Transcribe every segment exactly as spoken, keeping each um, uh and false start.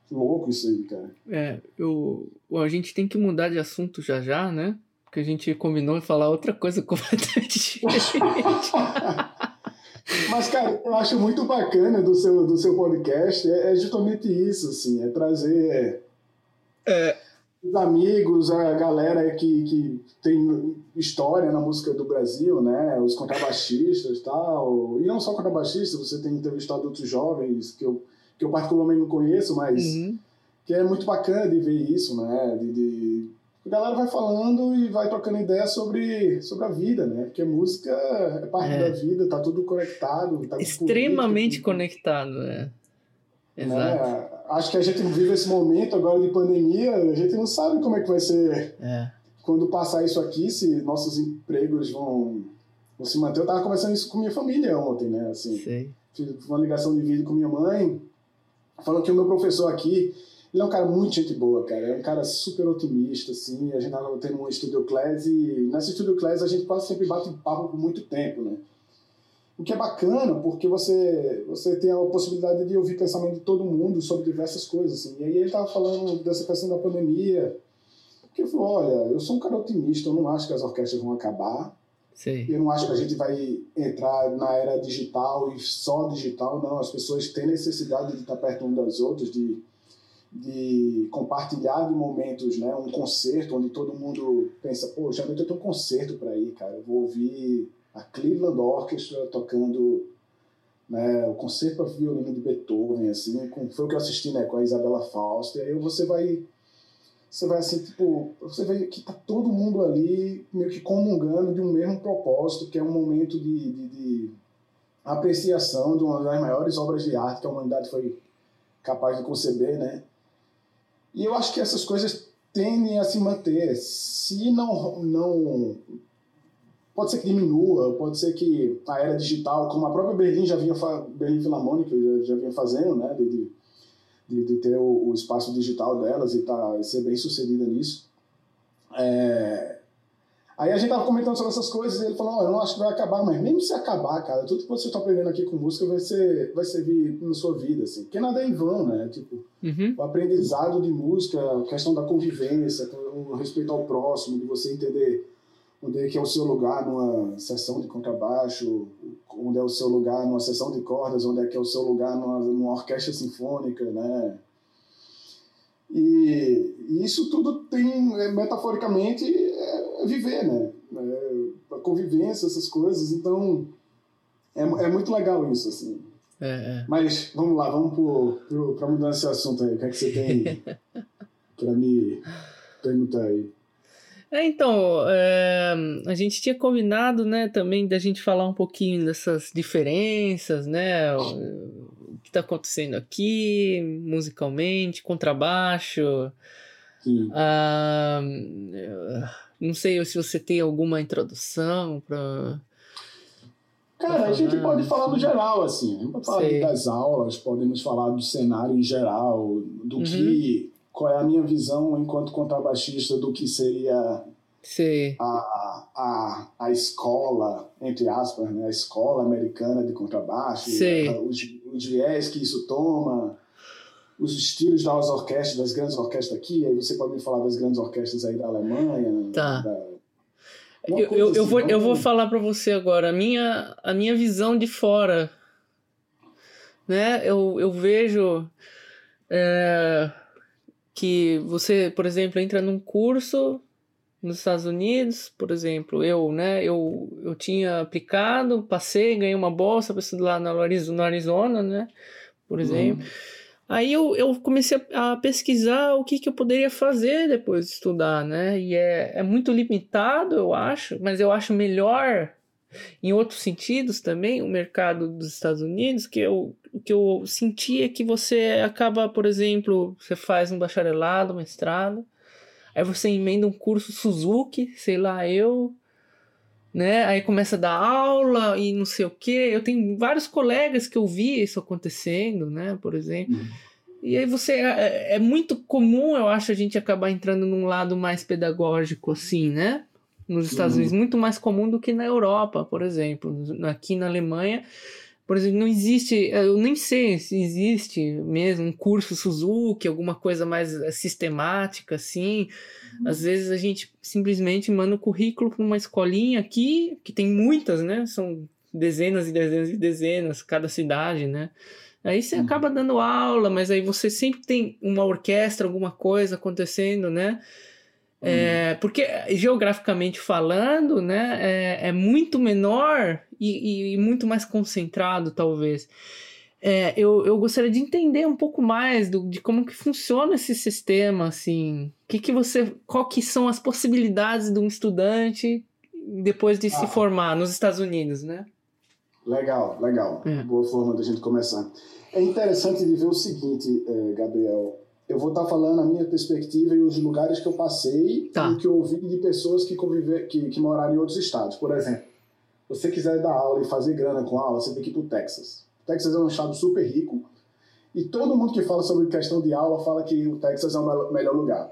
louco isso aí, cara. É, eu, a gente tem que mudar de assunto já já, né? Porque a gente combinou em falar outra coisa completamente diferente. Mas, cara, eu acho muito bacana do seu, do seu podcast, é, é justamente isso, assim, é trazer É. os amigos, a galera que, que tem história na música do Brasil, né, os contrabaixistas e tal, e não só contrabaixistas, você tem entrevistado outros jovens que eu, que eu particularmente não conheço, mas Uhum. que é muito bacana de ver isso, né, de... de a galera vai falando e vai trocando ideia sobre, sobre a vida, né? Porque música é parte É. da vida, tá tudo conectado. Tá Extremamente política, conectado, né? Exato. Né? Acho que a gente vive esse momento agora de pandemia, a gente não sabe como é que vai ser É. quando passar isso aqui, se nossos empregos vão, vão se manter. Eu tava conversando isso com minha família ontem, né? Assim, Sei. fiz uma ligação de vídeo com minha mãe, falando que o meu professor aqui, ele é um cara muito gente boa, cara. É um cara super otimista, assim. A gente tava tendo um Studio Class e nessa Studio Class a gente quase sempre bate papo por muito tempo, né? O que é bacana, porque você, você tem a possibilidade de ouvir pensamento de todo mundo sobre diversas coisas, assim. E aí ele tava falando dessa questão da pandemia, que ele falou, olha, eu sou um cara otimista, eu não acho que as orquestras vão acabar. Sei. Eu não acho que a gente vai entrar na era digital e só digital, não. As pessoas têm necessidade de estar perto umas das outras, de de compartilhar de momentos, né, um concerto onde todo mundo pensa, pô, geralmente eu tenho um concerto para ir, cara, eu vou ouvir a Cleveland Orchestra tocando, né, o concerto para violino de Beethoven, assim, com, foi o que eu assisti, né, com a Isabella Faust, e aí você vai, você vai assim, tipo, você vê que tá todo mundo ali meio que comungando de um mesmo propósito, que é um momento de, de, de apreciação de uma das maiores obras de arte que a humanidade foi capaz de conceber, né? E eu acho que essas coisas tendem a se manter. Se não, não... Pode ser que diminua, pode ser que a era digital, como a própria Berlim já vinha, Berlim Philharmonic já, já vinha fazendo, né? De, de, de ter o, o espaço digital delas e tá, ser bem sucedida nisso. É... Aí a gente tava comentando sobre essas coisas e ele falou, oh, eu não acho que vai acabar, mas mesmo se acabar, cara, tudo que você está aprendendo aqui com música vai, ser, vai servir na sua vida, assim. Porque nada é em vão, né? Tipo, uhum. O aprendizado de música, a questão da convivência, o respeito ao próximo, de você entender onde é que é o seu lugar numa sessão de contrabaixo, onde é o seu lugar numa sessão de cordas, onde é que é o seu lugar numa, numa orquestra sinfônica, né? E, e isso tudo tem, metaforicamente, é, é viver, né? É, a convivência, essas coisas. Então, é, é muito legal isso, assim. É, é. Mas, vamos lá, vamos para mudar esse assunto aí. O que é que você tem para me perguntar aí? É, então, é, a gente tinha combinado, né, também da gente falar um pouquinho dessas diferenças, né, o, o que está acontecendo aqui, musicalmente, contrabaixo. Sim. Ah, não sei se você tem alguma introdução para... Cara, a gente pode falar no geral, assim, a gente pode falar Sei. das aulas, podemos falar do cenário em geral, do Uhum. que... Qual é a minha visão enquanto contrabaixista do que seria Sei. a, a, a escola, entre aspas, né? A escola americana de contrabaixo, Sei. a, os, os viés que isso toma, os estilos das orquestras, das grandes orquestras aqui, aí você pode me falar das grandes orquestras aí da Alemanha. Tá. Da, eu, eu, eu, vou, eu vou falar para você agora a minha, a minha visão de fora, né? Eu, eu vejo é, que você, por exemplo, entra num curso nos Estados Unidos, por exemplo, eu, né? Eu, eu tinha aplicado, passei, ganhei uma bolsa para estudar no Arizona, né? Por exemplo. Uhum. Aí eu, eu comecei a, a pesquisar o que, que eu poderia fazer depois de estudar, né? E é, é muito limitado, eu acho, mas eu acho melhor em outros sentidos também o mercado dos Estados Unidos, que eu, o que eu senti é que você acaba, por exemplo, você faz um bacharelado, mestrado, aí você emenda um curso Suzuki, sei lá, eu... né? Aí começa a dar aula e não sei o quê. Eu tenho vários colegas que eu vi isso acontecendo, né? Por exemplo. Uhum. E aí você... É, é muito comum, eu acho, a gente acabar entrando num lado mais pedagógico, assim, né? Nos Estados uhum. Unidos. Muito mais comum do que na Europa, por exemplo. Aqui na Alemanha, Por exemplo, não existe, eu nem sei se existe mesmo um curso Suzuki, alguma coisa mais sistemática, assim. Uhum. Às vezes a gente simplesmente manda o currículo para uma escolinha aqui, que tem muitas, né? São dezenas e dezenas e dezenas, cada cidade, né? Aí você uhum. acaba dando aula, mas aí você sempre tem uma orquestra, alguma coisa acontecendo, né? É, porque geograficamente falando, né, é, é muito menor e, e muito mais concentrado, talvez. É, eu, eu gostaria de entender um pouco mais do, de como que funciona esse sistema, assim, que que você, qual que são as possibilidades de um estudante depois de ah, se formar nos Estados Unidos, né? Legal, legal. É. Boa forma da gente começar. É interessante de ver o seguinte, Gabriel. Eu vou estar falando a minha perspectiva e os lugares que eu passei tá. e que eu ouvi de pessoas que, conviver, que, que moraram em outros estados. Por exemplo, se você quiser dar aula e fazer grana com aula, você tem que ir para o Texas. O Texas é um estado super rico e todo mundo que fala sobre questão de aula fala que o Texas é o melhor lugar,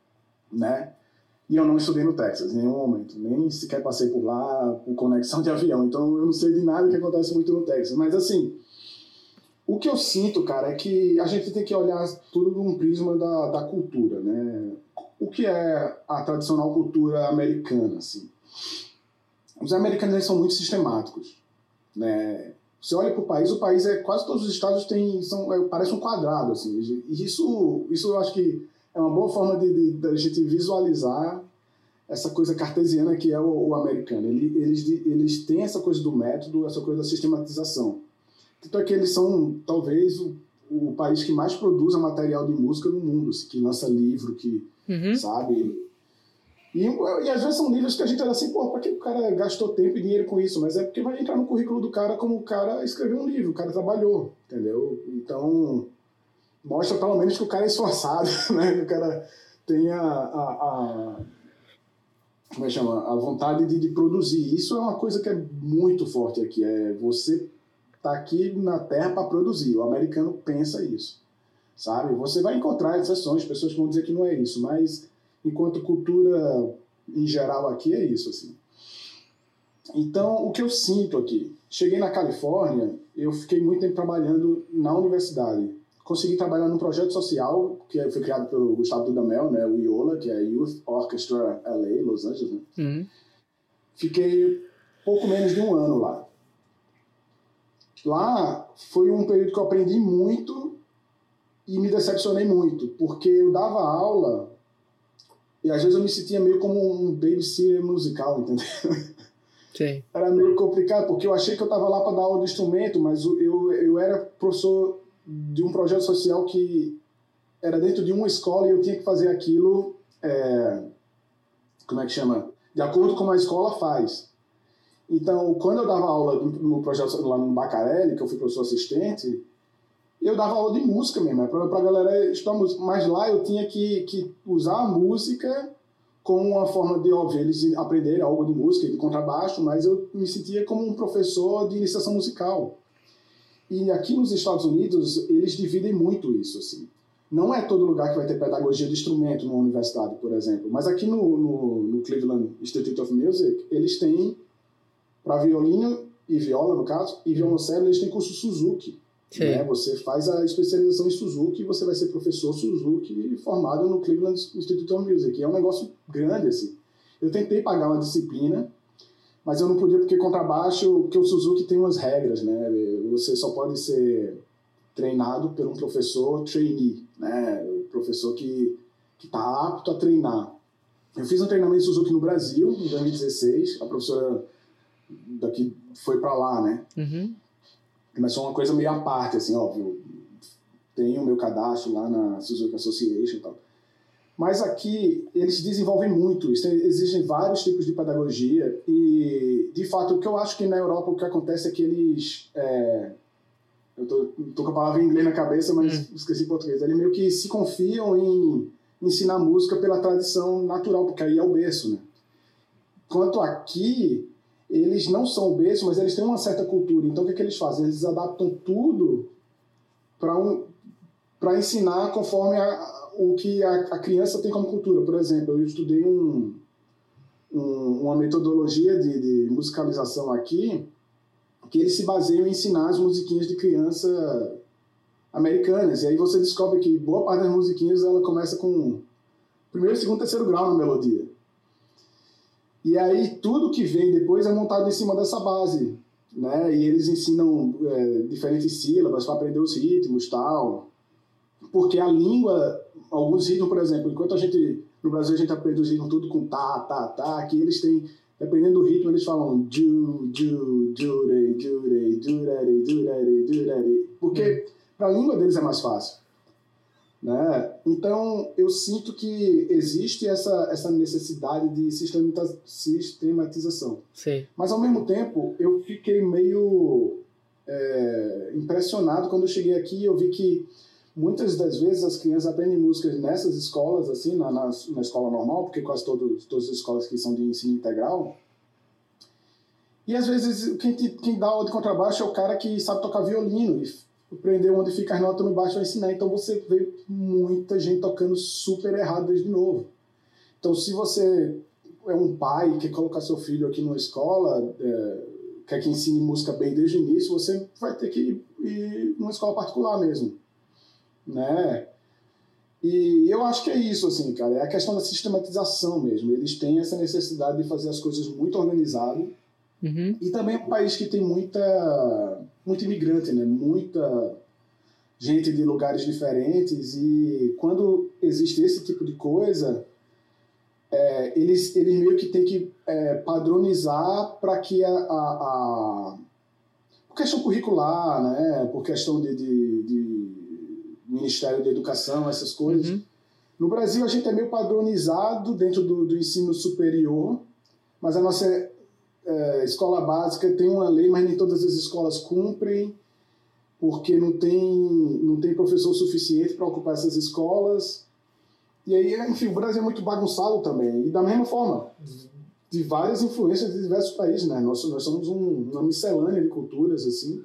né? E eu não estudei no Texas em nenhum momento, nem sequer passei por lá com conexão de avião, então eu não sei de nada que acontece muito no Texas. Mas assim... O que eu sinto, cara, é que a gente tem que olhar tudo num prisma da, da cultura, né? O que é a tradicional cultura americana, assim? Os americanos eles são muito sistemáticos, né? Você olha para o país, o país é quase todos os estados têm são é, parece um quadrado, assim. E isso, isso eu acho que é uma boa forma de, de, de a gente visualizar essa coisa cartesiana que é o, o americano. Ele, eles, eles têm essa coisa do método, essa coisa da sistematização. Tanto é que eles são, talvez, o, o país que mais produz material de música no mundo, assim, que lança livro, que, uhum. sabe? E, e às vezes são livros que a gente olha assim, pô, pra que o cara gastou tempo e dinheiro com isso? Mas é porque vai entrar no currículo do cara como o cara escreveu um livro, o cara trabalhou, entendeu? Então, mostra pelo menos que o cara é esforçado, né? Que o cara tem a... a, a como é que chama? A vontade de, de produzir. Isso é uma coisa que é muito forte aqui, é você... está aqui na Terra para produzir. O americano pensa isso, sabe? Você vai encontrar exceções, pessoas que vão dizer que não é isso, mas enquanto cultura em geral aqui é isso, assim. Então, o que eu sinto aqui? Cheguei na Califórnia, eu fiquei muito tempo trabalhando na universidade. Consegui trabalhar num projeto social que foi criado pelo Gustavo Dudamel, né, o IOLA, que é Youth Orchestra L A, Los Angeles, né? Uhum. Fiquei pouco menos de um ano lá. Lá foi um período que eu aprendi muito e me decepcionei muito, porque eu dava aula e às vezes eu me sentia meio como um babysitter musical, entendeu? Sim. Era meio complicado, porque eu achei que eu estava lá para dar aula de instrumento, mas eu, eu era professor de um projeto social que era dentro de uma escola e eu tinha que fazer aquilo, é, como é que chama? De acordo com como a escola faz. Então, quando eu dava aula no projeto lá no Bacarelli, que eu fui professor assistente, eu dava aula de música mesmo, para a galera estudar música. Mas lá eu tinha que, que usar a música como uma forma de, óbvio, eles aprenderem algo de música, de contrabaixo, mas eu me sentia como um professor de iniciação musical. E aqui nos Estados Unidos, eles dividem muito isso, assim. Não é todo lugar que vai ter pedagogia de instrumento numa universidade, por exemplo, mas aqui no, no, no Cleveland Institute of Music, eles têm... Para violino e viola, no caso, e violoncelo, eles têm curso Suzuki. Né? Você faz a especialização em Suzuki e você vai ser professor Suzuki formado no Cleveland Institute of Music. E é um negócio grande, assim. Eu tentei pagar uma disciplina, mas eu não podia porque contrabaixo, porque o Suzuki tem umas regras, né? Você só pode ser treinado por um professor trainee, né? O professor que está apto a treinar. Eu fiz um treinamento de Suzuki no Brasil, em dois mil e dezesseis. A professora daqui foi para lá, né? Uhum. Mas foi uma coisa meio à parte, assim, óbvio. Tenho o meu cadastro lá na Suzuki Association e tal. Mas aqui eles desenvolvem muito isso. Existem vários tipos de pedagogia e, de fato, o que eu acho que na Europa o que acontece é que eles... É, eu tô, tô com a palavra em inglês na cabeça, mas uhum. esqueci em português. Eles meio que se confiam em ensinar música pela tradição natural, porque aí é o berço, né? Quanto aqui... eles não são o berço, mas eles têm uma certa cultura. Então, o que, é que eles fazem? Eles adaptam tudo para um, para ensinar conforme a, o que a, a criança tem como cultura. Por exemplo, eu estudei um, um, uma metodologia de, de musicalização aqui, que eles se baseiam em ensinar as musiquinhas de criança americanas. E aí você descobre que boa parte das musiquinhas ela começa com primeiro, segundo, terceiro grau na melodia. E aí tudo que vem depois é montado em cima dessa base, né? E eles ensinam é, diferentes sílabas para aprender os ritmos e tal. Porque a língua, alguns ritmos, por exemplo, enquanto a gente, no Brasil a gente aprende os ritmos tudo com tá, tá, tá, aqui eles têm, dependendo do ritmo, eles falam ju, ju, jure, jure, jurere, jurere, jurere, porque para a língua deles é mais fácil, né? Então eu sinto que existe essa, essa necessidade de sistematização. Sim. Mas ao mesmo tempo eu fiquei meio é, impressionado quando eu cheguei aqui e eu vi que muitas das vezes as crianças aprendem músicas nessas escolas, assim, na, na, na escola normal, porque quase todos, todas as escolas aqui são de ensino integral. E às vezes quem, te, quem dá aula de contrabaixo é o cara que sabe tocar violino e aprender onde fica as notas no baixo vai ensinar. Então você vê muita gente tocando super errado desde novo. Então se você é um pai e quer colocar seu filho aqui numa escola, é, quer que ensine música bem desde o início, você vai ter que ir, ir numa escola particular mesmo. Né? E eu acho que é isso, assim, cara, é a questão da sistematização mesmo. Eles têm essa necessidade de fazer as coisas muito organizado. Uhum. E também é um país que tem muita muito imigrante, né? Muita gente de lugares diferentes, e quando existe esse tipo de coisa, é, eles, eles meio que têm que é, padronizar para que a, a, a por questão curricular, né? Por questão de, de, de Ministério da Educação, essas coisas. Uhum. No Brasil, a gente é meio padronizado dentro do, do ensino superior, mas a nossa é, escola básica tem uma lei, mas nem todas as escolas cumprem, porque não tem, não tem professor suficiente para ocupar essas escolas. E aí, enfim, o Brasil é muito bagunçado também. E da mesma forma, de várias influências de diversos países, né? Nós, nós somos um, uma miscelânea de culturas, assim.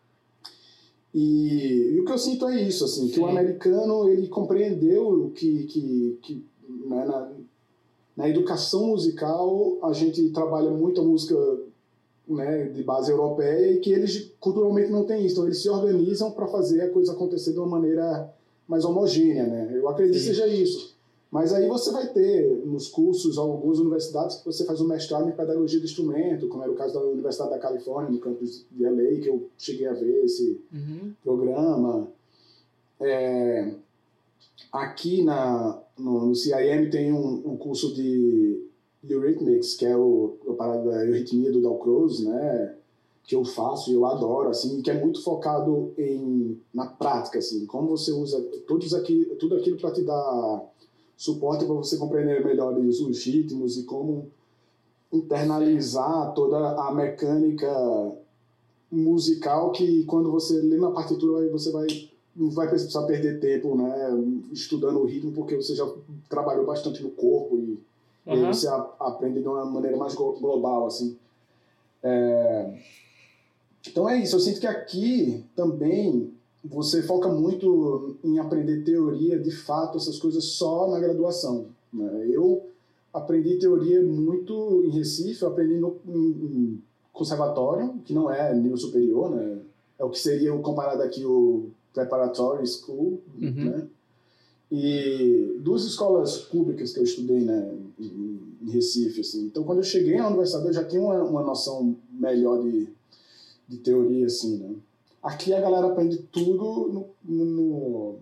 E, e o que eu sinto é isso, assim, que o americano ele compreendeu que, que, que né, na, na educação musical a gente trabalha muito a música, né, de base europeia, e que eles culturalmente não têm isso, então eles se organizam para fazer a coisa acontecer de uma maneira mais homogênea, né? Eu acredito Sim. que seja isso. Mas aí você vai ter nos cursos, algumas universidades, que você faz um mestrado em pedagogia do instrumento, como era o caso da Universidade da Califórnia, no campus de L A, que eu cheguei a ver esse uhum. programa. É, aqui na, no, no C I M tem um, um curso de Eurythmics, que é o, o parada da euritmia do Dalcroze, né? Que eu faço e eu adoro, assim, que é muito focado em, na prática, assim, como você usa todos aqui, tudo aquilo para te dar suporte para você compreender melhor os ritmos e como internalizar toda a mecânica musical, que quando você lê na partitura você vai, não vai precisar perder tempo, né, estudando o ritmo, porque você já trabalhou bastante no corpo e, uhum. e aí você a, aprende de uma maneira mais global, assim. É... Então é isso, eu sinto que aqui também você foca muito em aprender teoria, de fato, essas coisas só na graduação, né? Eu aprendi teoria muito em Recife, eu aprendi no em conservatório, que não é nível superior, né? É o que seria, comparado aqui, o preparatory school, uhum. né? E duas escolas públicas que eu estudei, né, em Recife, assim. Então, quando eu cheguei na universidade, eu já tinha uma, uma noção melhor de, de teoria, assim, né? Aqui a galera aprende tudo no, no,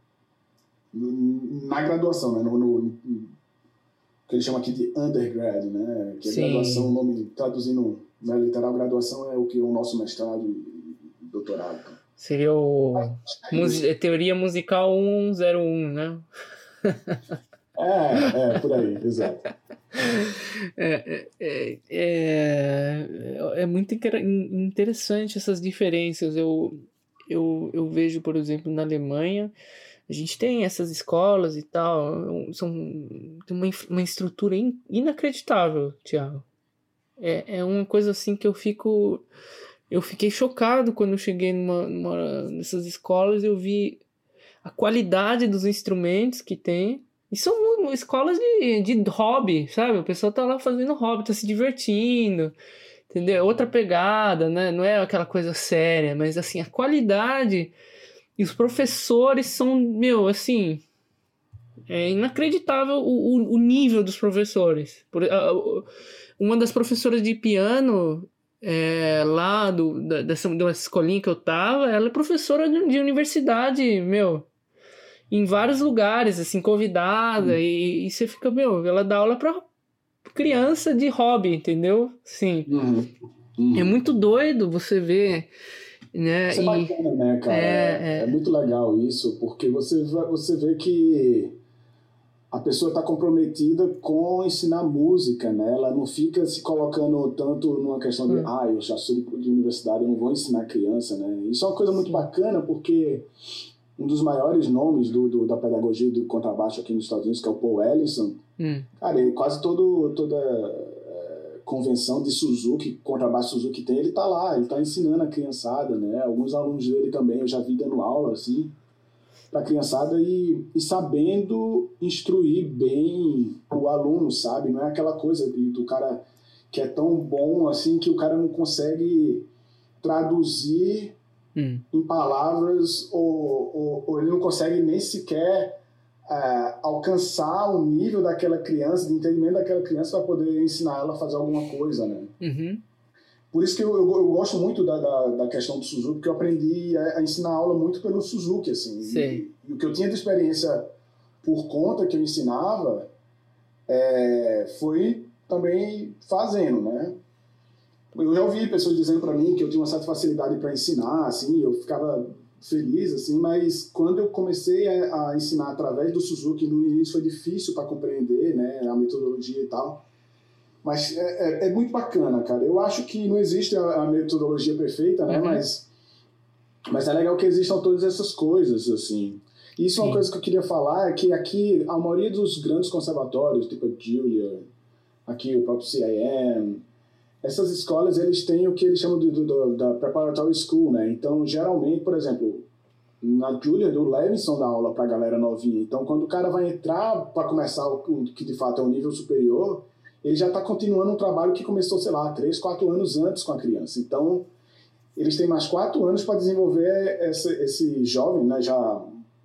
no, na graduação, né? No, no, no, que eles chamam aqui de undergrad, né? Que é graduação, o nome traduzindo na literal, graduação é o que é o nosso mestrado e doutorado. Seria o é Teoria Musical mil e um, né? É, é, por aí, exato. É, é, é, é muito interessante essas diferenças. Eu, eu, eu vejo, por exemplo, na Alemanha, a gente tem essas escolas e tal, são, tem uma, uma estrutura in, inacreditável, Thiago. É, é uma coisa assim que eu fico... Eu fiquei chocado quando eu cheguei numa, numa, nessas escolas, eu vi a qualidade dos instrumentos que tem. E são escolas de, de hobby, sabe? O pessoal tá lá fazendo hobby, tá se divertindo. entendeu? Outra pegada, né? Não é aquela coisa séria, mas assim, a qualidade e os professores são, meu, assim, é inacreditável o, o, o nível dos professores. Por, a, uma das professoras de piano é, lá do, da, dessa, dessa escolinha que eu tava, ela é professora de, de universidade, meu, em vários lugares, assim, convidada, e, e você fica, meu, ela dá aula pra criança de hobby, entendeu? Sim. Uhum. Uhum. É muito doido você ver, né? Isso é e, bacana, né, cara? É, é, é. é muito legal isso, porque você, você vê que a pessoa está comprometida com ensinar música, né? Ela não fica se colocando tanto numa questão de, hum. ah, eu já sou de universidade, eu não vou ensinar criança, né? Isso é uma coisa muito bacana, porque um dos maiores nomes do, do, da pedagogia do contrabaixo aqui nos Estados Unidos, que é o Paul Ellison, hum. cara, ele, quase todo, toda é, convenção de Suzuki, contrabaixo Suzuki tem, ele tá lá, ele tá ensinando a criançada, né? Alguns alunos dele também, eu já vi dando aula, assim, para a criançada e, e sabendo instruir bem o aluno, sabe? Não é aquela coisa de, do cara que é tão bom assim que o cara não consegue traduzir hum. em palavras ou, ou, ou ele não consegue nem sequer é, alcançar o nível daquela criança, de entendimento daquela criança para poder ensinar ela a fazer alguma coisa, né? Uhum. Por isso que eu, eu, eu gosto muito da, da, da questão do Suzuki, porque eu aprendi a, a ensinar aula muito pelo Suzuki, assim. E, e o que eu tinha de experiência por conta que eu ensinava é, foi também fazendo, né? Eu já ouvi pessoas dizendo para mim que eu tinha uma certa facilidade para ensinar, assim, eu ficava feliz, assim, mas quando eu comecei a, a ensinar através do Suzuki, no início foi difícil para compreender, né, a metodologia e tal. Mas é, é, é muito bacana, cara. Eu acho que não existe a, a metodologia perfeita, né? Uhum. Mas, mas é legal que existam todas essas coisas, assim. E isso é uma Sim. coisa que eu queria falar, é que aqui, a maioria dos grandes conservatórios, tipo a Juilliard, aqui o próprio C I M, essas escolas, eles têm o que eles chamam de, de, de, da Preparatory School, né? Então, geralmente, por exemplo, na Juilliard, o Levinson dá aula pra galera novinha. Então, quando o cara vai entrar para começar o, o que de fato é o nível superior, ele já está continuando um trabalho que começou, sei lá, três, quatro anos antes com a criança. Então, eles têm mais quatro anos para desenvolver esse, esse jovem, né, já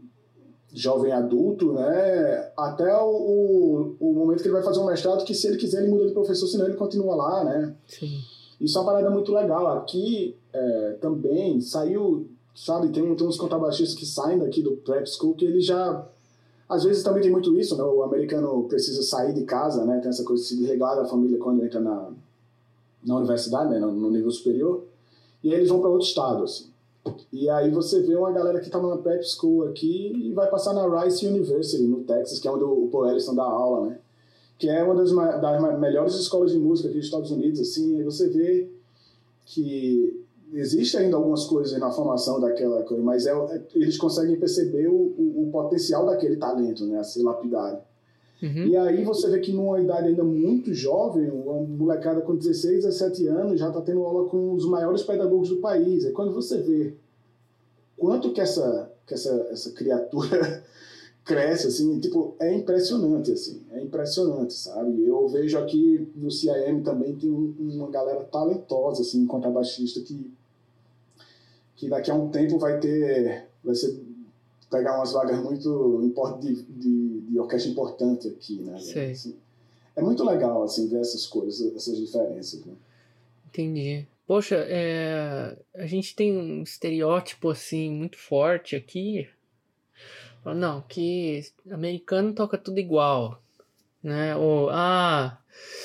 jovem adulto, né, até o, o, o momento que ele vai fazer um mestrado, que se ele quiser ele muda de professor, senão ele continua lá, né. Sim. Isso é uma parada muito legal. Aqui é, também saiu, sabe, tem, tem uns contrabaixistas que saem daqui do prep school que eles já... Às vezes também tem muito isso, né? O americano precisa sair de casa, né? Tem essa coisa de se desligar da família quando entra na, na universidade, né? no, no nível superior. E aí eles vão para outro estado, assim. E aí você vê uma galera que estava na prep school aqui e vai passar na Rice University, no Texas, que é onde o Paul Ellison dá aula, né? Que é uma das, das melhores escolas de música aqui dos Estados Unidos, assim. Aí você vê que... existe ainda algumas coisas na formação daquela coisa, mas é, é, eles conseguem perceber o, o, o potencial daquele talento, né, a ser lapidado. Uhum. E aí você vê que numa idade ainda muito jovem, uma molecada com dezesseis, dezessete anos já está tendo aula com os maiores pedagogos do país. Aí quando você vê quanto que essa, que essa, essa criatura cresce, assim, tipo, é impressionante, assim, é impressionante, sabe? Eu vejo aqui no C I M também tem um, uma galera talentosa, assim, contrabaixista que que daqui a um tempo vai ter, vai ser, pegar umas vagas muito de, de, de orquestra importante aqui, né? Assim, é muito legal, assim, ver essas coisas, essas diferenças, né? Entendi. Poxa, é, a gente tem um estereótipo, assim, muito forte aqui. Não, que americano toca tudo igual, né? Ou, ah,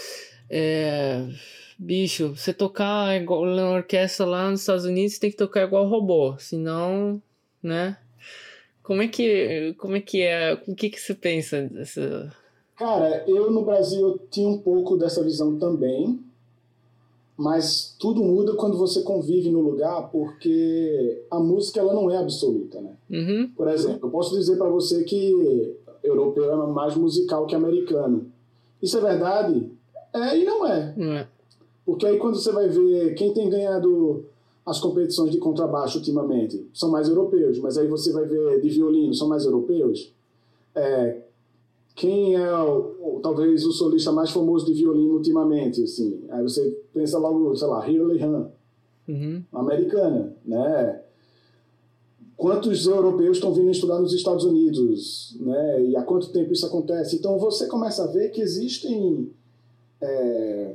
é... bicho, você tocar igual na orquestra lá nos Estados Unidos, você tem que tocar igual robô, senão, né? Como é que, como é que é? O que que você pensa dessa... Cara, eu no Brasil tinha um pouco dessa visão também, mas tudo muda quando você convive no lugar, porque a música ela não é absoluta, né? Uhum. Por exemplo, eu posso dizer para você que europeu é mais musical que americano. Isso é verdade? É e não é. Uhum. Porque aí quando você vai ver quem tem ganhado as competições de contrabaixo ultimamente, são mais europeus, mas aí você vai ver de violino, são mais europeus. É, quem é o, o, talvez o solista mais famoso de violino ultimamente, assim. Aí você pensa logo, sei lá, Hurley Hahn, uhum. americana, né? Quantos europeus estão vindo estudar nos Estados Unidos, né? E há quanto tempo isso acontece? Então você começa a ver que existem... É,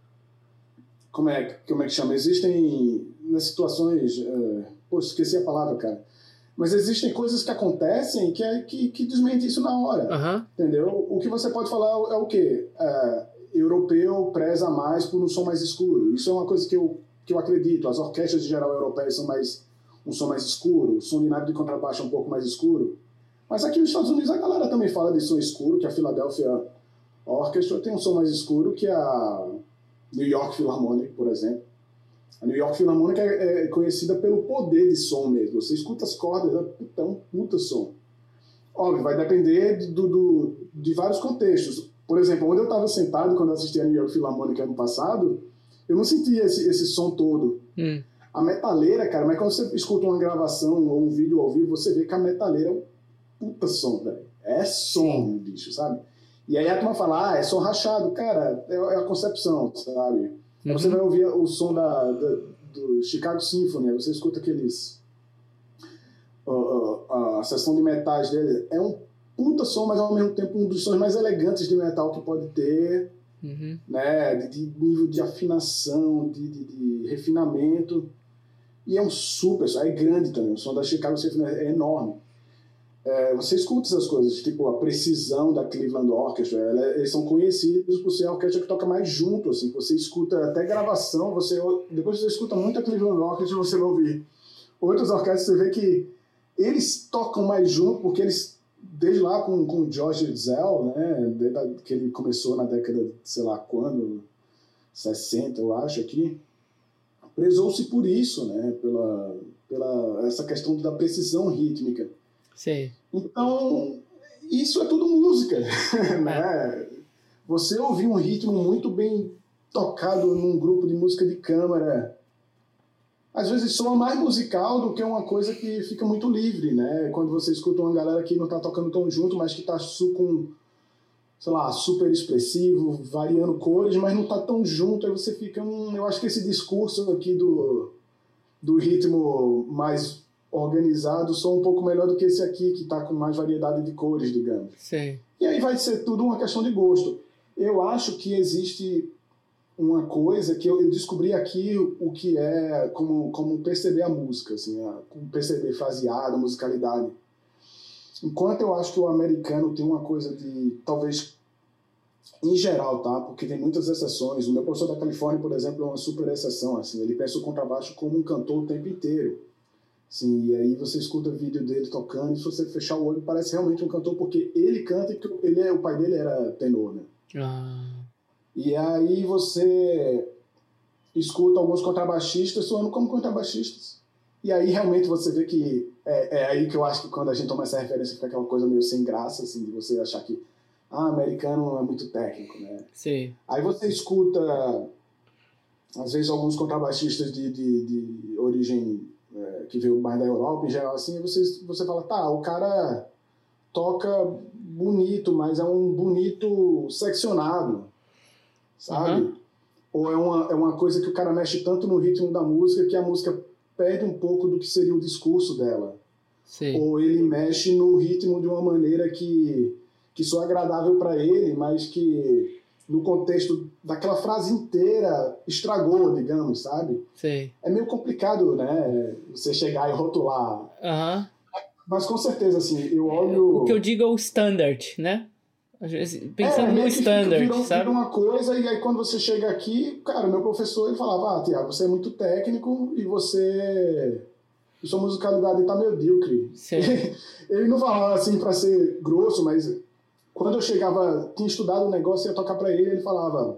como, é, como é que chama? Existem nas situações... É, pô, esqueci a palavra, cara. Mas existem coisas que acontecem que, é, que, que desmentem isso na hora, uhum. entendeu? O que você pode falar é o quê? É, europeu preza mais por um som mais escuro. Isso é uma coisa que eu, que eu acredito. As orquestras, em geral, europeias são mais... um som mais escuro, o som de naipe de contrabaixo é um pouco mais escuro. Mas aqui nos Estados Unidos a galera também fala de som escuro, que a Philadelphia Orchestra tem um som mais escuro que a New York Philharmonic, por exemplo. A New York Philharmonic é, é conhecida pelo poder de som mesmo. Você escuta as cordas, é um puta som. Óbvio, vai depender do, do, de vários contextos. Por exemplo, onde eu estava sentado quando eu assisti a New York Philharmonic ano passado, eu não sentia esse, esse som todo. Hum. A metaleira, cara, mas quando você escuta uma gravação ou um vídeo ao vivo, você vê que a metaleira é um puta som, velho. É som, bicho, sabe? E aí a turma fala, ah, é som rachado. Cara, é, é a concepção, sabe? Uhum. Aí você vai ouvir o som da, da, do Chicago Symphony, aí você escuta aqueles... Uh, uh, a seção de metais dele. É um puta som, mas ao mesmo tempo um dos sons mais elegantes de metal que pode ter, uhum. né? De, de nível de afinação, de, de, de refinamento. E é um super som, é grande também, o som da Chicago Symphony é enorme. É, você escuta essas coisas, tipo a precisão da Cleveland Orchestra, ela, eles são conhecidos por ser a orquestra que toca mais junto, assim, você escuta até gravação, você, depois você escuta muito a Cleveland Orchestra, você vai ouvir outras orquestras, você vê que eles tocam mais junto, porque eles, desde lá com, com o George Ezell, né, desde a, que ele começou na década, sei lá quando, sessenta, eu acho, aqui, prezou-se por isso, né? Pela, pela essa questão da precisão rítmica. Sim. Então, isso é tudo música, né? Você ouvir um ritmo muito bem tocado num grupo de música de câmara, às vezes soa mais musical do que uma coisa que fica muito livre, né? Quando você escuta uma galera que não está tocando tão junto, mas que está com... sei lá, super expressivo, variando cores, mas não está tão junto, aí você fica... Hum, eu acho que esse discurso aqui do, do ritmo mais organizado soa um pouco melhor do que esse aqui, que está com mais variedade de cores, digamos. Sim. E aí vai ser tudo uma questão de gosto. Eu acho que existe uma coisa que eu, eu descobri aqui o que é como, como perceber a música, assim, a, como perceber fraseado, musicalidade. Enquanto eu acho que o americano tem uma coisa de, talvez, em geral, tá? Porque tem muitas exceções. O meu professor da Califórnia, por exemplo, é uma super exceção, assim. Ele pensa o contrabaixo como um cantor o tempo inteiro. Assim, e aí você escuta vídeo dele tocando, e se você fechar o olho, parece realmente um cantor, porque ele canta e porque ele é, o pai dele era tenor, né? Ah. E aí você escuta alguns contrabaixistas soando como contrabaixistas. E aí realmente você vê que é, é aí que eu acho que quando a gente toma essa referência fica aquela coisa meio sem graça, assim, de você achar que ah, americano é muito técnico, né? Sim. Aí você escuta às vezes alguns contrabaixistas de, de, de origem é, que veio mais da Europa em geral, assim, e você, você fala, tá, o cara toca bonito, mas é um bonito seccionado, sabe? Uhum. Ou é uma, é uma coisa que o cara mexe tanto no ritmo da música que a música perde um pouco do que seria o discurso dela. Sim. Ou ele mexe no ritmo de uma maneira que, que soa agradável para ele, mas que no contexto daquela frase inteira estragou, digamos, sabe? Sim. É meio complicado, né? Você chegar e rotular. Uhum. Mas com certeza, assim, eu olho... O que eu digo é o standard, né? Pensando é, no standard, virou, sabe? Virou uma coisa, e aí quando você chega aqui, cara, meu professor, ele falava, ah, Tiago, você é muito técnico e você... e sua musicalidade tá medíocre. Ele não falava assim pra ser grosso, mas quando eu chegava, tinha estudado um negócio e ia tocar pra ele, ele falava,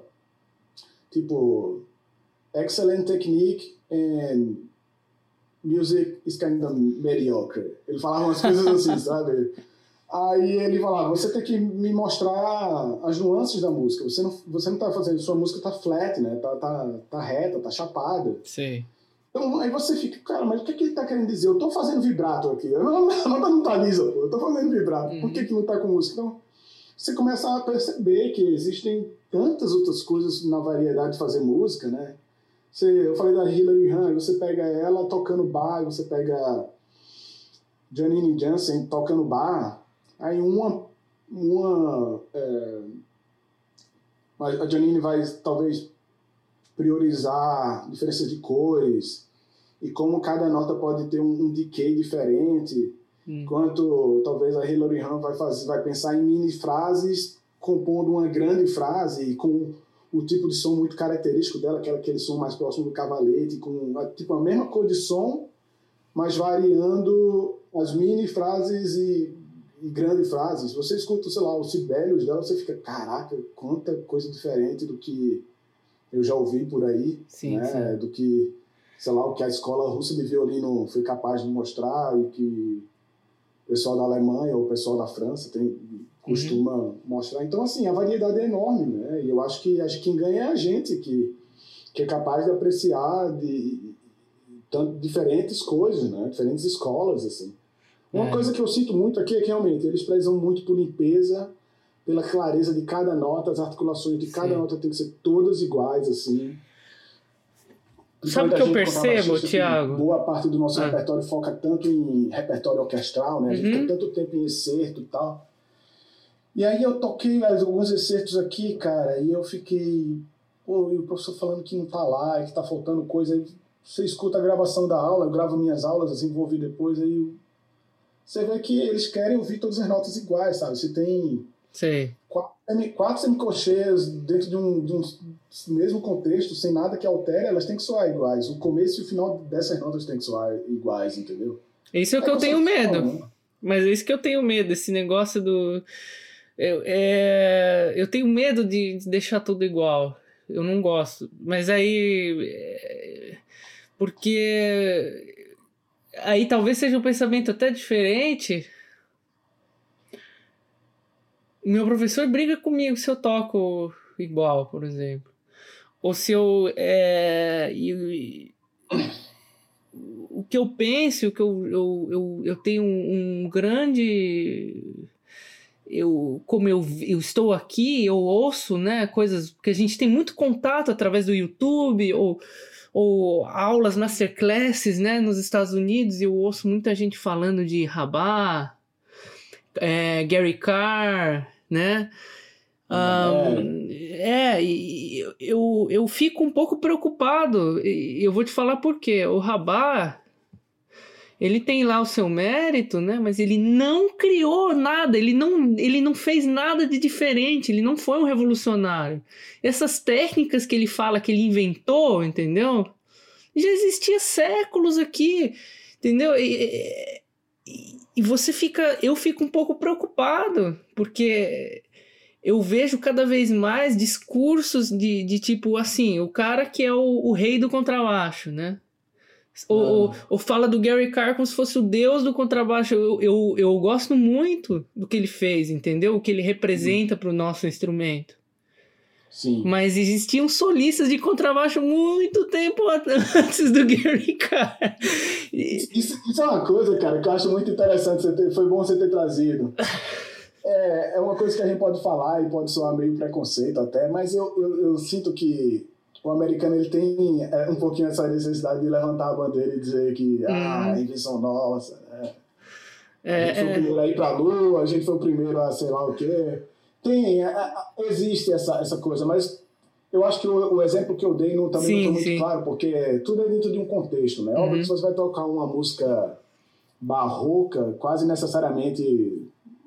tipo, excellent technique and music is kind of mediocre. Ele falava umas coisas assim, sabe? Aí ele falava, você tem que me mostrar as nuances da música. Você não, você não tá fazendo, sua música tá flat, né? Tá, tá, tá reta, tá chapada. Sim. Então aí você fica, cara, mas o que, que ele tá querendo dizer? Eu tô fazendo vibrato aqui. Eu não, a nota não tá lisa, pô. Eu tô fazendo vibrato. Uhum. Por que que não tá com música? Então, você começa a perceber que existem tantas outras coisas na variedade de fazer música, né? Você, eu falei da Hilary Hahn, você pega ela tocando bar, você pega Janine Jansen tocando bar, aí uma, uma é, a Janine vai talvez priorizar diferenças de cores e como cada nota pode ter um, um decay diferente, hum. enquanto talvez a Hilary Hahn vai, fazer, vai pensar em mini frases compondo uma grande frase e com o tipo de som muito característico dela, que é aquele som mais próximo do cavalete, com tipo, a mesma cor de som, mas variando as mini frases e, e grandes frases. Você escuta, sei lá, os Sibelius dela, você fica, caraca, quanta coisa diferente do que eu já ouvi por aí, sim, né? Sim. Do que, sei lá, o que a escola russa de violino foi capaz de mostrar e que o pessoal da Alemanha ou o pessoal da França tem, costuma uhum. mostrar. Então, assim, a variedade é enorme, né? E eu acho que, acho que quem ganha é a gente, que, que é capaz de apreciar de, tanto, diferentes coisas, né? Diferentes escolas, assim. Uma é. coisa que eu sinto muito aqui é que, realmente, eles prezam muito por limpeza, pela clareza de cada nota, as articulações de cada Sim. nota tem que ser todas iguais, assim. Sabe o que eu percebo, Thiago? Boa parte do nosso ah. repertório foca tanto em repertório orquestral, né? A gente uhum. fica tanto tempo em excerto e tal. E aí eu toquei alguns excertos aqui, cara, e eu fiquei... Pô, e o professor falando que não tá lá, e que tá faltando coisa. Aí você escuta a gravação da aula, eu gravo minhas aulas, assim, vou ouvir depois, aí você vê que eles querem ouvir todas as notas iguais, sabe? Você tem... Sim. Quatro, quatro semicolcheias dentro de um, de um mesmo contexto, sem nada que altere, elas têm que soar iguais. O começo e o final dessas notas têm que soar iguais, entendeu? Isso é o que é eu tenho medo. Né? Mas é isso que eu tenho medo, esse negócio do... Eu, é... eu tenho medo de deixar tudo igual. Eu não gosto. Mas aí... Porque... Aí talvez seja um pensamento até diferente... Meu professor briga comigo se eu toco igual, por exemplo. Ou se eu... É, eu o que eu penso, o que eu, eu, eu, eu tenho um, um grande... Eu, como eu, eu estou aqui, eu ouço, né, coisas... Porque a gente tem muito contato através do YouTube, ou, ou aulas masterclasses, né, nos Estados Unidos, e eu ouço muita gente falando de Rabat, é, Gary Carr... né? Um, é, e eu, eu fico um pouco preocupado, e eu vou te falar por quê. O Rabat, ele tem lá o seu mérito, né? Mas ele não criou nada, ele não, ele não fez nada de diferente, ele não foi um revolucionário. Essas técnicas que ele fala que ele inventou, entendeu? Já existia séculos aqui, entendeu? E, e, e você fica, eu fico um pouco preocupado, porque eu vejo cada vez mais discursos de, de tipo assim, o cara que é o, o rei do contrabaixo, né? Ou, ah. ou, ou fala do Gary Carr como se fosse o deus do contrabaixo. Eu, eu, eu gosto muito do que ele fez, entendeu? O que ele representa para o nosso instrumento. Sim. Mas existiam solistas de contrabaixo muito tempo antes do Gary Carr. Isso, isso é uma coisa, cara, que eu acho muito interessante. Você ter, foi bom você ter trazido. É, é uma coisa que a gente pode falar e pode soar meio preconceito até, mas eu, eu, eu sinto que o americano ele tem um pouquinho essa necessidade de levantar a bandeira e dizer que hum. ah, a invenção nossa, né? É, a gente foi é. o primeiro a ir pra Lua, a gente foi o primeiro a sei lá o quê. Tem, existe essa, essa coisa, mas eu acho que o, o exemplo que eu dei não, também sim, não foi muito sim. claro, porque tudo é dentro de um contexto, né? Uhum. Óbvio que se você vai tocar uma música barroca, quase necessariamente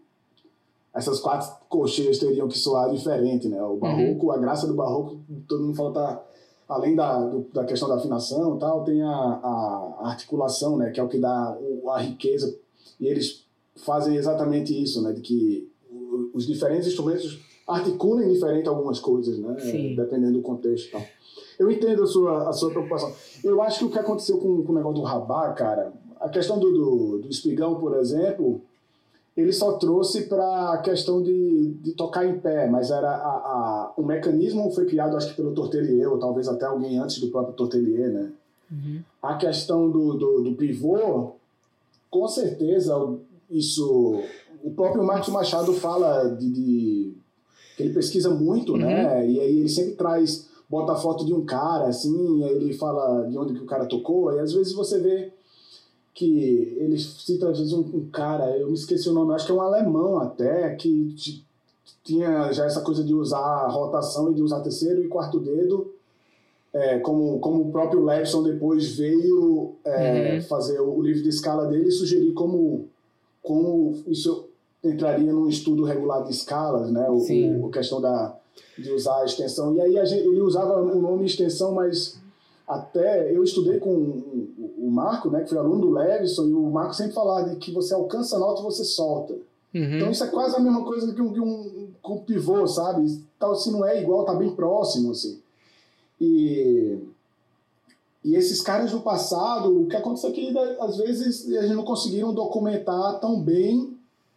essas quatro colcheias teriam que soar diferente, né? O barroco, uhum. a graça do barroco, todo mundo fala, tá, além da, do, da questão da afinação e tal, tem a, a articulação, né? Que é o que dá a riqueza, e eles fazem exatamente isso, né? De que os diferentes instrumentos articulam diferente algumas coisas, né? Sim. Dependendo do contexto e tal. Eu entendo a sua, a sua preocupação. Eu acho que o que aconteceu com, com o negócio do Rabat, cara, a questão do, do, do espigão, por exemplo, ele só trouxe para a questão de, de tocar em pé, mas era a, a, o mecanismo foi criado, acho que pelo Tortelier, ou talvez até alguém antes do próprio Tortelier, né? Uhum. A questão do, do, do pivô, com certeza isso o próprio Marcos Machado fala de, de que ele pesquisa muito, uhum. né? E aí ele sempre traz, bota a foto de um cara, assim, e aí ele fala de onde que o cara tocou, e às vezes você vê que ele cita, às vezes, um, um cara, eu me esqueci o nome, acho que é um alemão até, que t- tinha já essa coisa de usar rotação e de usar terceiro e quarto dedo, é, como, como o próprio Lepson depois veio é, uhum. fazer o livro de escala dele e sugerir como, como isso entraria num estudo regular de escalas, né? O, o, a questão da, de usar a extensão. E aí a gente, ele usava o nome extensão, mas até eu estudei com o, o Marco, né, que foi aluno do Levison, e o Marco sempre falava de que você alcança a nota e você solta. Uhum. Então isso é quase a mesma coisa que um, que um, que um pivô, sabe? Então, se não é igual, tá bem próximo, assim. E, e esses caras do passado, o que aconteceu é que às vezes eles não conseguiram documentar tão bem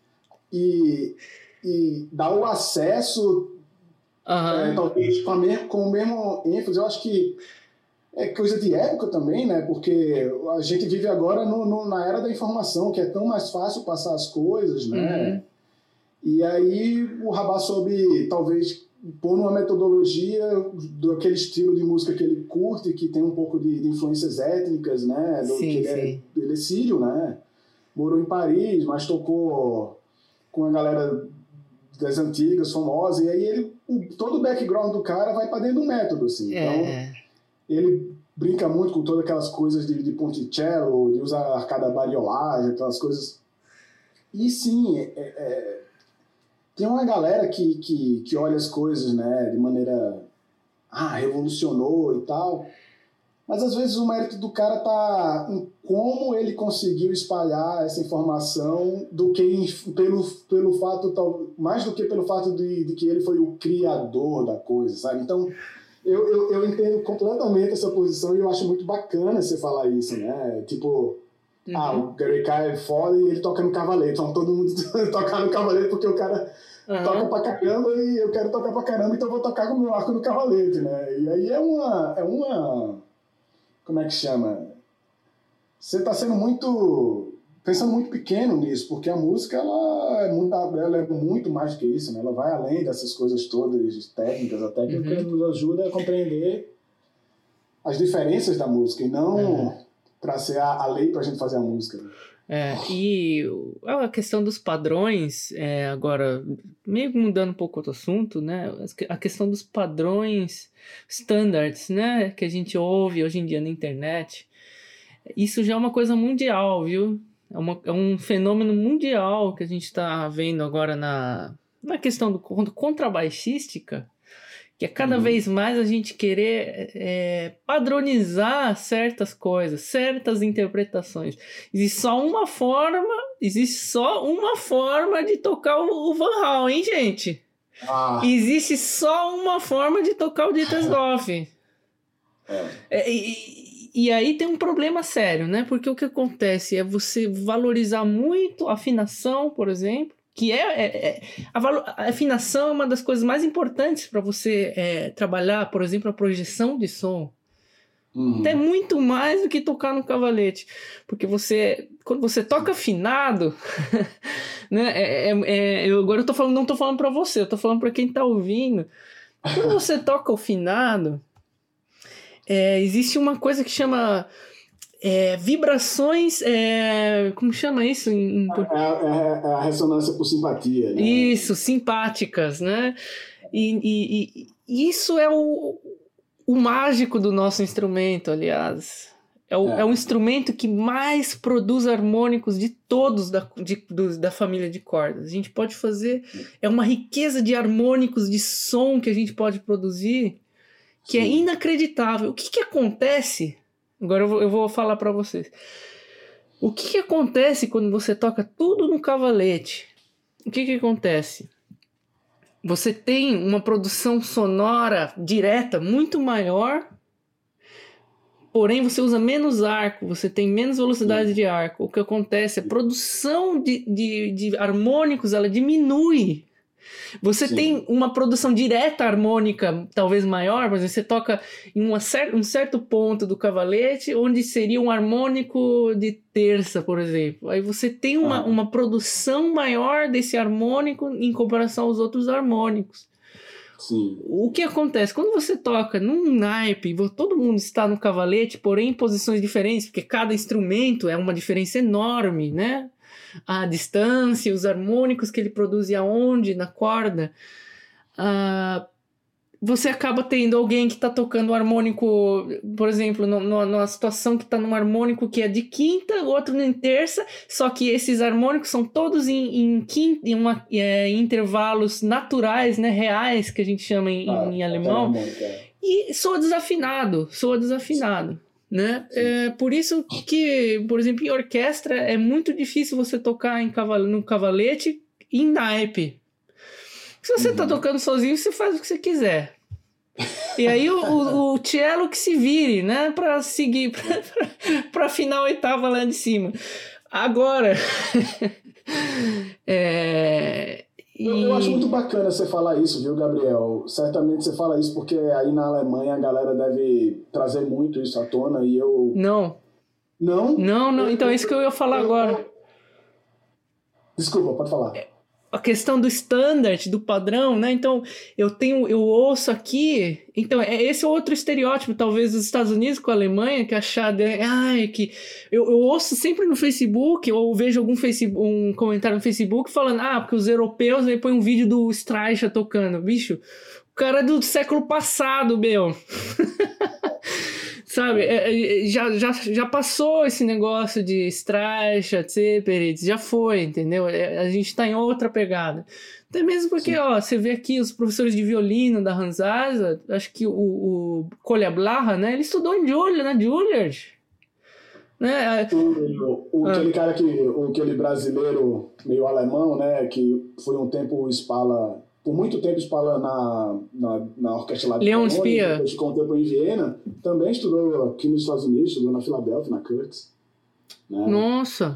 e, e dar o acesso, uhum. é, talvez com, a me, com o mesmo ênfase. Eu acho que é coisa de época também, né? Porque a gente vive agora no, no, na era da informação, que é tão mais fácil passar as coisas, né? Uhum. E aí o Rabá soube, talvez, pôr numa metodologia daquele estilo de música que ele curte, que tem um pouco de, de influências étnicas, né? Do, sim, que ele, sim. É, ele é sírio, né? Morou em Paris, mas tocou com a galera das antigas, famosa, e aí ele, o, todo o background do cara vai para dentro do método, assim. É. Então, ele brinca muito com todas aquelas coisas de, de ponticello, de usar arcada bariolagem, aquelas coisas. E sim, é, é, tem uma galera que, que, que olha as coisas, né, de maneira, ah, revolucionou e tal, mas às vezes o mérito do cara tá em como ele conseguiu espalhar essa informação do que em, pelo, pelo fato, tal, mais do que pelo fato de, de que ele foi o criador da coisa, sabe? Então, Eu, eu, eu entendo completamente essa posição e eu acho muito bacana você falar isso, né? Tipo, uhum. ah, o Gary Kai é foda e ele toca no cavaleiro. Então todo mundo tocar no cavaleiro porque o cara uhum. toca pra caramba e eu quero tocar pra caramba, então eu vou tocar com o meu arco no cavalete, né? E aí é uma... É uma como é que chama? Você tá sendo muito... pensando muito pequeno nisso, porque a música ela é, muito, ela é muito mais do que isso, né? Ela vai além dessas coisas todas técnicas, a técnica uhum. nos ajuda a compreender as diferenças da música e não uhum. traçar a lei para a gente fazer a música. É, e a questão dos padrões, é, agora, meio mudando um pouco outro assunto, né? A questão dos padrões standards, né? Que a gente ouve hoje em dia na internet, isso já é uma coisa mundial, viu? É, uma, é um fenômeno mundial que a gente está vendo agora na, na questão do contrabaixística, que é cada uhum. vez mais a gente querer é, padronizar certas coisas, certas interpretações. Existe só uma forma, existe só uma forma de tocar o, o Van Halen, hein, gente? Ah. Existe só uma forma de tocar o Dieter Zoff. É. É, e, E aí tem um problema sério, né? Porque o que acontece é você valorizar muito a afinação, por exemplo, que é, é, é a, valo, a afinação é uma das coisas mais importantes para você é, trabalhar, por exemplo, a projeção de som. Uhum. Até muito mais do que tocar no cavalete, porque você, quando você toca afinado, né? É, é, é, eu agora eu tô falando, não tô falando para você, eu tô falando para quem tá ouvindo. Quando você toca afinado, É, existe uma coisa que chama é, vibrações, é, como chama isso? Em, em... É, é, é a ressonância por simpatia, né? Isso, simpáticas, né? E, e, e isso é o, o mágico do nosso instrumento, aliás. É o, é. é o instrumento que mais produz harmônicos de todos da, de, do, da família de cordas. A gente pode fazer... É uma riqueza de harmônicos, de som que a gente pode produzir, que Sim. é inacreditável. O que que acontece? Agora eu vou, eu vou falar para vocês. O que que acontece quando você toca tudo no cavalete? O que que acontece? Você tem uma produção sonora direta muito maior, porém você usa menos arco, você tem menos velocidade Sim. de arco. O que acontece? A produção de, de, de harmônicos ela diminui. Você Sim. tem uma produção direta harmônica, talvez maior, mas você toca em uma cer- um certo ponto do cavalete, onde seria um harmônico de terça, por exemplo. Aí você tem uma, ah. uma produção maior desse harmônico em comparação aos outros harmônicos. Sim. O que acontece? Quando você toca num naipe, todo mundo está no cavalete, porém em posições diferentes, porque cada instrumento é uma diferença enorme, né? A distância, os harmônicos que ele produz e aonde, na corda. Ah, você acaba tendo alguém que está tocando um harmônico, por exemplo, no, no, numa situação que está num harmônico que é de quinta, outro em terça, só que esses harmônicos são todos em, em, quinta, em, uma, é, em intervalos naturais, né, reais, que a gente chama em, ah, em alemão, é. E soa desafinado, soa desafinado. Né? É por isso que, por exemplo, em orquestra é muito difícil você tocar em caval- no cavalete e em naipe. Se você está uhum. tocando sozinho, você faz o que você quiser. E aí o, o, o cello que se vire, né? Para seguir, para afinar a oitava lá de cima. Agora, é... E... Eu, eu acho muito bacana você falar isso, viu, Gabriel? Certamente você fala isso porque aí na Alemanha a galera deve trazer muito isso à tona e eu... Não. Não? Não, não. Então é isso que eu ia falar eu, agora. Eu... Desculpa, pode falar. A questão do standard, do padrão, né? Então, eu tenho, eu ouço aqui... Então, é esse outro estereótipo, talvez, dos Estados Unidos com a Alemanha, que achar... Ai, que... Eu, eu ouço sempre no Facebook, ou vejo algum Facebook, um comentário no Facebook falando, ah, porque os europeus aí põem um vídeo do Streicher tocando. Bicho, o cara é do século passado, meu. Sabe, é, já, já, já passou esse negócio de Streicher, Zeperitz, já foi, entendeu? A gente tá em outra pegada. Até mesmo porque, Sim. ó, você vê aqui os professores de violino da Hansa, acho que o, o Kolja Blaha, né, ele estudou em Juilliard, né, Juilliard. Né? O, o, ah. Aquele cara que, o, aquele brasileiro meio alemão, né, que foi um tempo o Spala... Por muito tempo Spala na, na, na orquestra lá de Leon Spier. Depois ficou um tempo em Viena, também estudou aqui nos Estados Unidos, estudou na Filadélfia, na Curtis. Né? Nossa!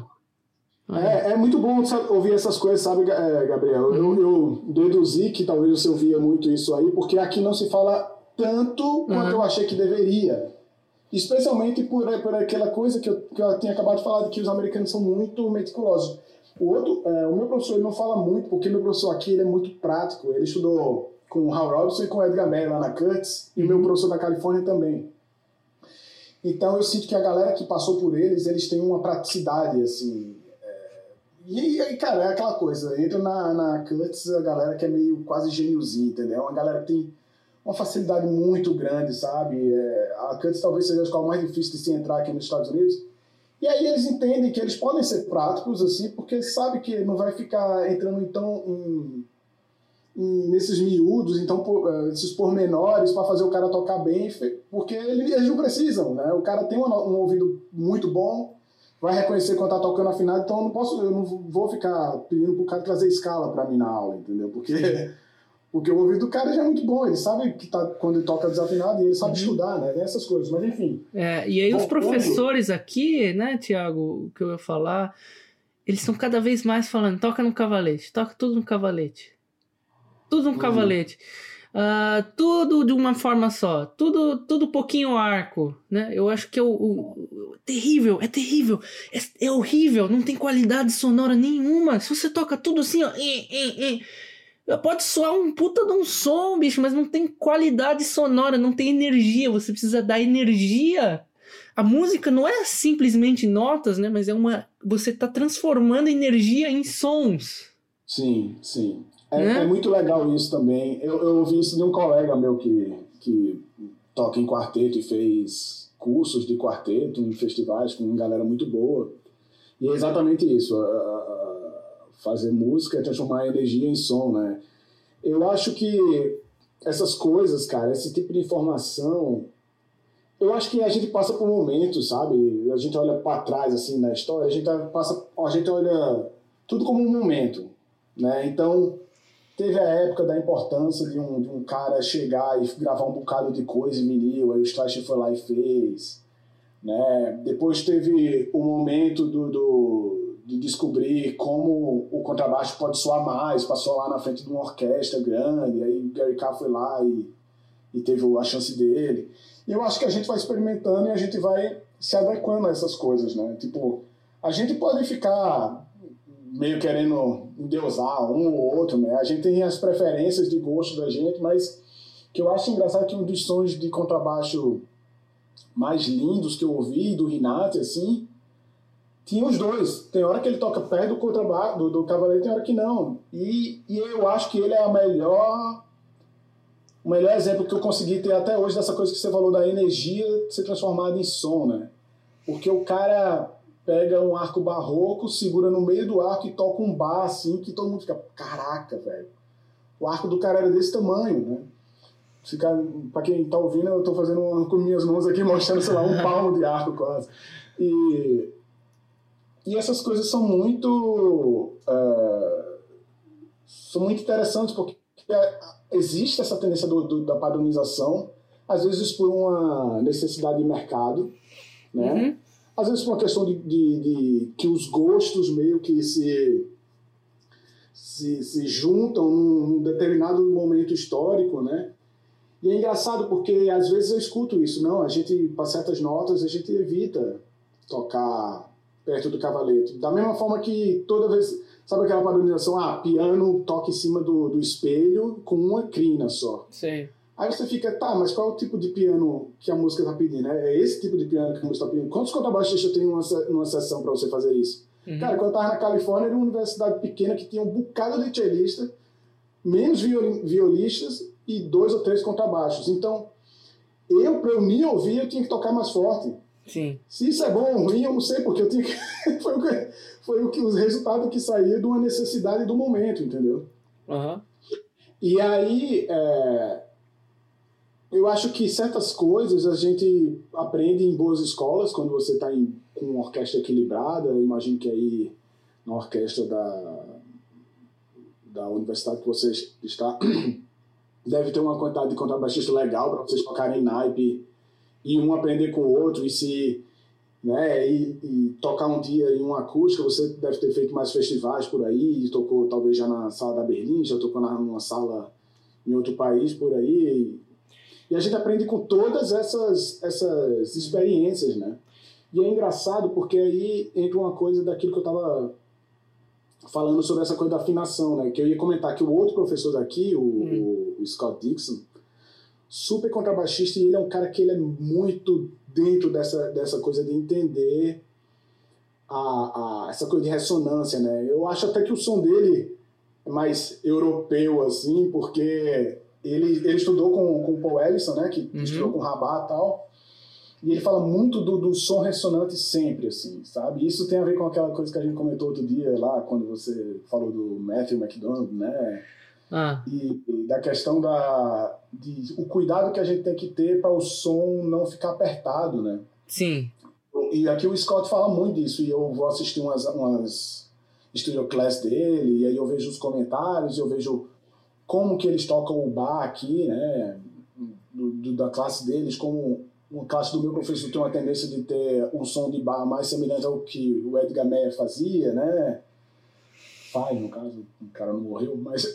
É, é muito bom ouvir essas coisas, sabe, Gabriel? Eu, eu deduzi que talvez você ouvia muito isso aí, porque aqui não se fala tanto quanto uhum. eu achei que deveria. Especialmente por, por aquela coisa que eu, que eu tinha acabado de falar, de que os americanos são muito meticulosos. O outro, é, o meu professor ele não fala muito, porque meu professor aqui ele é muito prático. Ele estudou com o Hal Robinson e com o Edgar Meyer lá na Curtis, e o meu professor da Califórnia também. Então eu sinto que a galera que passou por eles, eles têm uma praticidade, assim. É... E aí, cara, é aquela coisa, entra na, na Curtis a galera que é meio quase gêniozinho, entendeu? Uma galera que tem uma facilidade muito grande, sabe? É... A Curtis talvez seja a escola mais difícil de se entrar aqui nos Estados Unidos. E aí eles entendem que eles podem ser práticos, assim, porque sabe que não vai ficar entrando, então, em, em, nesses miúdos, então, por, uh, esses pormenores para fazer o cara tocar bem, porque eles, eles não precisam, né? O cara tem um, um ouvido muito bom, vai reconhecer quando tá tocando afinado, então eu não posso, eu não vou ficar pedindo pro cara trazer escala para mim na aula, entendeu? Porque... Porque o ouvido do cara já é muito bom, ele sabe que tá, quando ele toca desafinado e ele sabe uhum. estudar, né? Essas coisas, mas enfim. É, e aí voltando... os professores aqui, né, Tiago, o que eu ia falar, eles estão cada vez mais falando, toca no cavalete, toca tudo no cavalete. Tudo no uhum. cavalete. Uh, tudo de uma forma só, tudo, tudo pouquinho arco, né? Eu acho que é o, o, o terrível, é terrível, é, é horrível, não tem qualidade sonora nenhuma. Se você toca tudo assim, ó, e, e, e, pode soar um puta de um som, bicho, mas não tem qualidade sonora, não tem energia. Você precisa dar energia. A música não é simplesmente notas, né? Mas é uma... Você tá transformando energia em sons. Sim, sim. É, né? É muito legal isso também. Eu, eu ouvi isso de um colega meu que, que toca em quarteto e fez cursos de quarteto em festivais com uma galera muito boa. E é exatamente isso. A, a, fazer música é transformar a energia em som, né? Eu acho que essas coisas, cara, esse tipo de informação, eu acho que a gente passa por momentos, sabe? A gente olha para trás, assim, na história, a gente passa, a gente olha tudo como um momento, né? Então, teve a época da importância de um, de um cara chegar e gravar um bocado de coisa em vinil, aí o Streicher foi lá e fez, né? Depois teve o momento do... do de descobrir como o contrabaixo pode soar mais, passou lá na frente de uma orquestra grande, aí o Gary Carr foi lá e, e teve a chance dele. E eu acho que a gente vai experimentando e a gente vai se adequando a essas coisas, né? Tipo, a gente pode ficar meio querendo endeusar um ou outro, né? A gente tem as preferências de gosto da gente, mas que eu acho engraçado que um dos sons de contrabaixo mais lindos que eu ouvi do Rinati, assim, tinha os dois. Tem hora que ele toca perto do contrabaixo, do, do cavaleiro, tem hora que não. E, e eu acho que ele é a melhor, o melhor exemplo que eu consegui ter até hoje dessa coisa que você falou da energia ser transformada em som, né? Porque o cara pega um arco barroco, segura no meio do arco e toca um bar, assim, que todo mundo fica, caraca, velho. O arco do cara era desse tamanho, né? Ficar, pra quem tá ouvindo, eu tô fazendo uma, com minhas mãos aqui, mostrando, sei lá, um palmo de arco quase. E... E essas coisas são muito, uh, são muito interessantes, porque existe essa tendência do, do, da padronização, às vezes por uma necessidade de mercado, né? Uhum. Às vezes por uma questão de, de, de que os gostos meio que se, se, se juntam num, num determinado momento histórico, né? E é engraçado porque às vezes eu escuto isso, não, a gente, para certas notas, a gente evita tocar perto do cavalete. Da mesma forma que toda vez, sabe aquela padronização, ah, piano toca em cima do, do espelho com uma crina só. Sim. Aí você fica, tá, mas qual é o tipo de piano que a música tá pedindo? É esse tipo de piano que a música tá pedindo? Quantos contrabaixistas tem numa, numa sessão para você fazer isso? Uhum. Cara, quando eu tava na Califórnia, era uma universidade pequena que tinha um bocado de cellista, menos viol, violistas e dois ou três contrabaixos. Então, eu, para eu me ouvir, eu tinha que tocar mais forte. Sim. Se isso é bom ou ruim, eu não sei, porque eu tinha que... foi, o que... foi o que os resultados que saíram de uma necessidade do momento, entendeu? Uhum. E aí, é... eu acho que certas coisas a gente aprende em boas escolas, quando você está com uma orquestra equilibrada. Eu imagino que aí na orquestra da, da universidade que você está, deve ter uma quantidade de contrabaixista legal para vocês tocarem em naipe e um aprender com o outro, e se, né, e, e tocar um dia em uma acústica. Você deve ter feito mais festivais por aí, tocou talvez já na sala da Berlim, já tocou na, numa sala em outro país por aí, e a gente aprende com todas essas, essas experiências, né? E é engraçado porque aí entra uma coisa daquilo que eu estava falando sobre essa coisa da afinação, né? Que eu ia comentar que o outro professor daqui, o, hum. o Scott Dixon, super contrabaixista, e ele é um cara que ele é muito dentro dessa, dessa coisa de entender a, a, essa coisa de ressonância, né? Eu acho até que o som dele é mais europeu, assim, porque ele, ele estudou com, com o Paul Ellison, né? Que uhum. estudou com o Rabat e tal, e ele fala muito do, do som ressonante sempre, assim, sabe? Isso tem a ver com aquela coisa que a gente comentou outro dia lá, quando você falou do Matthew McDonald, né? Ah. E, e da questão da de, o cuidado que a gente tem que ter para o som não ficar apertado, né? Sim. E aqui o Scott fala muito disso, e eu vou assistir umas, umas studio class dele, e aí eu vejo os comentários, eu vejo como que eles tocam o bar aqui, né? Do, do, da classe deles, como uma classe do meu professor tem uma tendência de ter um som de bar mais semelhante ao que o Edgar Meyer fazia, né? Pai, no caso, o cara não morreu, mas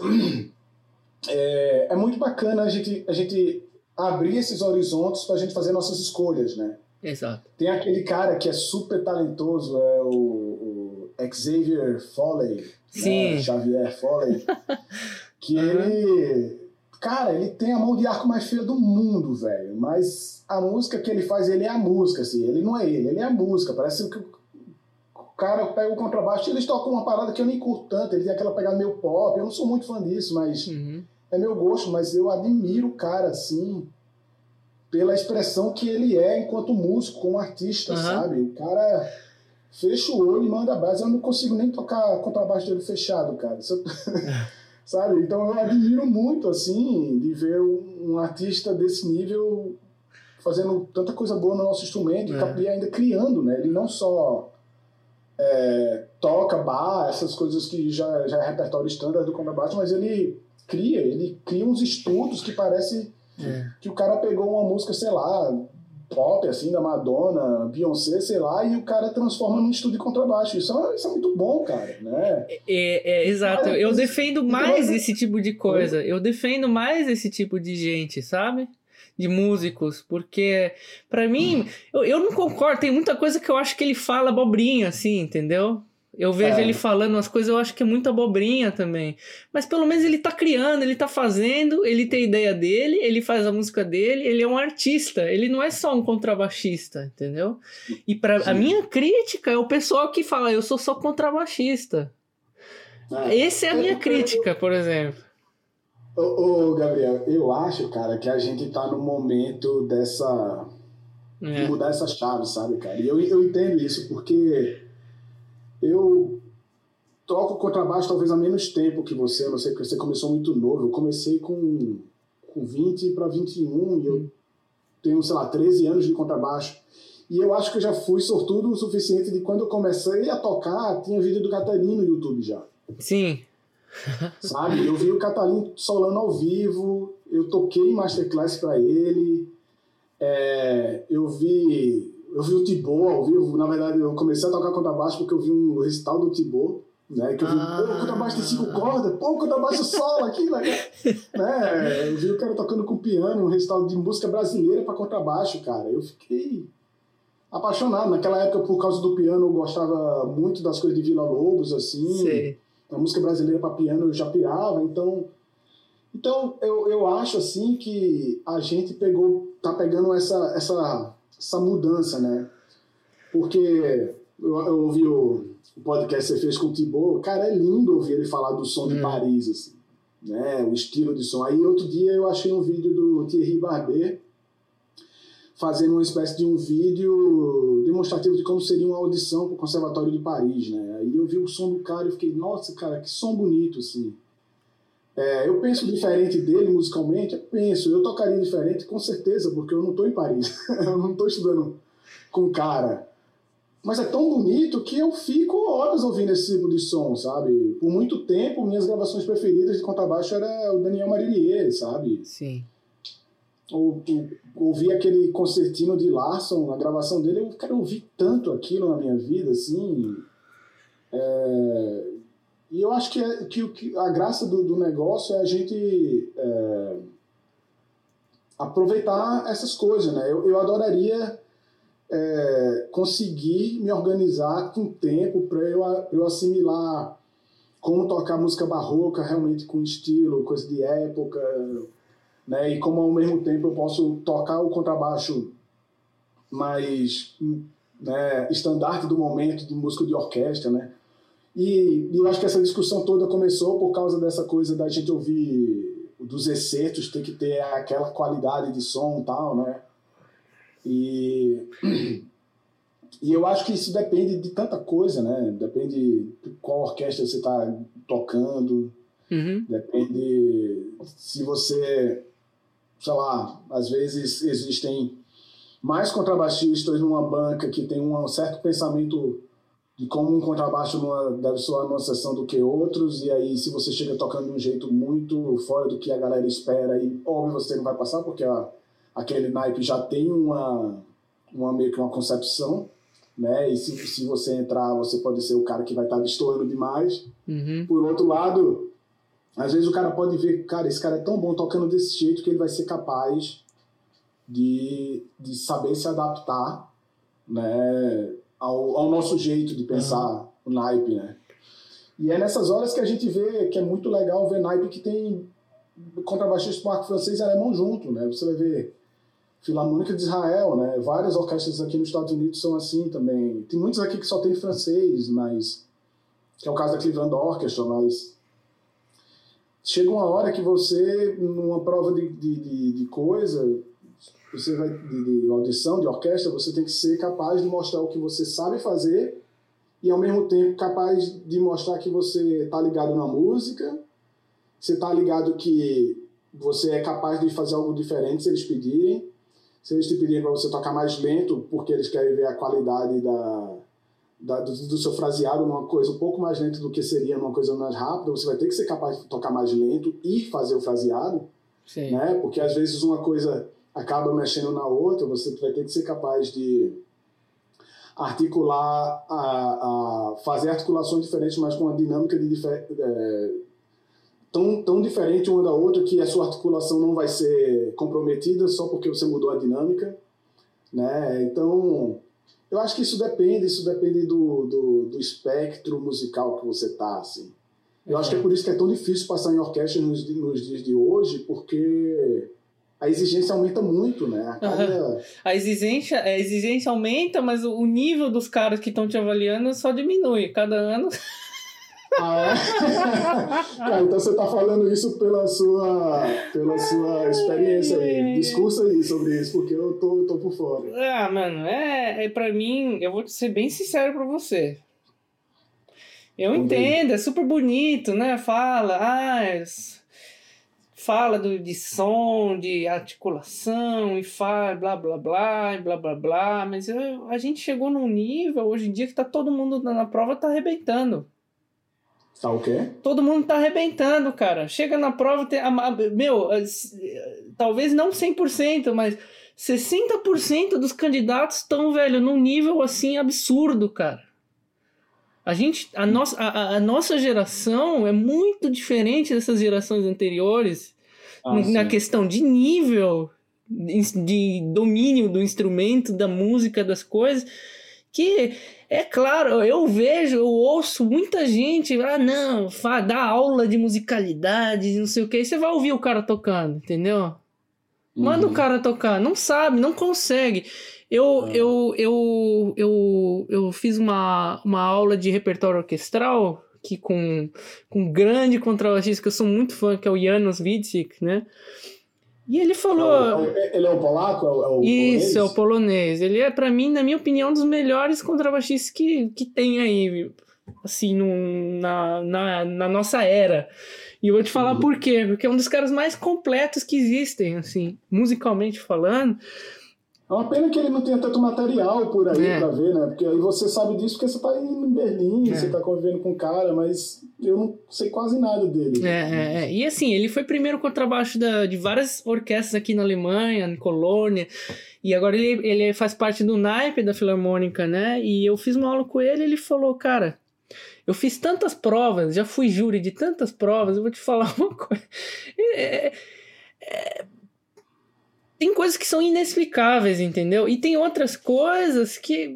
é, é muito bacana a gente, a gente abrir esses horizontes para a gente fazer nossas escolhas, né? Exato. Tem aquele cara que é super talentoso, é o, o Xavier Foley, Sim. Né? Xavier Foley, que uhum. ele, cara, ele tem a mão de arco mais feia do mundo, velho, mas a música que ele faz, ele é a música, assim, ele não é ele, ele é a música, parece que o cara pega o contrabaixo e eles tocam uma parada que eu nem curto tanto, ele tem aquela pegada meio pop, eu não sou muito fã disso, mas uhum. é meu gosto, mas eu admiro o cara, assim, pela expressão que ele é enquanto músico, como artista, uhum. sabe? O cara fecha o olho e manda base, eu não consigo nem tocar contrabaixo dele fechado, cara, eu... sabe? Então eu admiro muito, assim, de ver um artista desse nível fazendo tanta coisa boa no nosso instrumento, é. e ainda criando, né? Ele não só É, toca bar, essas coisas que já, já é repertório standard do contrabaixo, mas ele cria, ele cria uns estudos que parece é. que o cara pegou uma música, sei lá, pop, assim, da Madonna, Beyoncé, sei lá, e o cara transforma num estúdio de contrabaixo. Isso é, isso é muito bom, cara, né? É, é, é exato. Mas, eu defendo mais mas... esse tipo de coisa. Eu defendo mais esse tipo de gente, sabe? De músicos, porque pra mim, eu, eu não concordo, tem muita coisa que eu acho que ele fala abobrinha, assim, entendeu? Eu vejo É. ele falando umas coisas, eu acho que é muito abobrinha também. Mas pelo menos ele tá criando, ele tá fazendo, ele tem a ideia dele, ele faz a música dele, ele é um artista, ele não é só um contrabaixista, entendeu? E pra, a minha crítica é o pessoal que fala, eu sou só contrabaixista. É. Essa é a minha é, crítica, por exemplo. Ô, ô, Gabriel, eu acho, cara, que a gente tá no momento dessa... É. de mudar essa chave, sabe, cara? E eu, eu entendo isso, porque eu toco contrabaixo talvez há menos tempo que você, eu não sei, porque você começou muito novo. Eu comecei com, com vinte para vinte e um e eu tenho, sei lá, treze anos de contrabaixo. E eu acho que eu já fui sortudo o suficiente de quando eu comecei a tocar, tinha vídeo do Catalin no YouTube já. Sim. Sabe? Eu vi o Catalin solando ao vivo, eu toquei masterclass para ele, é, eu vi... Eu vi o Thibaut ao vivo, na verdade eu comecei a tocar contrabaixo porque eu vi um recital do Thibaut, né, que eu vi, ah. pô, o contrabaixo tem cinco cordas, pô, o contrabaixo solo aqui, né, né, eu vi o cara tocando com piano, um recital de música brasileira para contrabaixo, cara, eu fiquei apaixonado, naquela época por causa do piano eu gostava muito das coisas de Vila Lobos, assim, Sim. A música brasileira para piano eu já pirava, então... Então, eu, eu acho, assim, que a gente pegou, tá pegando essa... essa essa mudança, né? Porque eu, eu ouvi o, o podcast que você fez com o Thibaut, cara, é lindo ouvir ele falar do som de hum. Paris, assim, né? O estilo de som. Aí, outro dia, eu achei um vídeo do Thierry Barbet fazendo uma espécie de um vídeo demonstrativo de como seria uma audição para o Conservatório de Paris, né? Aí eu vi o som do cara e fiquei, nossa, cara, que som bonito, assim. É, eu penso diferente dele musicalmente, eu penso, eu tocaria diferente com certeza, porque eu não estou em Paris, eu não estou estudando com cara, mas é tão bonito que eu fico horas ouvindo esse tipo de som, sabe? Por muito tempo, minhas gravações preferidas de contrabaixo era o Daniel Marillier, sabe? Sim. Ou, ou, ouvir aquele concertino de Larson, a gravação dele, eu, cara, eu ouvi tanto aquilo na minha vida, assim... É... E eu acho que, é, que, que a graça do, do negócio é a gente é, aproveitar essas coisas, né? Eu, eu adoraria é, conseguir me organizar com tempo para eu, eu assimilar como tocar música barroca realmente com estilo, coisa de época, né? E como ao mesmo tempo eu posso tocar o contrabaixo mais, né, estandarte do momento de música de orquestra, né? E, e eu acho que essa discussão toda começou por causa dessa coisa da gente ouvir dos excertos, ter que ter aquela qualidade de som e tal, né? E, e eu acho que isso depende de tanta coisa, né? Depende de qual orquestra você está tocando, uhum. Depende se você, sei lá, às vezes existem mais contrabaixistas numa banca que tem um certo pensamento de como um contrabaixo numa, deve soar numa sessão do que outros, e aí se você chega tocando de um jeito muito fora do que a galera espera, aí óbvio você não vai passar, porque a, aquele naipe já tem uma, uma meio que uma concepção, né? E se, se você entrar, você pode ser o cara que vai estar destoando demais. Uhum. Por outro lado, às vezes o cara pode ver, cara, esse cara é tão bom tocando desse jeito que ele vai ser capaz de, de saber se adaptar, né? Ao, ao nosso jeito de pensar uhum. o naipe, né? E é nessas horas que a gente vê que é muito legal ver naipe que tem contrabaixista marco francês e alemão junto, né? Você vai ver Filarmônica de Israel, né? Várias orquestras aqui nos Estados Unidos são assim também. Tem muitos aqui que só tem francês, mas que é o caso da Cleveland Orchestra, mas chega uma hora que você, numa prova de, de, de, de coisa... Você vai de, de audição, de orquestra, você tem que ser capaz de mostrar o que você sabe fazer e, ao mesmo tempo, capaz de mostrar que você está ligado na música, você está ligado que você é capaz de fazer algo diferente se eles pedirem. Se eles te pedirem para você tocar mais lento, porque eles querem ver a qualidade da, da, do, do seu fraseado numa coisa um pouco mais lenta do que seria numa coisa mais rápida, você vai ter que ser capaz de tocar mais lento e fazer o fraseado, Sim. né? Porque, às vezes, uma coisa... acaba mexendo na outra, você vai ter que ser capaz de articular, a, a fazer articulações diferentes, mas com uma dinâmica de difer, é, tão, tão diferente uma da outra que a sua articulação não vai ser comprometida só porque você mudou a dinâmica, né? Então, eu acho que isso depende, isso depende do, do, do espectro musical que você tá, assim. Eu acho que é por isso que é tão difícil passar em orquestra nos, nos dias de hoje, porque a exigência aumenta muito, né? A, cada... uhum. a, exigência, a exigência aumenta, mas o nível dos caras que estão te avaliando só diminui. Cada ano... Ah, é? Cara, então você tá falando isso pela sua, pela sua experiência aí. Discursa aí sobre isso, porque eu tô, eu tô por fora. Ah, mano, é, é pra mim, eu vou ser bem sincero pra você. Eu entendo, é super bonito, né? Fala, ah, fala do, de som, de articulação, e fala blá blá blá, e blá blá blá, mas eu, a gente chegou num nível hoje em dia que tá todo mundo na prova, tá arrebentando. Tá o quê? Todo mundo tá arrebentando, cara. Chega na prova, tem, a, a, meu, a, talvez não cem por cento, mas sessenta por cento dos candidatos estão, velho, num nível assim absurdo, cara. A gente, a nossa, a, a nossa geração é muito diferente dessas gerações anteriores ah, na sim. questão de nível, de, de domínio do instrumento, da música, das coisas, que é claro, eu vejo, eu ouço muita gente, ah não, dá aula de musicalidade, não sei o que, e você vai ouvir o cara tocando, entendeu? Manda uhum. o cara tocar, não sabe, não consegue. Eu, é. eu, eu, eu, eu fiz uma, uma aula de repertório orquestral que com, com um grande contrabaixista que eu sou muito fã, que é o Janusz Wicik, né? E ele falou... É, ele é o polaco? É o, é o Isso, polonês? é o polonês. Ele é, pra mim, na minha opinião, um dos melhores contrabaixistas que, que tem aí, assim, no, na, na, na nossa era. E eu vou te falar uhum. por quê. Porque é um dos caras mais completos que existem, assim, musicalmente falando. É uma pena que ele não tenha tanto material por aí é. pra ver, né? Porque aí você sabe disso porque você tá indo em Berlim, é. você tá convivendo com o cara, mas eu não sei quase nada dele. É, é, é. E assim, ele foi primeiro contrabaixo da, de várias orquestras aqui na Alemanha, em Colônia, e agora ele, ele faz parte do naipe da Filarmônica, né? E eu fiz uma aula com ele e ele falou, cara, eu fiz tantas provas, já fui júri de tantas provas, eu vou te falar uma coisa. É... é Tem coisas que são inexplicáveis, entendeu? E tem outras coisas que...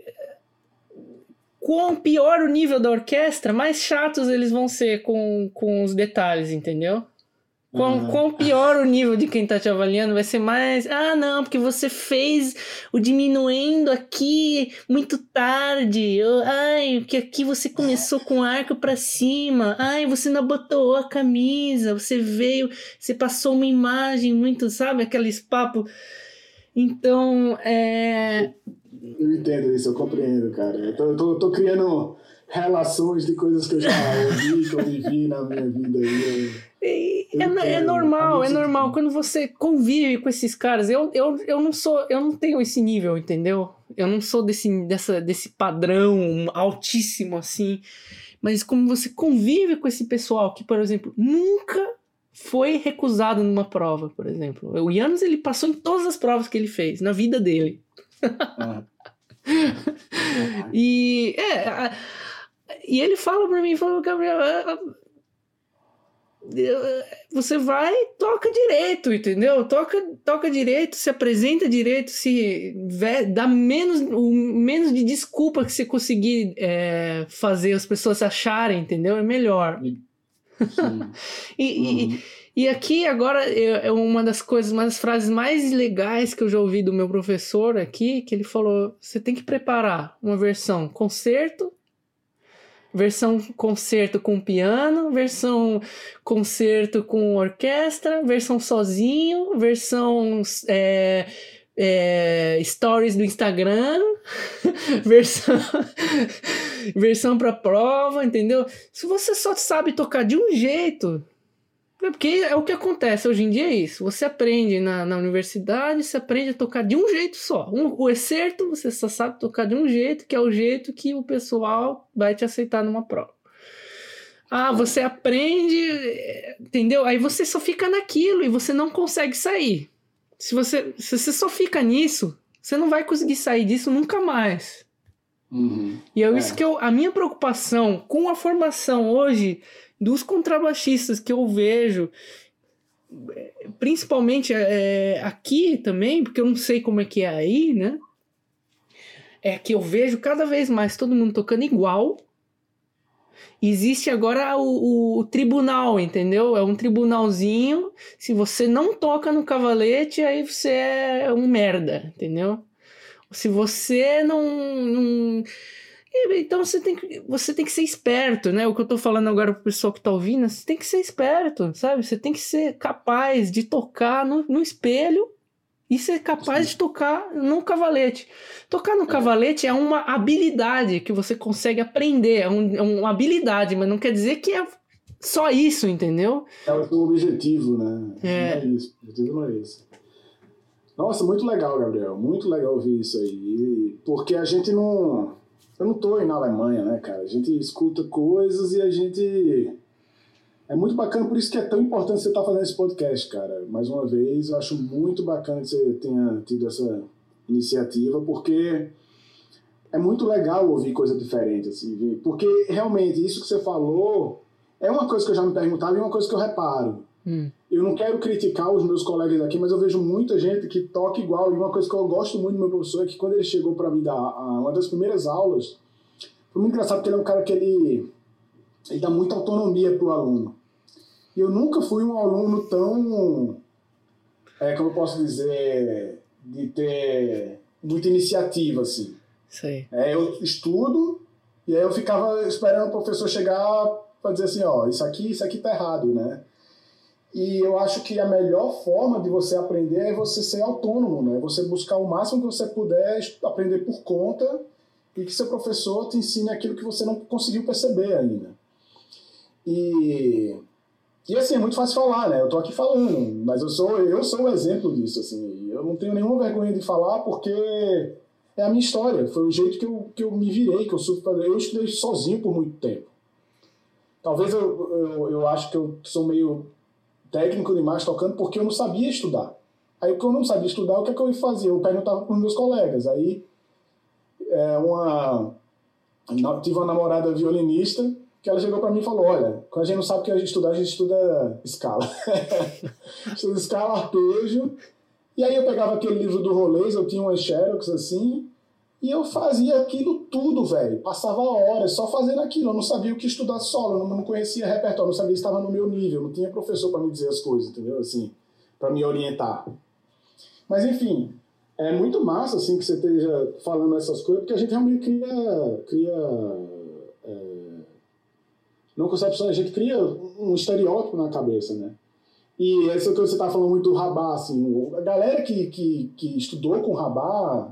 Quanto pior o nível da orquestra, mais chatos eles vão ser com, com os detalhes, entendeu? Quanto uhum. quão pior o nível de quem tá te avaliando, vai ser mais... Ah, não, porque você fez o diminuendo aqui muito tarde. Ai, porque aqui você começou com o arco pra cima. Ai, você não abotoou a camisa. Você veio... Você passou uma imagem muito... Sabe? Aqueles papos... Então, é... Eu entendo isso, eu compreendo, cara. Eu tô, eu tô, eu tô criando relações de coisas que eu já ouvi, que eu vivi na minha vida aí. É, é, é normal, é normal. Quando você convive com esses caras, eu, eu, eu não sou, eu não tenho esse nível, entendeu? Eu não sou desse, dessa, desse padrão altíssimo assim. Mas como você convive com esse pessoal que, por exemplo, nunca foi recusado numa prova, por exemplo. O Janusz, ele passou em todas as provas que ele fez na vida dele. Ah. e é a, e ele fala pra mim, fala, Gabriel, você vai, toca direito, entendeu? Toca, toca direito, se apresenta direito, se dá menos, o menos de desculpa que você conseguir é, fazer as pessoas acharem, entendeu? É melhor. e, uhum. e, e aqui agora é uma das coisas, uma das frases mais legais que eu já ouvi do meu professor aqui, que ele falou, você tem que preparar uma versão concerto, versão concerto com piano, versão concerto com orquestra, versão sozinho, versão é, é, stories do Instagram, versão, versão para prova, entendeu? Se você só sabe tocar de um jeito, é porque é o que acontece hoje em dia, é isso. Você aprende na, na universidade, você aprende a tocar de um jeito só. Um, o excerto, você só sabe tocar de um jeito, que é o jeito que o pessoal vai te aceitar numa prova. Ah, você aprende, entendeu? Aí você só fica naquilo e você não consegue sair. Se você, se você só fica nisso, você não vai conseguir sair disso nunca mais. Uhum. E é, é isso que eu, a minha preocupação com a formação hoje dos contrabaixistas que eu vejo, principalmente é, aqui também, porque eu não sei como é que é aí, né? É que eu vejo cada vez mais todo mundo tocando igual. Existe agora o, o, o tribunal, entendeu? É um tribunalzinho. Se você não toca no cavalete, aí você é um merda, entendeu? Se você não... não... Então você tem, que, você tem que ser esperto, né? O que eu tô falando agora pro pessoal que tá ouvindo, você tem que ser esperto, sabe? Você tem que ser capaz de tocar no, no espelho e ser capaz Sim. de tocar no cavalete. Tocar no é. cavalete é uma habilidade que você consegue aprender, é, um, é uma habilidade, mas não quer dizer que é só isso, entendeu? É o objetivo, né? É. Não é isso, o objetivo não é isso. Nossa, muito legal, Gabriel, muito legal ouvir isso aí, porque a gente não... Eu não tô aí na Alemanha, né, cara? A gente escuta coisas e a gente... É muito bacana, por isso que é tão importante você estar fazendo esse podcast, cara. Mais uma vez, eu acho muito bacana que você tenha tido essa iniciativa, porque é muito legal ouvir coisa diferente, assim, porque realmente isso que você falou é uma coisa que eu já me perguntava e uma coisa que eu reparo. Hum. Eu não quero criticar os meus colegas aqui, mas eu vejo muita gente que toca igual. E uma coisa que eu gosto muito do meu professor é que quando ele chegou para me dar uma das primeiras aulas, foi muito engraçado porque ele é um cara que ele, ele dá muita autonomia pro aluno. E eu nunca fui um aluno tão, é, como eu posso dizer, de ter muita iniciativa, assim. Sei. É, eu estudo e aí eu ficava esperando o professor chegar para dizer assim, ó, isso aqui, isso aqui tá errado, né? E eu acho que a melhor forma de você aprender é você ser autônomo, né? Você buscar o máximo que você puder aprender por conta e que seu professor te ensine aquilo que você não conseguiu perceber ainda. E, e assim, é muito fácil falar, né? Eu tô aqui falando, mas eu sou, eu sou um exemplo disso, assim. Eu não tenho nenhuma vergonha de falar porque é a minha história. Foi o jeito que eu, que eu me virei, que eu supo. Eu estudei sozinho por muito tempo. Talvez eu, eu, eu acho que eu sou meio técnico demais tocando porque eu não sabia estudar. Aí, porque eu não sabia estudar, o que é que eu ia fazer? Eu perguntava para os meus colegas. Aí, é, uma... tive uma namorada violinista que ela chegou para mim e falou, olha, quando a gente não sabe o que a gente estudar, a gente estuda escala. Estuda escala, arpejo. E aí eu pegava aquele livro do Rolês, eu tinha umas xerox assim, e eu fazia aquilo tudo, velho. Passava horas só fazendo aquilo. Eu não sabia o que estudar solo, eu não conhecia repertório, não sabia se estava no meu nível, não tinha professor para me dizer as coisas, entendeu? Assim, para me orientar. Mas, enfim, é muito massa, assim, que você esteja falando essas coisas, porque a gente realmente cria... cria é, não concepção, a gente cria um estereótipo na cabeça, né? E essa que você está falando muito do Rabá, assim, a galera que, que, que estudou com o Rabá...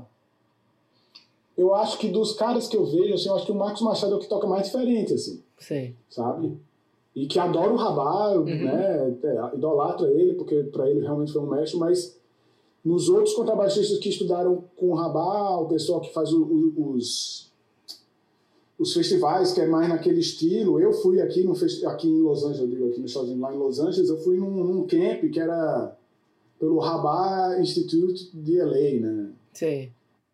Eu acho que dos caras que eu vejo, assim, eu acho que o Marcos Machado é o que toca mais diferente, assim. Sim. Sabe? E que adora o Rabá, uhum. né? Idolatra ele, porque para ele realmente foi um mestre, mas nos outros contrabaixistas que estudaram com o Rabá, o pessoal que faz o, o, os, os festivais, que é mais naquele estilo, eu fui aqui, no, aqui em Los Angeles, eu digo aqui nos Estados Unidos, lá em Los Angeles, eu fui num, num camp que era pelo Rabá Institute de L A, né? Sim.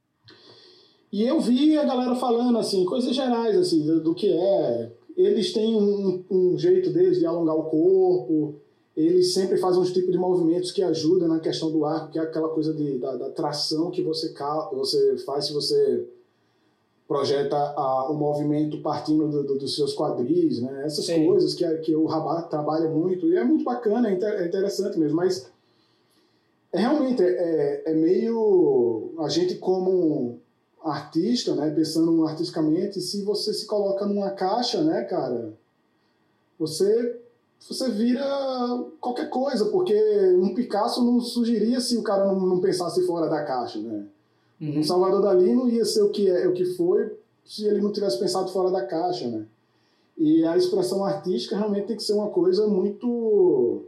E eu vi a galera falando, assim, coisas gerais, assim, do, do que é. Eles têm um, um jeito deles de alongar o corpo, eles sempre fazem uns tipos de movimentos que ajudam na questão do arco, que é aquela coisa de, da, da tração que você, você faz se você projeta a, o movimento partindo do, do, dos seus quadris, né? Essas Sim. coisas que, que o Rabá trabalha muito, e é muito bacana, é, inter, é interessante mesmo, mas é, realmente é, é meio... A gente como... artista, né, pensando artisticamente, se você se coloca numa caixa, né, cara, você, você vira qualquer coisa, porque um Picasso não surgiria se o cara não, não pensasse fora da caixa, né? Uhum. Um Salvador Dalí não ia ser o que, é, o que foi se ele não tivesse pensado fora da caixa, né? E a expressão artística realmente tem que ser uma coisa muito...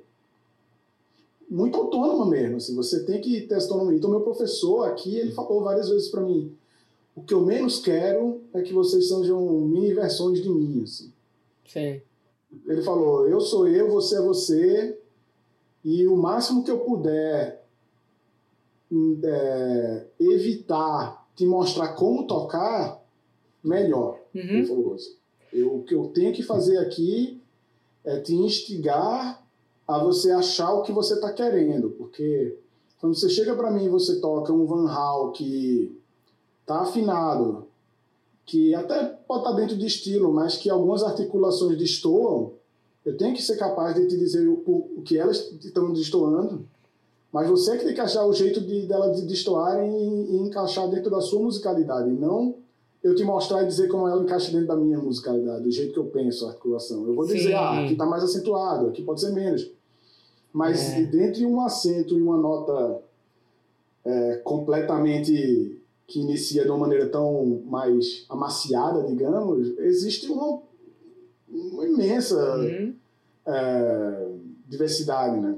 muito autônoma mesmo, assim, você tem que ter essa autonomia. Então, meu professor aqui, ele falou várias vezes para mim, o que eu menos quero é que vocês sejam mini versões de mim, assim. Sim. Ele falou, eu sou eu, você é você, e o máximo que eu puder é, evitar te mostrar como tocar, melhor. Uhum. Ele falou assim, eu, o que eu tenho que fazer aqui é te instigar a você achar o que você está querendo, porque quando você chega para mim e você toca um Van Hal que tá afinado, que até pode estar dentro de estilo, mas que algumas articulações destoam, eu tenho que ser capaz de te dizer o, o que elas estão destoando, mas você que tem que achar o jeito de delas de destoarem e, e encaixar dentro da sua musicalidade, não eu te mostrar e dizer como ela encaixa dentro da minha musicalidade, do jeito que eu penso a articulação. Eu vou dizer, Sim. ah, aqui está mais acentuado, aqui pode ser menos. Mas é. dentro de um acento e uma nota é, completamente que inicia de uma maneira tão mais amaciada, digamos, existe uma, uma imensa uhum. é, diversidade, né?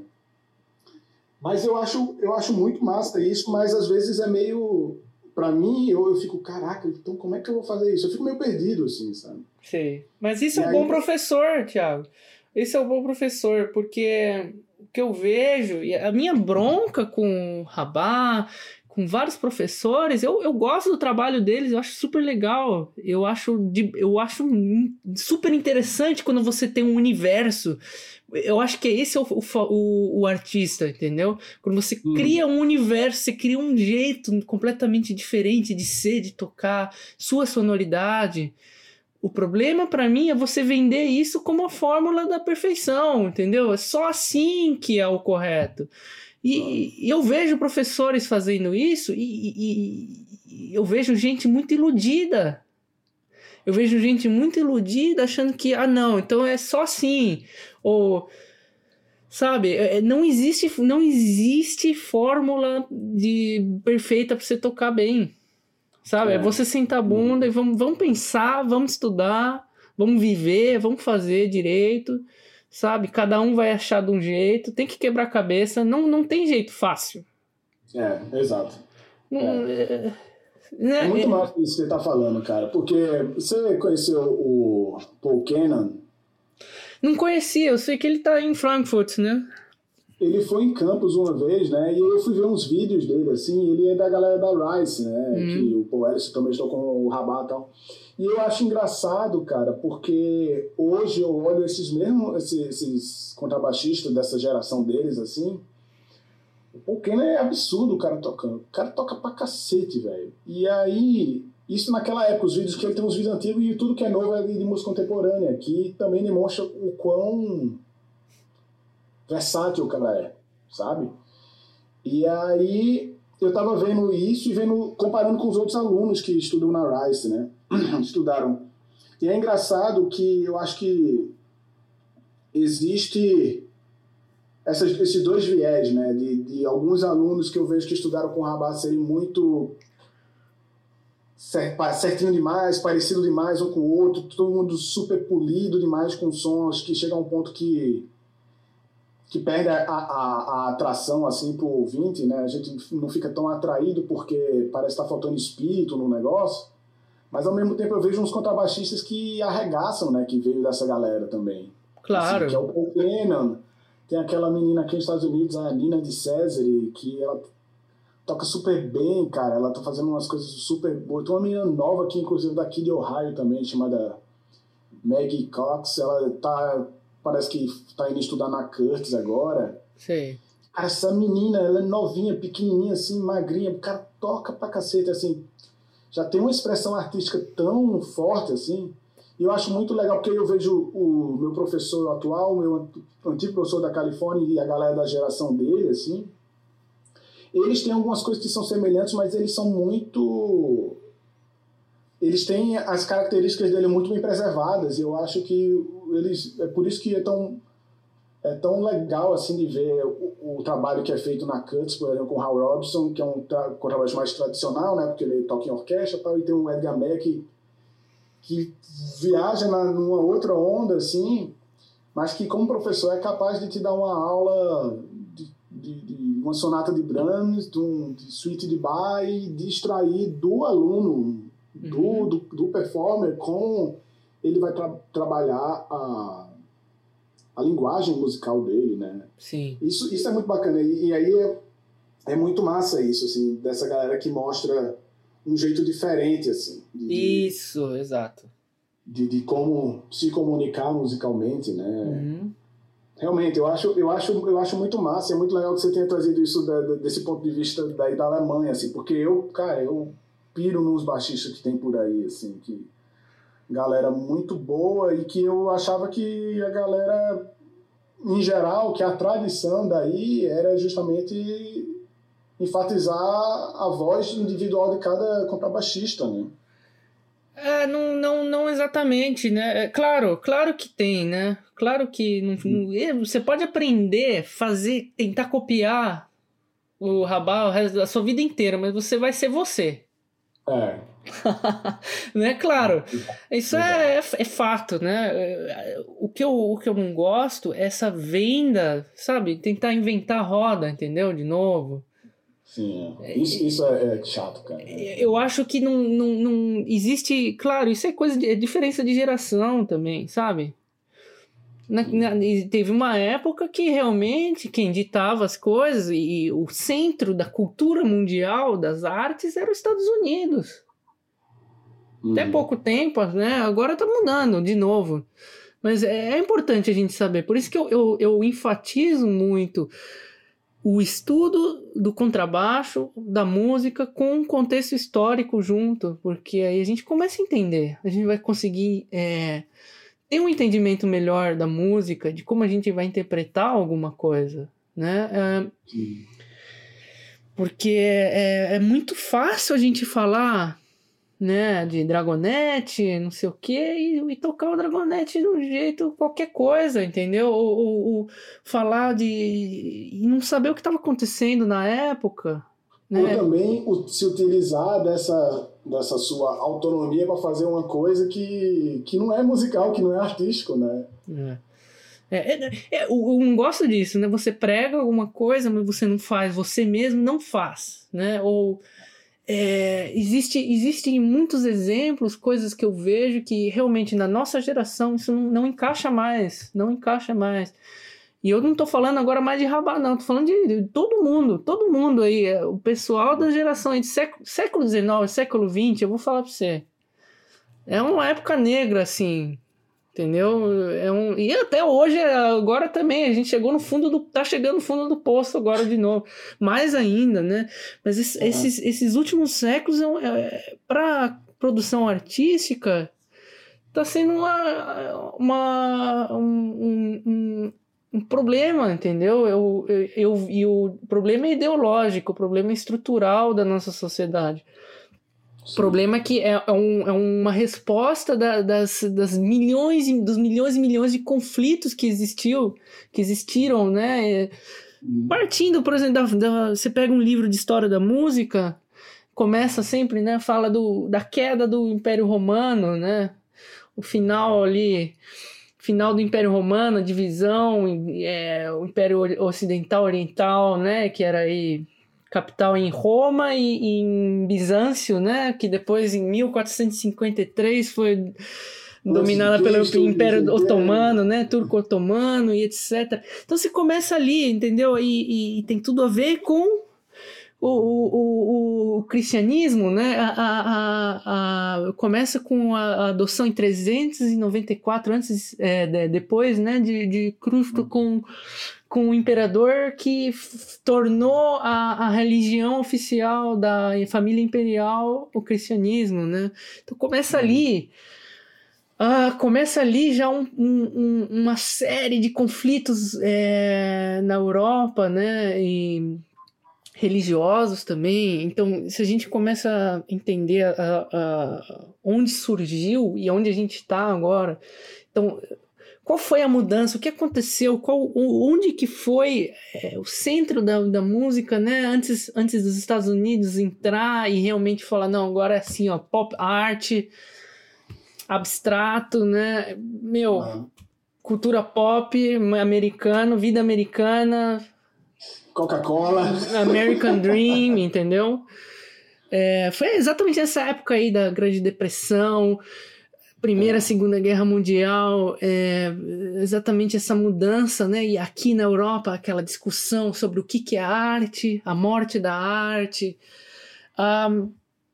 Mas eu acho, eu acho muito massa isso, mas às vezes é meio... Pra mim, eu, eu fico, caraca, então como é que eu vou fazer isso? Eu fico meio perdido, assim, sabe? Sim. Mas isso e é um aí... bom professor, Thiago. Esse é um bom professor, porque o que eu vejo, e a minha bronca com o Rabá, com vários professores, eu, eu gosto do trabalho deles, eu acho super legal. Eu acho, de, eu acho super interessante quando você tem um universo. Eu acho que esse é o, o, o artista, entendeu? Quando você hum. cria um universo, você cria um jeito completamente diferente de ser, de tocar, sua sonoridade. O problema pra mim é você vender isso como a fórmula da perfeição, entendeu? É só assim que é o correto. E, e eu vejo professores fazendo isso e, e, e eu vejo gente muito iludida. Eu vejo gente muito iludida achando que, ah, não, então é só assim. Ou, sabe, não existe, não existe fórmula de, perfeita para você tocar bem. Sabe, é, é você sentar a bunda e vamos, vamos pensar, vamos estudar, vamos viver, vamos fazer direito. Sabe, cada um vai achar de um jeito, tem que quebrar a cabeça, não, não tem jeito fácil. É, exato. Não, é. É, é muito é, massa isso que você tá falando, cara, porque você conheceu o Paul Cannon? Não conhecia, eu sei que ele tá em Frankfurt, né? Ele foi em Campos uma vez, né, e eu fui ver uns vídeos dele, assim, ele é da galera da Rice, né, uhum. que o Paul Ellison também estou com o Rabá e tal. E eu acho engraçado, cara, porque hoje eu olho esses mesmos, esses, esses contrabaixistas dessa geração deles, assim, o Paul Cannon é absurdo o cara tocando. O cara toca pra cacete, velho. E aí, isso naquela época, os vídeos que ele tem uns vídeos antigos e tudo que é novo é de música contemporânea, que também demonstra o quão versátil o cara é, sabe? E aí, eu tava vendo isso e vendo, comparando com os outros alunos que estudam na Rice, né? Estudaram. E é engraçado que eu acho que existe essas, esses dois viés, né? De, de alguns alunos que eu vejo que estudaram com o Rabá serem muito certinho demais, parecido demais um com o outro, todo mundo super polido demais com sons, que chega a um ponto que que perde a, a, a atração assim pro ouvinte, né? A gente não fica tão atraído porque parece que tá faltando espírito no negócio. Mas ao mesmo tempo eu vejo uns contrabaixistas que arregaçam, né? Que veio dessa galera também. Claro. Assim, que é o Paul Cannon. Tem aquela menina aqui nos Estados Unidos, a Nina de Cesare, que ela toca super bem, cara. Ela tá fazendo umas coisas super boas. Tem uma menina nova aqui, inclusive daqui de Ohio também, chamada Maggie Cox. Ela tá, parece que tá indo estudar na Curtis agora. Sim. Cara, essa menina, ela é novinha, pequenininha, assim, magrinha. O cara toca pra cacete, assim. Já tem uma expressão artística tão forte, assim. E eu acho muito legal, porque eu vejo o meu professor atual, o meu antigo professor da Califórnia e a galera da geração dele, assim. Eles têm algumas coisas que são semelhantes, mas eles são muito... Eles têm as características dele muito bem preservadas. E eu acho que eles... É por isso que é tão, é tão legal, assim, de ver o, o trabalho que é feito na Cuts, por exemplo, com o Hal Robson, que é um, tra- um trabalho mais tradicional, né? Porque ele toca em orquestra e tal, e tem o Edgar Mack, que viaja na, numa outra onda, assim, mas que como professor é capaz de te dar uma aula de, de, de uma sonata de Brahms, de, um, de suíte de Bach, e de extrair do aluno, do, uhum. do, do performer, como ele vai tra- trabalhar a, a linguagem musical dele, né? Sim. Isso, isso é muito bacana. E, e aí é, é muito massa isso, assim, dessa galera que mostra um jeito diferente, assim. De, isso, exato. De, de como se comunicar musicalmente, né? Uhum. Realmente, eu acho, eu, acho, eu acho muito massa, é muito legal que você tenha trazido isso da, desse ponto de vista daí da Alemanha, assim, porque eu, cara, eu piro nos baixistas que tem por aí, assim, que galera muito boa e que eu achava que a galera, em geral, que a tradição daí era justamente enfatizar a voz individual de cada contrabaixista, né? É, não, não, não exatamente, né? É, claro, claro que tem, né? Claro que não, não, você pode aprender, fazer, tentar copiar o Rabar o resto da sua vida inteira, mas você vai ser você. É. Né? Claro, isso é, é, é fato, né? O que, eu, o que eu não gosto é essa venda, sabe? Tentar inventar a roda, entendeu? De novo. Sim, é. Isso, isso é, é chato, cara. Eu acho que não, não, não existe... Claro, isso é coisa de é diferença de geração também, sabe? Na, na, teve uma época que realmente quem ditava as coisas e, e o centro da cultura mundial das artes era os Estados Unidos. Uhum. Até pouco tempo, né? Agora tá mudando de novo. Mas é, é importante a gente saber. Por isso que eu, eu, eu enfatizo muito o estudo do contrabaixo, da música, com um contexto histórico junto, porque aí a gente começa a entender, a gente vai conseguir é, ter um entendimento melhor da música, de como a gente vai interpretar alguma coisa, né? É, porque é, é muito fácil a gente falar, né, de Dragonette, não sei o que, e, e tocar o Dragonette de um jeito, qualquer coisa, entendeu? Ou, ou, ou falar de... e não saber o que estava acontecendo na época. Né? Ou também se utilizar dessa, dessa sua autonomia para fazer uma coisa que, que não é musical, que não é artístico, né? É. É, é, é, eu não gosto disso, né? Você prega alguma coisa, mas você não faz, você mesmo não faz, né? Ou... É, existe, existem muitos exemplos, coisas que eu vejo que realmente na nossa geração isso não, não encaixa mais, não encaixa mais. E eu não tô falando agora mais de Rabar, não, tô falando de, de todo mundo, todo mundo aí, o pessoal da geração aí de século, século dezenove, século vinte, eu vou falar pra você. É uma época negra, assim, entendeu? É um, e até hoje, agora também, a gente chegou no fundo do... Tá chegando no fundo do poço agora de novo. Mais ainda, né? Mas esse, uhum. esses, esses últimos séculos, é, é, para produção artística, tá sendo uma, uma, um, um, um problema, entendeu? Eu, eu, eu, e o problema é ideológico, o problema é estrutural da nossa sociedade. O problema é que é, é, um, é uma resposta da, das, das milhões, dos milhões e milhões de conflitos que existiu, que existiram, né? Partindo, por exemplo, da, da, você pega um livro de história da música, começa sempre, né? Fala do, da queda do Império Romano, né? O final ali, final do Império Romano, a divisão, é, o Império Ocidental Oriental, né? Que era aí... capital em Roma e, e em Bizâncio, né? Que depois, em mil quatrocentos e cinquenta e três, foi dominada pelo Império Otomano, né? Turco-Otomano e etcétera. Então, você começa ali, entendeu? E, e, e tem tudo a ver com o, o, o, o cristianismo, né? A, a, a, a, começa com a adoção em trezentos e noventa e quatro, antes, é, de, depois, né? De, de Cristo com... com o imperador que f- tornou a, a religião oficial da família imperial o cristianismo, né? Então começa ali, ah, começa ali já um, um, uma série de conflitos é, na Europa, né? E religiosos também. Então, se a gente começa a entender a, a, onde surgiu e onde a gente está agora, então... Qual foi a mudança? O que aconteceu? Qual, onde que foi é, o centro da, da música, né? Antes, antes dos Estados Unidos entrar e realmente falar, não, agora é assim, ó, pop art, abstrato, né? Meu, uhum. Cultura pop, americano, vida americana. Coca-Cola. American Dream, entendeu? É, foi exatamente essa época aí da Grande Depressão. Primeira, Segunda Guerra Mundial, é, exatamente essa mudança, né? E aqui na Europa, aquela discussão sobre o que, que é arte, a morte da arte. Um,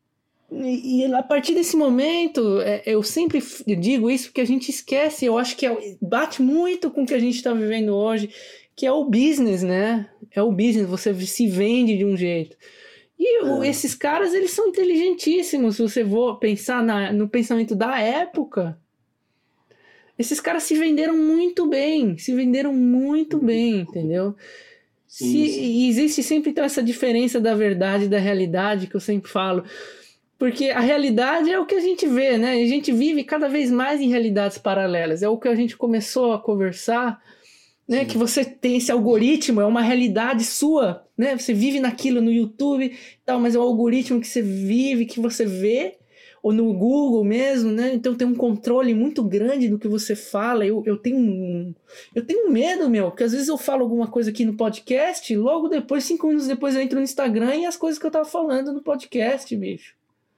e, e a partir desse momento, é, eu sempre digo isso porque a gente esquece, eu acho que é, bate muito com o que a gente está vivendo hoje, que é o business, né? É o business, você se vende de um jeito. E é. esses caras, eles são inteligentíssimos, se você for pensar na, no pensamento da época. Esses caras se venderam muito bem, se venderam muito bem, entendeu? Sim, se, sim. E existe sempre então essa diferença da verdade e da realidade que eu sempre falo. Porque a realidade é o que a gente vê, né? A gente vive cada vez mais em realidades paralelas. É o que a gente começou a conversar, né? Que você tem esse algoritmo, é uma realidade sua, né? Você vive naquilo no YouTube e tal, mas é o algoritmo que você vive, que você vê, ou no Google mesmo, né? Então tem um controle muito grande do que você fala. Eu, eu tenho um, eu tenho medo, meu, porque às vezes eu falo alguma coisa aqui no podcast, logo depois, cinco minutos depois eu entro no Instagram e as coisas que eu tava falando no podcast, bicho.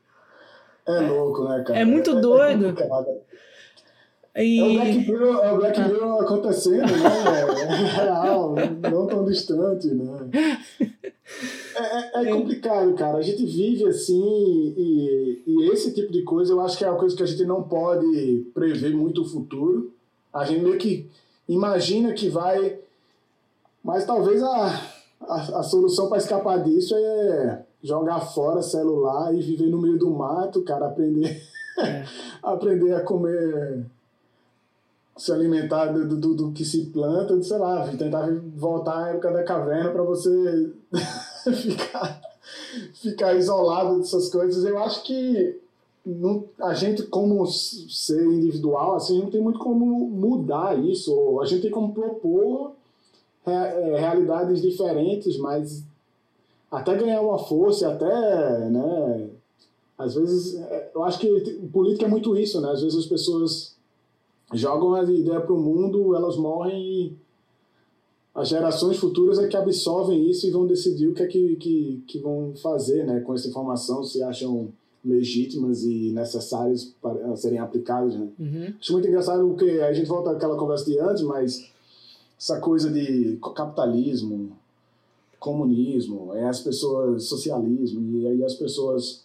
É louco, né, cara? É muito é, doido. É, e... é o Black Mirror, é o Black Mirror ah. acontecendo, né? É real, não tão distante, né? É, é, é complicado, cara. A gente vive assim e, e esse tipo de coisa eu acho que é uma coisa que a gente não pode prever muito o futuro. A gente meio que imagina que vai... Mas talvez a, a, a solução para escapar disso é jogar fora celular e viver no meio do mato, cara, aprender, é. aprender a comer... se alimentar do, do, do que se planta, sei lá, tentar voltar à época da caverna para você ficar, ficar isolado dessas coisas. Eu acho que não, a gente, como ser individual, assim, não tem muito como mudar isso. A gente tem como propor é, realidades diferentes, mas até ganhar uma força, até, né, às vezes, eu acho que política é muito isso, né? Às vezes as pessoas jogam a ideia para o mundo, elas morrem e as gerações futuras é que absorvem isso e vão decidir o que é que, que, que vão fazer, né, com essa informação, se acham legítimas e necessárias para serem aplicadas, né? Uhum. Acho muito engraçado porque a gente volta àquela conversa de antes, mas essa coisa de capitalismo, comunismo, é as pessoas, socialismo, e aí as pessoas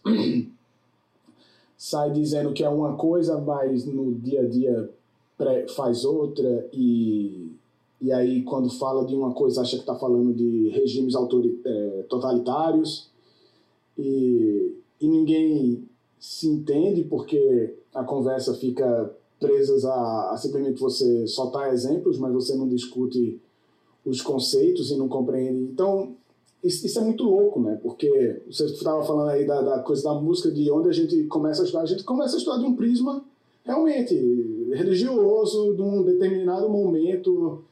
saem dizendo que é uma coisa, mas no dia a dia faz outra, e, e aí quando fala de uma coisa acha que está falando de regimes autori- é, totalitários, e, e ninguém se entende porque a conversa fica presa a, a simplesmente você soltar exemplos, mas você não discute os conceitos e não compreende. Então isso, isso é muito louco, né? Porque você estava falando aí da, da coisa da música, de onde a gente começa a estudar, a gente começa a estudar de um prisma realmente religioso, de um determinado momento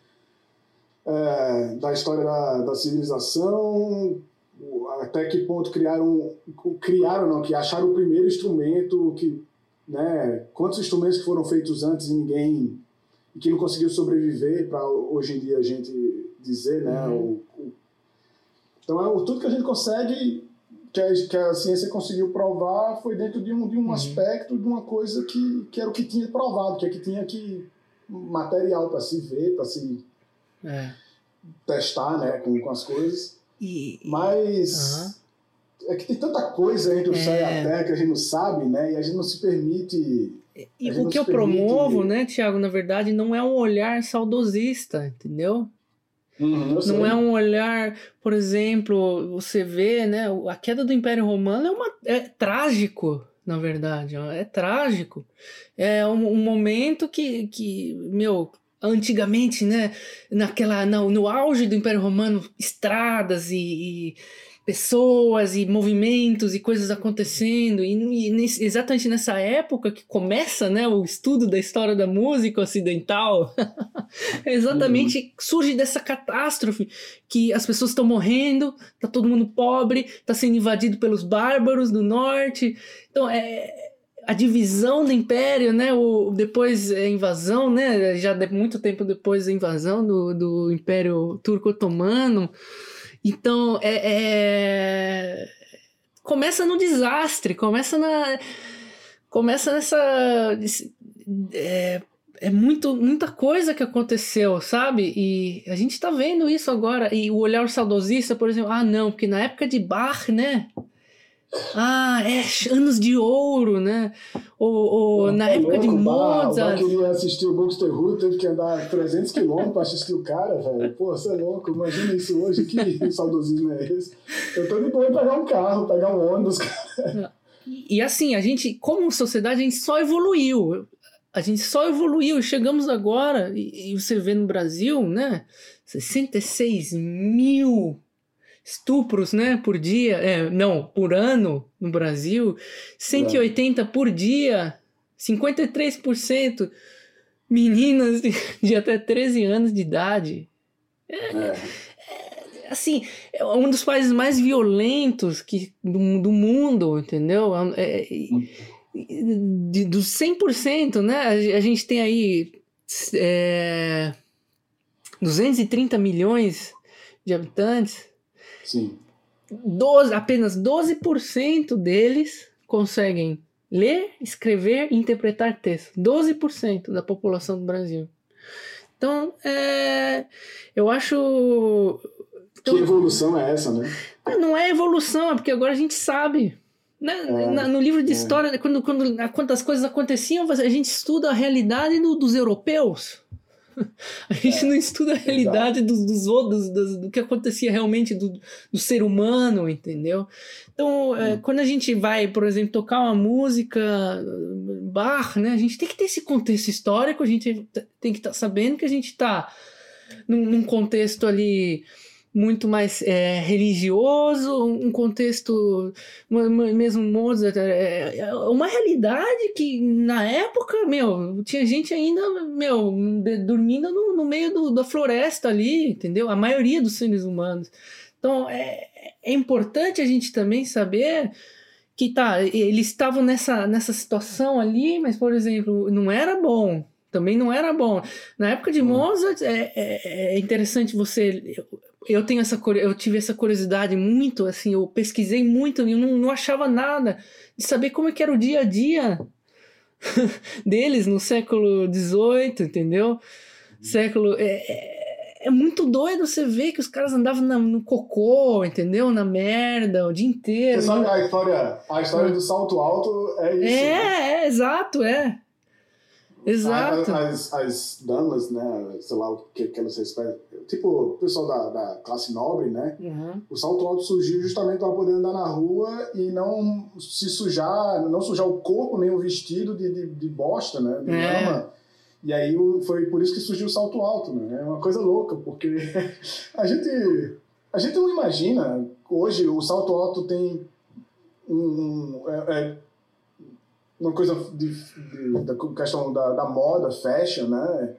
é, da história da, da civilização, até que ponto criaram, criaram não, que acharam o primeiro instrumento, que, né, quantos instrumentos que foram feitos antes e ninguém, que não conseguiu sobreviver para hoje em dia a gente dizer, né, uhum. o, o, então é, tudo que a gente consegue, que a, que a ciência conseguiu provar, foi dentro de um, de um uhum. aspecto, de uma coisa que, que era o que tinha provado, que é que tinha que material para se ver, para se é. testar, né, com, com as coisas. E, mas uhum. é que tem tanta coisa entre o é. céu e a terra que a gente não sabe, né, e a gente não se permite... E o que eu permite... promovo, né, Tiago, na verdade, não é um olhar saudosista, entendeu? Uhum, não é um olhar, por exemplo, você vê, né, a queda do Império Romano é, uma, é trágico, na verdade, é trágico. É um, um momento que, que, meu, antigamente, né, naquela, no, no auge do Império Romano, estradas e, e pessoas e movimentos e coisas acontecendo, e, e nesse, exatamente nessa época que começa, né, o estudo da história da música ocidental, exatamente uhum. surge dessa catástrofe que as pessoas estão morrendo, tá todo mundo pobre, tá sendo invadido pelos bárbaros do norte. Então é a divisão do império, né, o, depois a invasão, né, já de, muito tempo depois da invasão do, do Império Turco-Otomano. Então, é, é... começa no desastre, começa, na... começa nessa é, é muito, muita coisa que aconteceu, sabe? E a gente tá vendo isso agora. E o olhar saudosista, por exemplo, ah, não, porque na época de Bach, né? Ah, é anos de ouro, né? Ou, ou Pô, na tá época louco, de o Bar, o Bar Mozart. queria assistir o Buxtehude, teve que andar trezentos quilômetros pra assistir o cara, velho. Pô, você é louco, imagina isso hoje, que saudosismo é esse? Eu tô de boa em pegar um carro, pegar um ônibus, cara. E, e assim, a gente, como sociedade, a gente só evoluiu. A gente só evoluiu. Chegamos agora, e, e você vê no Brasil, né? sessenta e seis mil estupros, né, por dia, é, não, por ano no Brasil, cento e oitenta por dia, cinquenta e três por cento meninas de, de até treze anos de idade. É, é. É, assim, é um dos países mais violentos que, do, do mundo, entendeu? É, de, dos cem por cento, né, a, a gente tem aí é, duzentos e trinta milhões de habitantes. Sim. doze, apenas doze por cento deles conseguem ler, escrever e interpretar texto. doze por cento da população do Brasil. Então, é, eu acho... Então, que evolução é essa, né? Não é evolução, é porque agora a gente sabe. Né? É, no livro de história, é. quando, quando, quando as coisas aconteciam, a gente estuda a realidade do, dos europeus. A gente é, não estuda a realidade dos, dos outros, do, do que acontecia realmente do, do ser humano, entendeu? Então, hum. é, quando a gente vai, por exemplo, tocar uma música Bach, né, a gente tem que ter esse contexto histórico, a gente tem que estar tá sabendo que a gente está num, num contexto ali muito mais é, religioso, um contexto, mesmo Mozart, é uma realidade que na época, meu, tinha gente ainda, meu, dormindo no, no meio do, da floresta ali, entendeu? A maioria dos seres humanos. Então, é, é importante a gente também saber que, tá, eles estavam nessa, nessa situação ali, mas, por exemplo, não era bom. Também não era bom. Na época de Mozart, é, é, é interessante você... Eu, eu, tenho essa, eu tive essa curiosidade muito, assim, eu pesquisei muito e eu não, não achava nada de saber como é que era o dia a dia deles no século dezoito, entendeu? Século... É, é, é muito doido você ver que os caras andavam na, no cocô, entendeu? Na merda, o dia inteiro. Você sabe a história, a história do salto alto é isso, É, né? é, exato, é. Exato. As, as damas, né, sei lá o que, que elas esperam, tipo o pessoal da, da classe nobre, né, uhum. O salto alto surgiu justamente para poder andar na rua e não se sujar, não sujar o corpo nem o vestido de, de, de bosta, né, de é. lama. E aí foi por isso que surgiu o salto alto, né, é uma coisa louca, porque a gente, a gente não imagina, hoje o salto alto tem um... um é, é, uma coisa de, de, da questão da, da moda, fashion, né?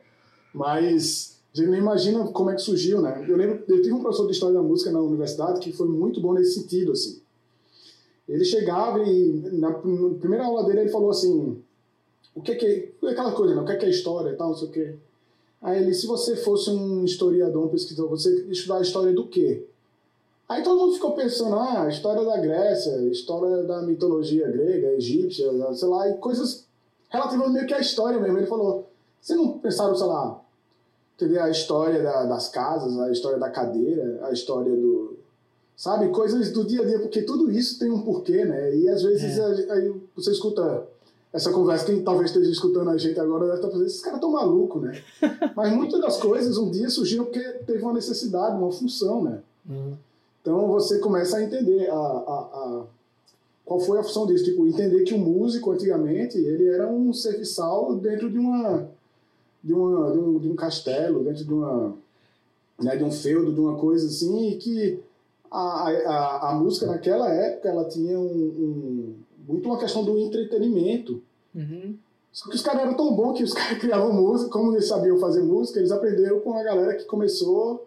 Mas a gente não imagina como é que surgiu, né? Eu lembro, eu tive um professor de História da Música na universidade que foi muito bom nesse sentido, assim. Ele chegava e, na, na primeira aula dele, ele falou assim, o que é que é, aquela coisa, né? O que é que é história e tal, não sei o quê. Aí ele, se você fosse um historiador, um pesquisador, você ia estudar a história do quê? Aí todo mundo ficou pensando, ah, história da Grécia, história da mitologia grega, egípcia, sei lá, e coisas relativamente meio que à história mesmo. Ele falou, vocês não pensaram, sei lá, entender a história da, das casas, a história da cadeira, a história do... Sabe? Coisas do dia a dia, porque tudo isso tem um porquê, né? E às vezes é. aí você escuta essa conversa, quem talvez esteja escutando a gente agora deve estar fazendo, esses caras estão malucos, né? Mas muitas das coisas um dia surgiram porque teve uma necessidade, uma função, né? Uhum. Então você começa a entender a, a, a, qual foi a função disso. Tipo, entender que o músico, antigamente, ele era um serviçal dentro de, uma, de, uma, de, um, de um castelo, dentro de, uma, né, de um feudo, de uma coisa assim, e que a, a, a música naquela época ela tinha um, um, muito uma questão do entretenimento. Uhum. Só que os caras eram tão bons que os caras criavam música, como eles sabiam fazer música, eles aprenderam com a galera que começou...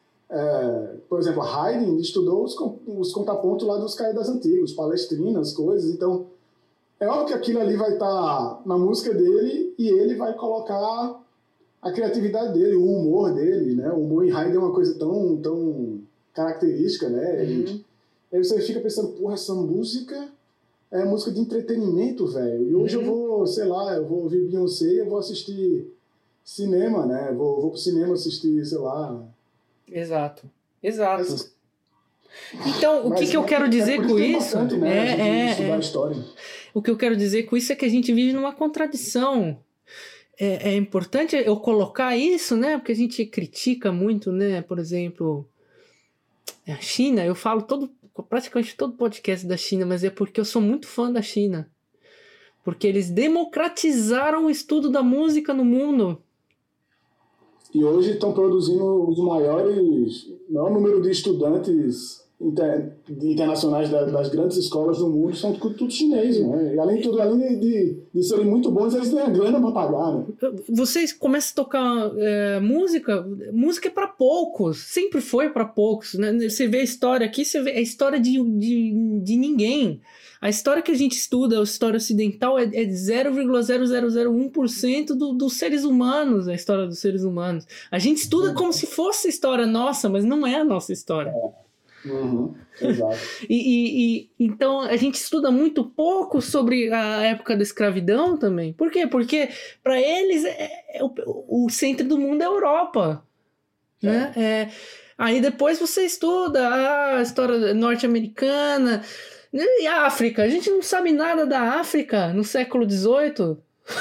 É, por exemplo, Haydn estudou os, os contrapontos lá dos caras das antigas, palestrinas, coisas, então é óbvio que aquilo ali vai estar tá na música dele e ele vai colocar a criatividade dele, o humor dele, né? O humor em Haydn é uma coisa tão, tão característica, né? Uhum. E aí você fica pensando, porra, essa música é música de entretenimento, velho. E hoje uhum. eu vou, sei lá, eu vou ouvir Beyoncé e eu vou assistir cinema, né? Vou, vou pro cinema assistir, sei lá... Exato, exato. Essas... Então, o Mas, que, que eu quero dizer é com isso? Né? É, a é, estudar é. a história. O que eu quero dizer com isso é que a gente vive numa contradição. É, é importante eu colocar isso, né? Porque a gente critica muito, né? Por exemplo, a China. Eu falo todo, praticamente todo podcast da China, mas é porque eu sou muito fã da China. Porque eles democratizaram o estudo da música no mundo. E hoje estão produzindo os maiores, o maior número de estudantes inter, de internacionais das, das grandes escolas do mundo, são tudo, tudo chinês, né? E além de tudo, além de, de serem muito bons, eles têm a grana para pagar, né? Vocês começam a tocar é, música, música é para poucos, sempre foi para poucos, né? Você vê a história aqui, você vê a história de, de, de ninguém. A história que a gente estuda, a história ocidental, é, é zero vírgula zero zero zero um por cento do, dos seres humanos, a história dos seres humanos. A gente estuda como se fosse a história nossa, mas não é a nossa história. É. Uhum, exato. e, e, e, então a gente estuda muito pouco sobre a época da escravidão também. Por quê? Porque para eles é, é, o, o centro do mundo é a Europa. É. Né? É, aí depois você estuda a história norte-americana. E a África? A gente não sabe nada da África no século dezoito.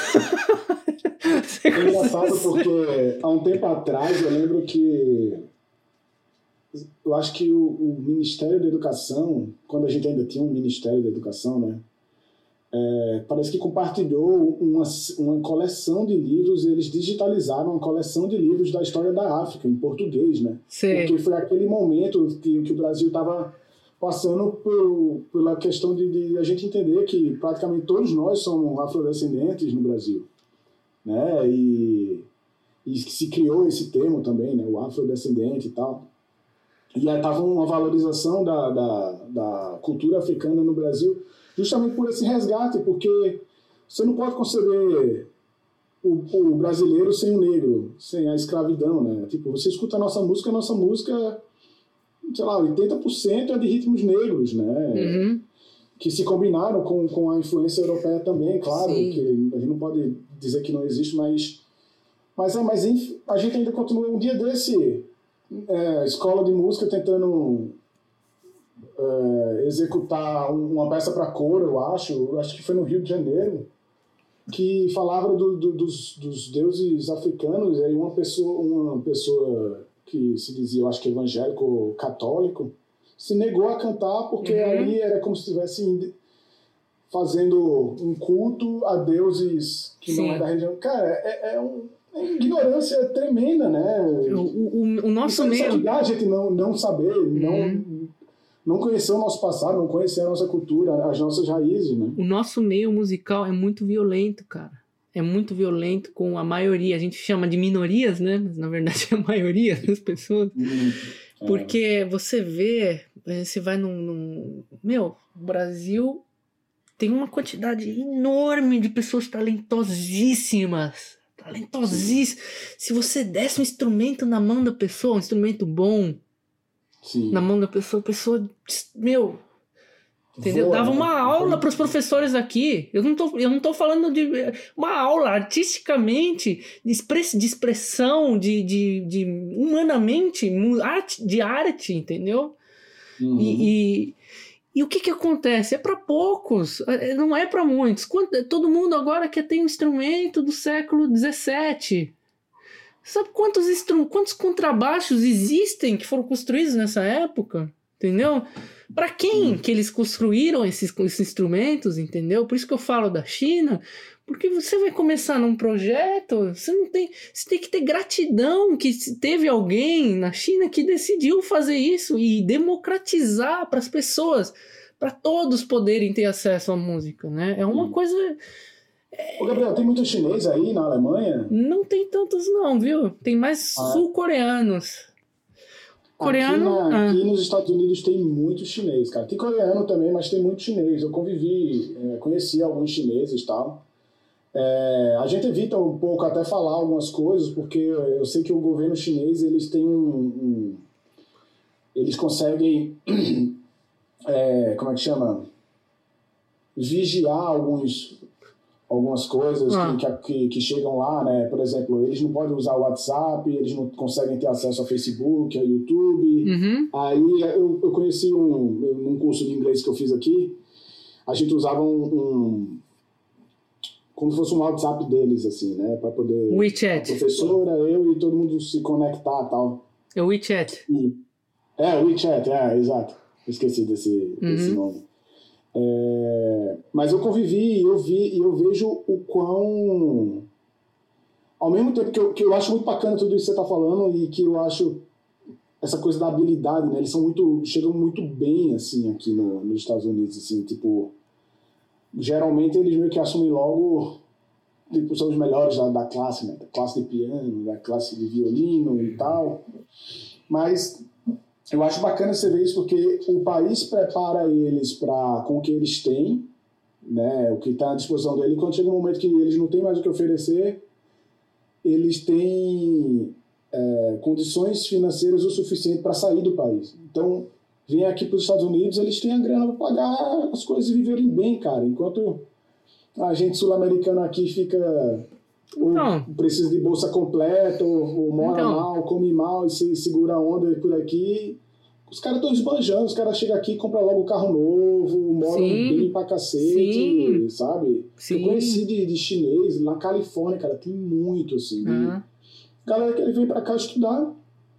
É engraçado porque há um tempo atrás eu lembro que eu acho que o, o Ministério da Educação, quando a gente ainda tinha um Ministério da Educação, né, é, parece que compartilhou uma, uma coleção de livros, eles digitalizaram uma coleção de livros da história da África, em português, né? Sim. Porque foi aquele momento que, que o Brasil estava passando por, pela questão de, de a gente entender que praticamente todos nós somos afrodescendentes no Brasil, né? E, e se criou esse termo também, né? O afrodescendente e tal. E aí estava uma valorização da, da, da cultura africana no Brasil, justamente por esse resgate, porque você não pode conceber o, o brasileiro sem o negro, sem a escravidão, né? Tipo, você escuta a nossa música, a nossa música, sei lá, oitenta por cento é de ritmos negros, né? Uhum. Que se combinaram com, com a influência europeia também, claro, Sim. que a gente não pode dizer que não existe, mas, mas, é, mas a gente ainda continua um dia desse... É, escola de música tentando é, executar uma peça para coro, eu acho, eu acho que foi no Rio de Janeiro, que falava do, do, dos, dos deuses africanos, e aí uma pessoa, uma pessoa que se dizia, eu acho que evangélico ou católico, se negou a cantar porque uhum. ali era como se estivesse fazendo um culto a deuses que Sim. não é da religião. Cara, é, é um ignorância tremenda, né? O, o, o nosso isso, meio... Isso é a gente não, não saber, uhum. não, não conhecer o nosso passado, não conhecer a nossa cultura, as nossas raízes, né? O nosso meio musical é muito violento, cara. É muito violento com a maioria. A gente chama de minorias, né? Mas na verdade é a maioria das pessoas. Uhum. É. Porque você vê, você vai num, num... Meu, o Brasil tem uma quantidade enorme de pessoas talentosíssimas. Talentosíssimo. Se você desse um instrumento na mão da pessoa, um instrumento bom, Sim. na mão da pessoa, a pessoa, meu, entendeu? Voa, Dava uma né? aula para os professores aqui. Eu não tô, eu não tô falando de uma aula artisticamente, de, express, de expressão, de, de, de humanamente, arte, de arte, entendeu? Uhum. E, e E o que que acontece? É para poucos, não é para muitos. Todo mundo agora quer ter um instrumento do século dezessete. Sabe quantos, instru... quantos contrabaixos existem que foram construídos nessa época? Entendeu? Para quem que eles construíram esses, esses instrumentos, entendeu? Por isso que eu falo da China, porque você vai começar num projeto, você não tem, você tem que ter gratidão que teve alguém na China que decidiu fazer isso e democratizar para as pessoas, para todos poderem ter acesso à música, né? É uma hum. coisa... É... Ô Gabriel, tem muito chinês aí na Alemanha? Não tem tantos não, viu? Tem mais ah. sul-coreanos. Coreano, aqui, na, aqui ah. nos Estados Unidos tem muito chinês, cara. Tem coreano também, mas tem muito chinês. Eu convivi, é, conheci alguns chineses e tal. É, a gente evita um pouco até falar algumas coisas, porque eu sei que o governo chinês, eles têm um... um eles conseguem... É, como é que chama? vigiar alguns, algumas coisas ah. que, que, que chegam lá, né? Por exemplo, eles não podem usar o WhatsApp, eles não conseguem ter acesso ao Facebook, ao YouTube. Uhum. Aí eu, eu conheci um, um curso de inglês que eu fiz aqui, a gente usava um, um como se fosse um WhatsApp deles, assim, né? Para poder... WeChat. A professora, eu e todo mundo se conectar e tal. É o WeChat. E, é, o WeChat, é, exato. Esqueci desse, uhum. desse nome. É, mas eu convivi e eu vi e eu vejo o quão... Ao mesmo tempo que eu, que eu acho muito bacana tudo isso que você está falando e que eu acho essa coisa da habilidade, né? Eles são muito... chegam muito bem, assim, aqui no, nos Estados Unidos, assim, tipo... Geralmente eles meio que assumem logo, tipo, são os melhores da, da classe, né? Da classe de piano, da classe de violino e tal. Mas eu acho bacana você ver isso porque o país prepara eles para com o que eles têm, né? O que está à disposição deles. Quando chega um momento que eles não têm mais o que oferecer, eles têm é, condições financeiras o suficiente para sair do país. Então, vem aqui para os Estados Unidos, eles têm a grana para pagar as coisas e viverem bem, cara. Enquanto a gente sul-americana aqui fica... Então, ou precisa de bolsa completa, ou, ou mora então, mal, come mal e se segura a onda por aqui. Os caras estão esbanjando, os caras chegam aqui e compram logo um carro novo, moram sim, bem pra cacete, sim, sabe? Sim. Eu conheci de, de chinês, na Califórnia, cara, tem muito, assim. Uhum. Galera que ele vem pra cá estudar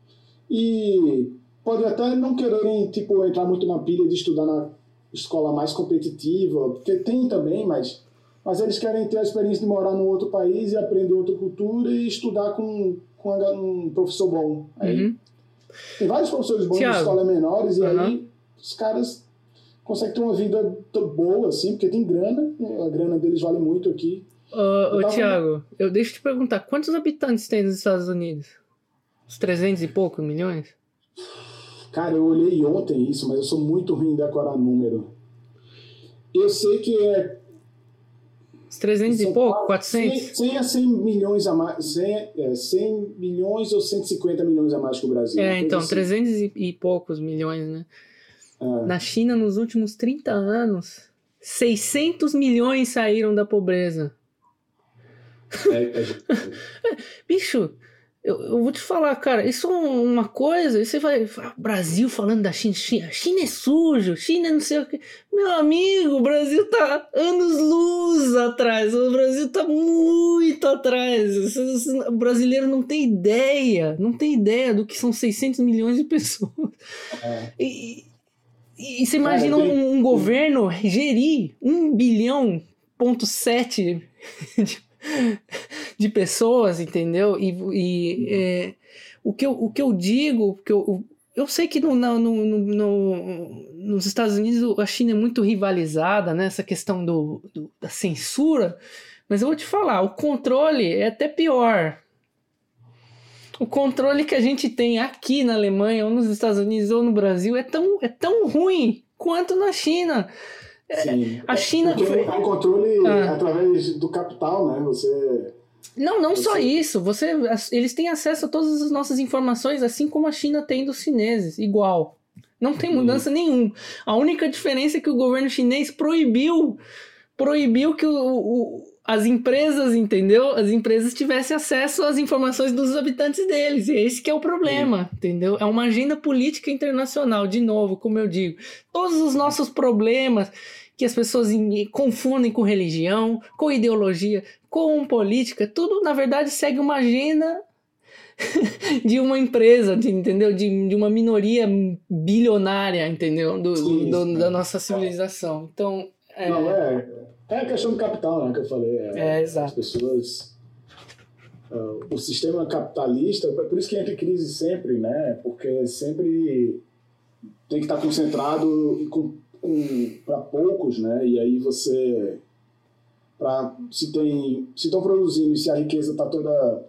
e... pode até não quererem, tipo, entrar muito na pilha de estudar na escola mais competitiva, porque tem também, mas, mas eles querem ter a experiência de morar num outro país e aprender outra cultura e estudar com, com um professor bom. Aí, uhum. Tem vários professores bons de escola menores e uhum. aí os caras conseguem ter uma vida boa, assim, porque tem grana, a grana deles vale muito aqui. Ô, ô Thiago, eu deixo te perguntar, quantos habitantes tem nos Estados Unidos? Uns trezentos e poucos milhões? Cara, eu olhei ontem isso, mas eu sou muito ruim em decorar número. Eu sei que é... trezentos e pouco? quatrocentos? cem a cem milhões a mais. cem, é, cem milhões ou cento e cinquenta milhões a mais que o Brasil. É, então, assim. trezentos e poucos milhões, né? É. Na China, nos últimos trinta anos, seiscentos milhões saíram da pobreza. É, é... Bicho... Eu, eu vou te falar, cara, isso é uma coisa, você vai, Brasil falando da China, China, China é sujo, China é não sei o que. Meu amigo, o Brasil tá anos-luz atrás, o Brasil tá muito atrás, o brasileiro não tem ideia, não tem ideia do que são seiscentos milhões de pessoas. É. E, e, e você imagina cara, um, um governo gerir um bilhão ponto sete de de pessoas, entendeu? E, e é, o, que eu, o que eu digo, que eu, eu sei que no, no, no, no, nos Estados Unidos a China é muito rivalizada, né? Essa questão do, do, da censura, mas eu vou te falar, o controle é até pior. O controle que a gente tem aqui na Alemanha, ou nos Estados Unidos, ou no Brasil, é tão, é tão ruim quanto na China. Sim. A China... Porque é um controle ah. através do capital, né? Você... Não, não você... só isso. Você, eles têm acesso a todas as nossas informações, assim como a China tem dos chineses, igual. Não tem mudança hum. nenhuma. A única diferença é que o governo chinês proibiu, proibiu que o, o, as empresas, entendeu? As empresas tivessem acesso às informações dos habitantes deles. E esse que é o problema, hum. entendeu? É uma agenda política internacional, de novo, como eu digo. Todos os nossos problemas que as pessoas confundem com religião, com ideologia, com política, tudo, na verdade, segue uma agenda de uma empresa, entendeu? De, de uma minoria bilionária, entendeu? Do, sim, do, sim. Da nossa civilização. Então, é... Não, é, é a questão do capital, né, que eu falei. É, é exato. As pessoas... Uh, o sistema capitalista, por isso que entra em crise sempre, né? Porque sempre tem que estar concentrado e com para poucos, né? E aí você, pra, se tem, se estão produzindo e se a riqueza está toda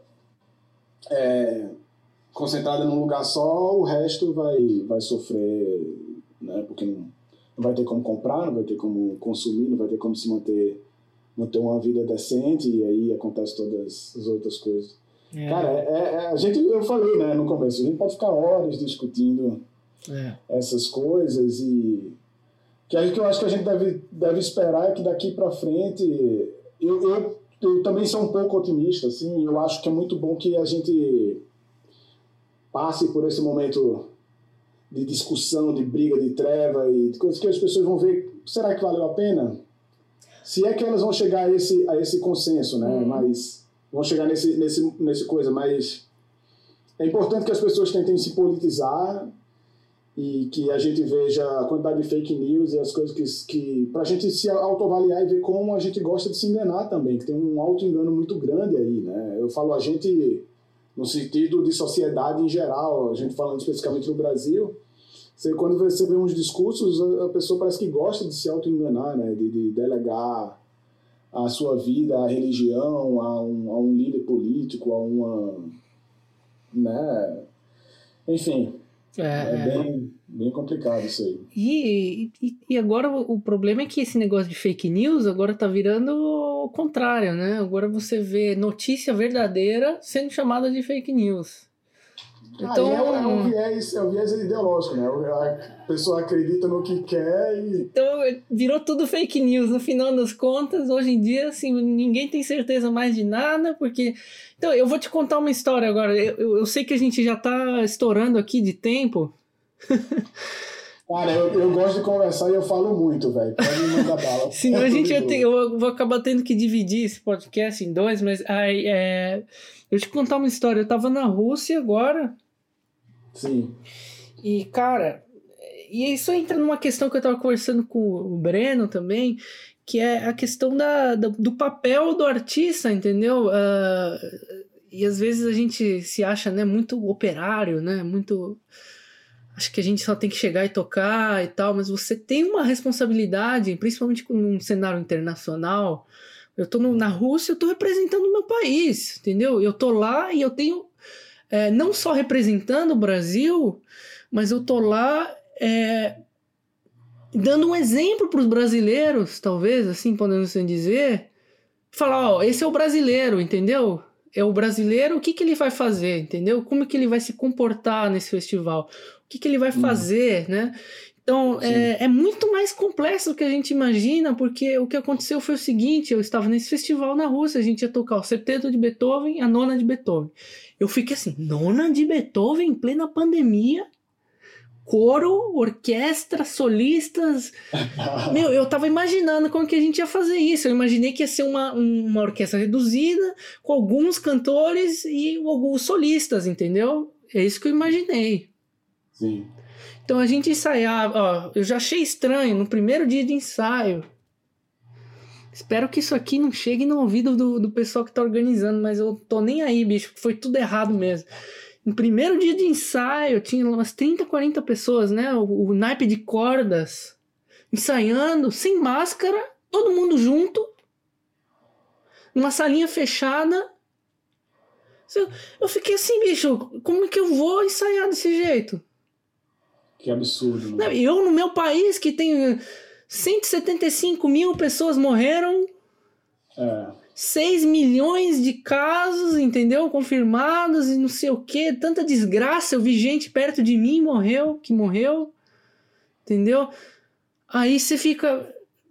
é, concentrada num lugar só, o resto vai, vai sofrer, né? Porque não, não vai ter como comprar, não vai ter como consumir, não vai ter como se manter, manter uma vida decente, e aí acontece todas as outras coisas. É. Cara, é, é, a gente, eu falei, né, no começo, a gente pode ficar horas discutindo é. essas coisas e Que aí que eu acho que a gente deve, deve esperar é que daqui para frente... Eu, eu, eu também sou um pouco otimista, assim, eu acho que é muito bom que a gente passe por esse momento de discussão, de briga, de treva e de coisas que as pessoas vão ver, será que valeu a pena? Se é que elas vão chegar a esse, a esse consenso, né? Uhum. Mas vão chegar nesse, nesse, nesse coisa, mas é importante que as pessoas tentem se politizar e que a gente veja a quantidade de fake news e as coisas que... que para a gente se autoavaliar e ver como a gente gosta de se enganar também, que tem um auto-engano muito grande aí, né? Eu falo a gente no sentido de sociedade em geral, a gente falando especificamente no Brasil, você, quando você vê uns discursos, a pessoa parece que gosta de se auto-enganar, né? De, de delegar a sua vida à religião, a um, a um líder político, a uma... né? Enfim... É, é bem, bem complicado isso aí. E, e, e agora o problema é que esse negócio de fake news agora tá virando o contrário, né? Agora você vê notícia verdadeira sendo chamada de fake news. Então, ah, é, é, um viés, é um viés ideológico, né? A pessoa acredita no que quer e... Então virou tudo fake news. No final das contas, hoje em dia, assim, ninguém tem certeza mais de nada, porque... Então, eu vou te contar uma história agora. Eu, eu, eu sei que a gente já tá estourando aqui de tempo. Cara, eu, eu gosto de conversar e eu falo muito, velho. Pode me mandar bala. Senão a gente vai ter, eu vou acabar tendo que dividir esse podcast em dois, mas aí, é, eu te contar uma história. Eu tava na Rússia agora. Sim. E, cara, e isso entra numa questão que eu tava conversando com o Breno também, que é a questão da, da, do papel do artista, entendeu? Uh, e às vezes a gente se acha, né, muito operário, né, muito... Acho que a gente só tem que chegar e tocar e tal, mas você tem uma responsabilidade, principalmente num cenário internacional. Eu tô no, na Rússia, eu tô representando o meu país, entendeu? Eu tô lá e eu tenho... É, não só representando o Brasil, mas eu tô lá... É, dando um exemplo para os brasileiros, talvez, assim podemos assim dizer, falar, ó, esse é o brasileiro, entendeu? É o brasileiro, o que, que ele vai fazer, entendeu? Como que ele vai se comportar nesse festival? O que, que ele vai fazer, hum. né? Então, é, é muito mais complexo do que a gente imagina, porque o que aconteceu foi o seguinte, eu estava nesse festival na Rússia, a gente ia tocar o septeto de Beethoven, a nona de Beethoven. Eu fiquei assim, nona de Beethoven em plena pandemia? Coro, orquestra, solistas. Meu, eu tava imaginando como que a gente ia fazer isso. Eu imaginei que ia ser uma, uma orquestra reduzida, com alguns cantores e alguns solistas, entendeu? É isso que eu imaginei. Sim. Então a gente ensaiava, ó, eu já achei estranho no primeiro dia de ensaio. Espero que isso aqui não chegue no ouvido do, do pessoal que tá organizando, mas eu tô nem aí, bicho, foi tudo errado mesmo. No primeiro dia de ensaio, tinha umas trinta, quarenta pessoas, né? O, o naipe de cordas, ensaiando, sem máscara, todo mundo junto, numa salinha fechada. Eu, eu fiquei assim, bicho, como é que eu vou ensaiar desse jeito? Que absurdo, né? Eu, no meu país, que tem cento e setenta e cinco mil pessoas morreram... É... seis milhões de casos, entendeu? Confirmados e não sei o que, tanta desgraça. Eu vi gente perto de mim morreu, que morreu, entendeu? Aí você fica...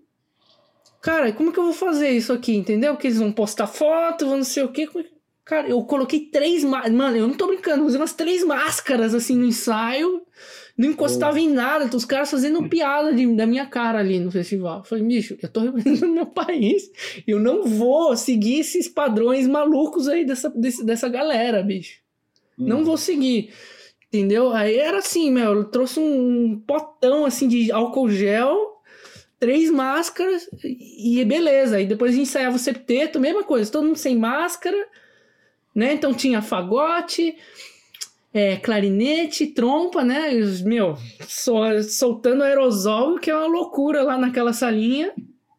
Cara, como que eu vou fazer isso aqui, entendeu? Porque eles vão postar foto, vão não sei o que. Cara, eu coloquei três... Mano, eu não tô brincando, eu usei umas três máscaras assim no ensaio, não encostava oh. em nada, os caras fazendo piada de, da minha cara ali no festival. Eu falei, bicho, eu tô representando meu país, eu não vou seguir esses padrões malucos aí dessa, desse, dessa galera, bicho. Hum. Não vou seguir, entendeu? Aí era assim, meu, eu trouxe um potão assim de álcool gel, três máscaras e beleza. Aí depois a gente ensaiava o septeto, mesma coisa, todo mundo sem máscara, né? Então tinha fagote... É, clarinete, trompa, né? E, meu, sol, soltando aerosol, que é uma loucura lá naquela salinha.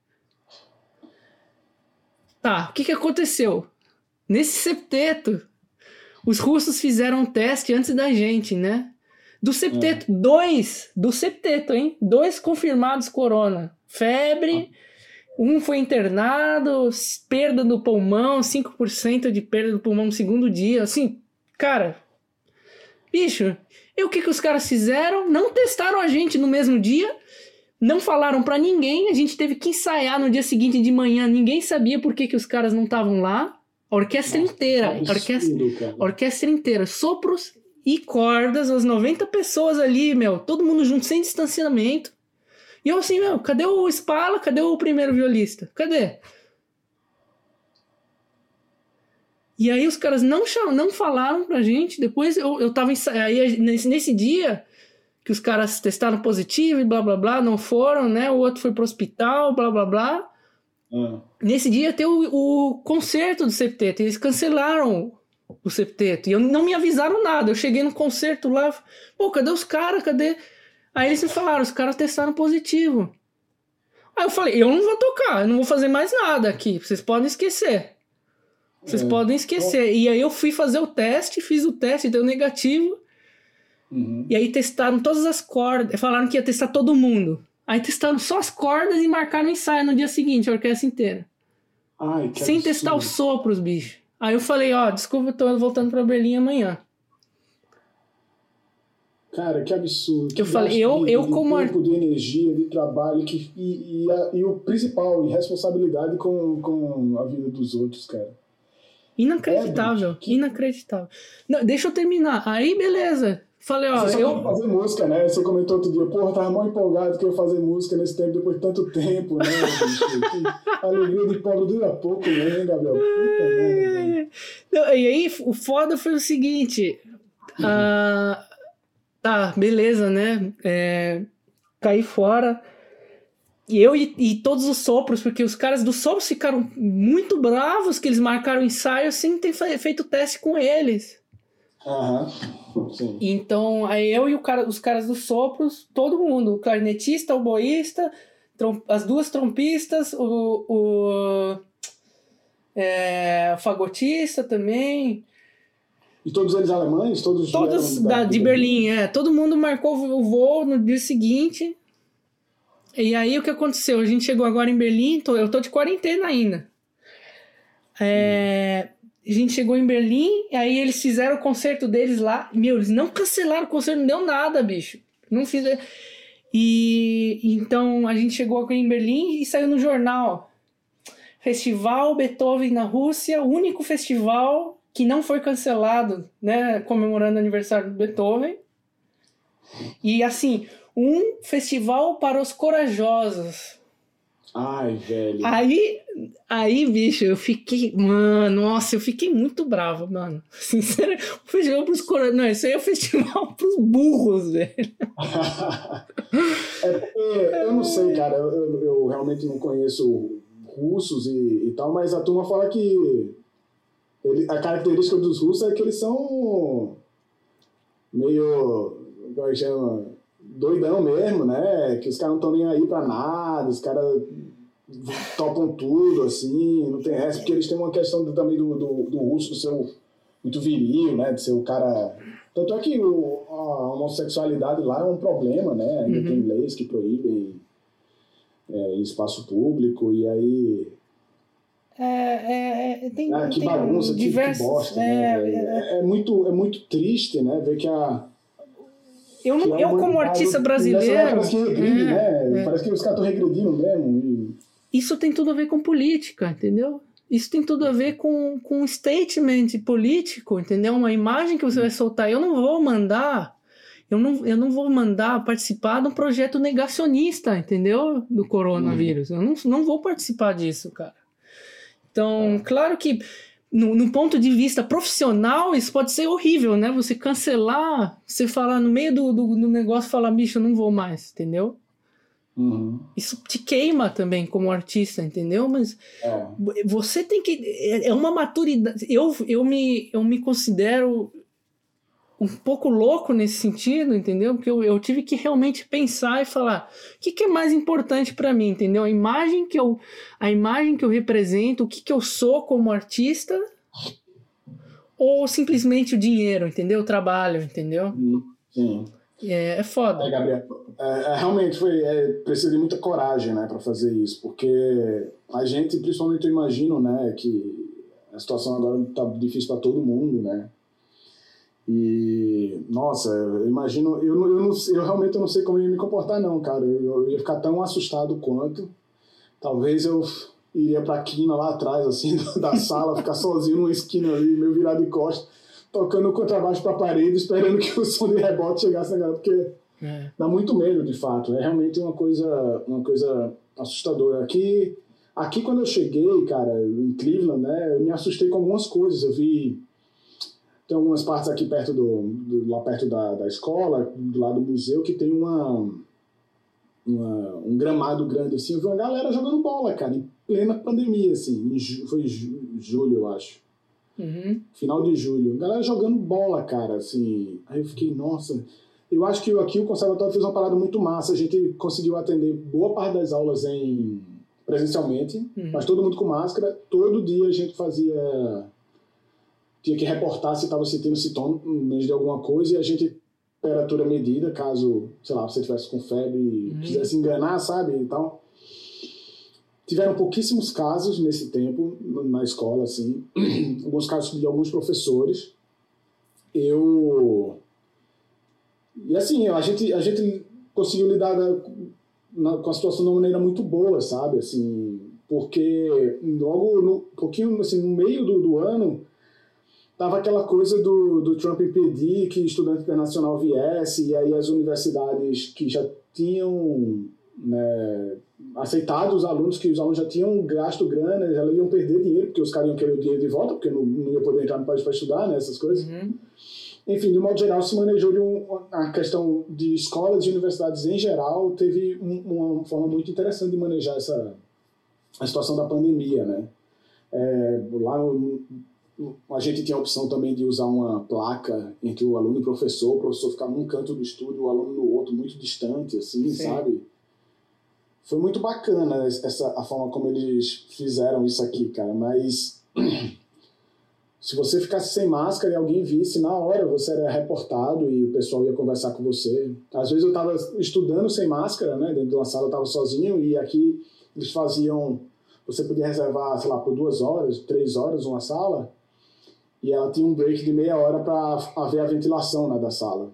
Tá, o que que aconteceu? Nesse septeto, os russos fizeram um teste antes da gente, né? Do septeto, é. dois, do septeto, hein? Dois confirmados corona. Febre, um foi internado, perda do pulmão, cinco por cento de perda do pulmão no segundo dia. Assim, cara... Bicho, e o que que os caras fizeram? Não testaram a gente no mesmo dia, Não falaram pra ninguém, a gente teve que ensaiar no dia seguinte de manhã, ninguém sabia por que, que os caras não estavam lá. A orquestra Nossa, inteira, absurdo, orquestra, orquestra inteira, sopros e cordas, as noventa pessoas ali, meu, todo mundo junto, sem distanciamento. E eu assim, meu, cadê o Spala? Cadê o primeiro violista? Cadê? E aí os caras não, não falaram pra gente. Depois eu, eu tava aí nesse, nesse dia que os caras testaram positivo e blá blá blá, não foram, né? O outro foi pro hospital, blá blá blá. Hum. Nesse dia tem o, o concerto do septeto. Eles cancelaram o septeto. E eu, não me avisaram nada. Eu cheguei no concerto lá. Pô, cadê os caras? Cadê? Aí eles me falaram, os caras testaram positivo. Aí eu falei, eu não vou tocar, eu não vou fazer mais nada aqui. Vocês podem esquecer. Vocês é. podem esquecer. E aí eu fui fazer o teste, fiz o teste, deu negativo. Uhum. E aí testaram todas as cordas. Falaram que ia testar todo mundo. Aí testaram só as cordas e marcaram o ensaio no dia seguinte, a orquestra inteira. Ai, que Sem absurdo. testar os sopros, bicho. Aí eu falei, ó, desculpa, eu tô voltando pra Berlim amanhã. Cara, que absurdo. Que eu falei, eu, de, eu de como... tempo, de energia, de trabalho, que, e, e, a, e o principal, e responsabilidade com, com a vida dos outros, cara. Inacreditável, é, que... inacreditável. Não, deixa eu terminar. Aí, beleza. Falei, ó, Você eu... fazer música, né? Você comentou outro dia, porra, tava mó empolgado que eu ia fazer música nesse tempo, depois de tanto tempo, né? Que alegria de pobre dura pouco, né, Gabriel? Puta merda. Não, e aí, o foda foi o seguinte... Ah, tá, beleza, né? É, caí fora... E eu e, e todos os sopros, porque os caras dos sopros ficaram muito bravos que eles marcaram o ensaio sem ter feito teste com eles. Aham, sim. Então, aí eu e o cara, os caras dos sopros, todo mundo, o clarinetista, o oboísta, trom, as duas trompistas, o, o é, fagotista também. E todos eles alemães? Todos, todos da, de Berlim, Berlim, é. Todo mundo marcou o voo no dia seguinte. E aí o que aconteceu? A gente chegou agora em Berlim, tô, eu tô de quarentena ainda. É, a gente chegou em Berlim, e aí eles fizeram o concerto deles lá. Meu, eles não cancelaram o concerto, não deu nada, bicho. Não fizeram. E então a gente chegou aqui em Berlim e saiu no jornal. Festival Beethoven na Rússia, o único festival que não foi cancelado, né? Comemorando o aniversário do Beethoven. E assim... Um festival para os corajosos. Ai, velho. Aí, aí, bicho, eu fiquei... Mano, nossa, eu fiquei muito bravo, mano. Sinceramente, o festival para os corajosos... Não, isso aí é o festival para os burros, velho. É porque, eu não sei, cara. Eu, eu, eu realmente não conheço russos e, e tal, mas a turma fala que ele, a característica dos russos é que eles são meio... Como é que chama? Doidão mesmo, né? Que os caras não estão nem aí pra nada, os caras topam tudo, assim, não tem essa, porque eles têm uma questão do, também do, do, do russo, do seu muito viril, né? De ser o cara... Tanto é que o, a homossexualidade lá é um problema, né? Ainda uhum. tem leis que proíbem é, em espaço público, e aí... É, é, é, tem, ah, que tem bagunça, diversos, que bosta, é, né? É, é, muito, é muito triste, né? Ver que a... Eu, não, eu como artista brasileiro... Parece que regride, é, né? É. Parece que os caras estão regredindo mesmo. E... Isso tem tudo a ver com política, entendeu? Isso tem tudo a ver com, com um statement político, entendeu? Uma imagem que você vai soltar. Eu não vou mandar... Eu não, eu não vou mandar participar de um projeto negacionista, entendeu? Do coronavírus. Hum. Eu não, não vou participar disso, cara. Então, é. claro que... No, no ponto de vista profissional, isso pode ser horrível, né? Você cancelar, você falar no meio do, do, do negócio, falar, bicho, eu não vou mais, entendeu? Uhum. Isso te queima também como artista, entendeu? Mas é. você tem que... É uma maturidade... Eu, eu, me, eu me considero um pouco louco nesse sentido, entendeu? Porque eu, eu tive que realmente pensar e falar o que, que é mais importante para mim, entendeu? A imagem que eu, a imagem que eu represento, o que, que eu sou como artista, ou simplesmente o dinheiro, entendeu? O trabalho, entendeu? Sim. É, é foda. É, Gabriel, é, é, realmente foi, é, precisa de muita coragem, né, para fazer isso, porque a gente, principalmente eu imagino, né, que a situação agora tá difícil para todo mundo, né? E, nossa, eu imagino, eu, eu, não, eu realmente não sei como eu ia me comportar não, cara, eu, eu ia ficar tão assustado quanto, talvez eu iria pra quina lá atrás, assim, da sala, ficar sozinho numa esquina ali, meio virado de costas, tocando o contrabaixo pra parede, esperando que o som de rebote chegasse na galera, porque é. dá muito medo, de fato, é realmente uma coisa, uma coisa assustadora. Aqui, aqui quando eu cheguei, cara, em Cleveland, né, eu me assustei com algumas coisas, eu vi... Tem algumas partes aqui perto do, do lá perto da, da escola, do lado do museu, que tem uma, uma, um gramado grande, assim. Eu vi uma galera jogando bola, cara, em plena pandemia, assim. Em ju, foi em julho, eu acho. Uhum. Final de julho. Galera jogando bola, cara, assim. Aí eu fiquei, nossa... Eu acho que aqui o conservatório fez uma parada muito massa. A gente conseguiu atender boa parte das aulas em, presencialmente, uhum. mas todo mundo com máscara. Todo dia a gente fazia... Tinha que reportar se estava sentindo sintomas de alguma coisa e a gente, temperatura medida, caso, sei lá, você estivesse com febre e uhum. quisesse enganar, sabe, e tal. Tiveram pouquíssimos casos nesse tempo na escola, assim, alguns casos de alguns professores. Eu... E assim, a gente, a gente conseguiu lidar na, com a situação de uma maneira muito boa, sabe, assim, porque logo, no, um pouquinho, assim, no meio do, do ano... Tava aquela coisa do, do Trump impedir que estudante internacional viesse, e aí as universidades que já tinham, né, aceitado os alunos, que os alunos já tinham gasto grana, elas iam perder dinheiro, porque os caras iam querer o dinheiro de volta, porque não, não ia poder entrar no país para estudar, né, essas coisas. Uhum. Enfim, de modo geral, se manejou de um, a questão de escolas e universidades em geral, teve um, uma forma muito interessante de manejar essa, a situação da pandemia, né. É, lá no... A gente tinha a opção também de usar uma placa entre o aluno e o professor, o professor ficava num canto do estúdio, o aluno no outro, muito distante, assim, Sim. sabe? Foi muito bacana essa, a forma como eles fizeram isso aqui, cara, mas se você ficasse sem máscara e alguém visse, na hora você era reportado e o pessoal ia conversar com você. Às vezes eu estava estudando sem máscara, né, dentro de uma sala eu estava sozinho e aqui eles faziam... Você podia reservar, sei lá, por duas horas, três horas uma sala, e ela tinha um break de meia hora para haver a ventilação, né, da sala.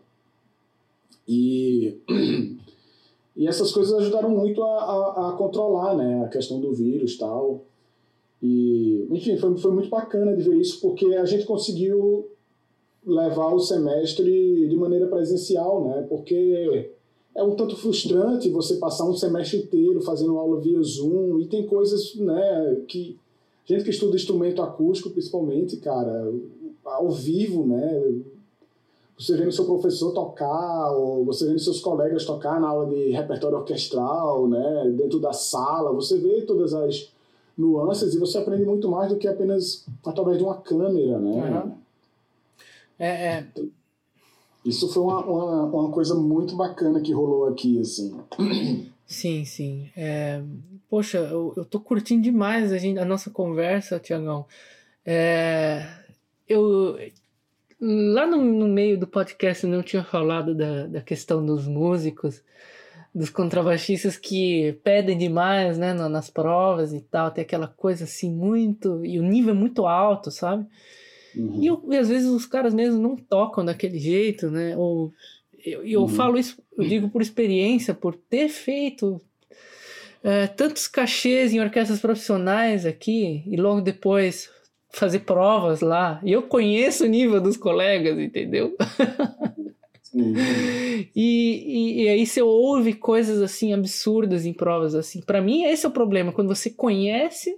E, e essas coisas ajudaram muito a, a, a controlar, né, a questão do vírus e tal. E, enfim, foi, foi muito bacana de ver isso, porque a gente conseguiu levar o semestre de maneira presencial, né, porque é um tanto frustrante você passar um semestre inteiro fazendo aula via Zoom, e tem coisas, né, que... Gente que estuda instrumento acústico, principalmente, cara, ao vivo, né? Você vendo seu professor tocar, ou você vendo seus colegas tocar na aula de repertório orquestral, né? Dentro da sala, você vê todas as nuances e você aprende muito mais do que apenas através de uma câmera, né? Uhum. É, é. Isso foi uma, uma, uma coisa muito bacana que rolou aqui, assim. Sim, sim. É, poxa, eu, eu tô curtindo demais a, gente, a nossa conversa, Tiagão. É, eu, lá no, no meio do podcast eu não tinha falado da, da questão dos músicos, dos contrabaixistas que pedem demais, né, nas provas e tal, tem aquela coisa assim muito... E o nível é muito alto, sabe? Uhum. E, eu, e às vezes os caras mesmo não tocam daquele jeito, né? Ou... Eu, eu uhum. falo isso, eu digo por experiência, por ter feito é, tantos cachês em orquestras profissionais aqui e logo depois fazer provas lá. E eu conheço o nível dos colegas, entendeu? Uhum. e, e, e aí você ouve coisas assim absurdas em provas assim. Para mim esse é o problema, quando você conhece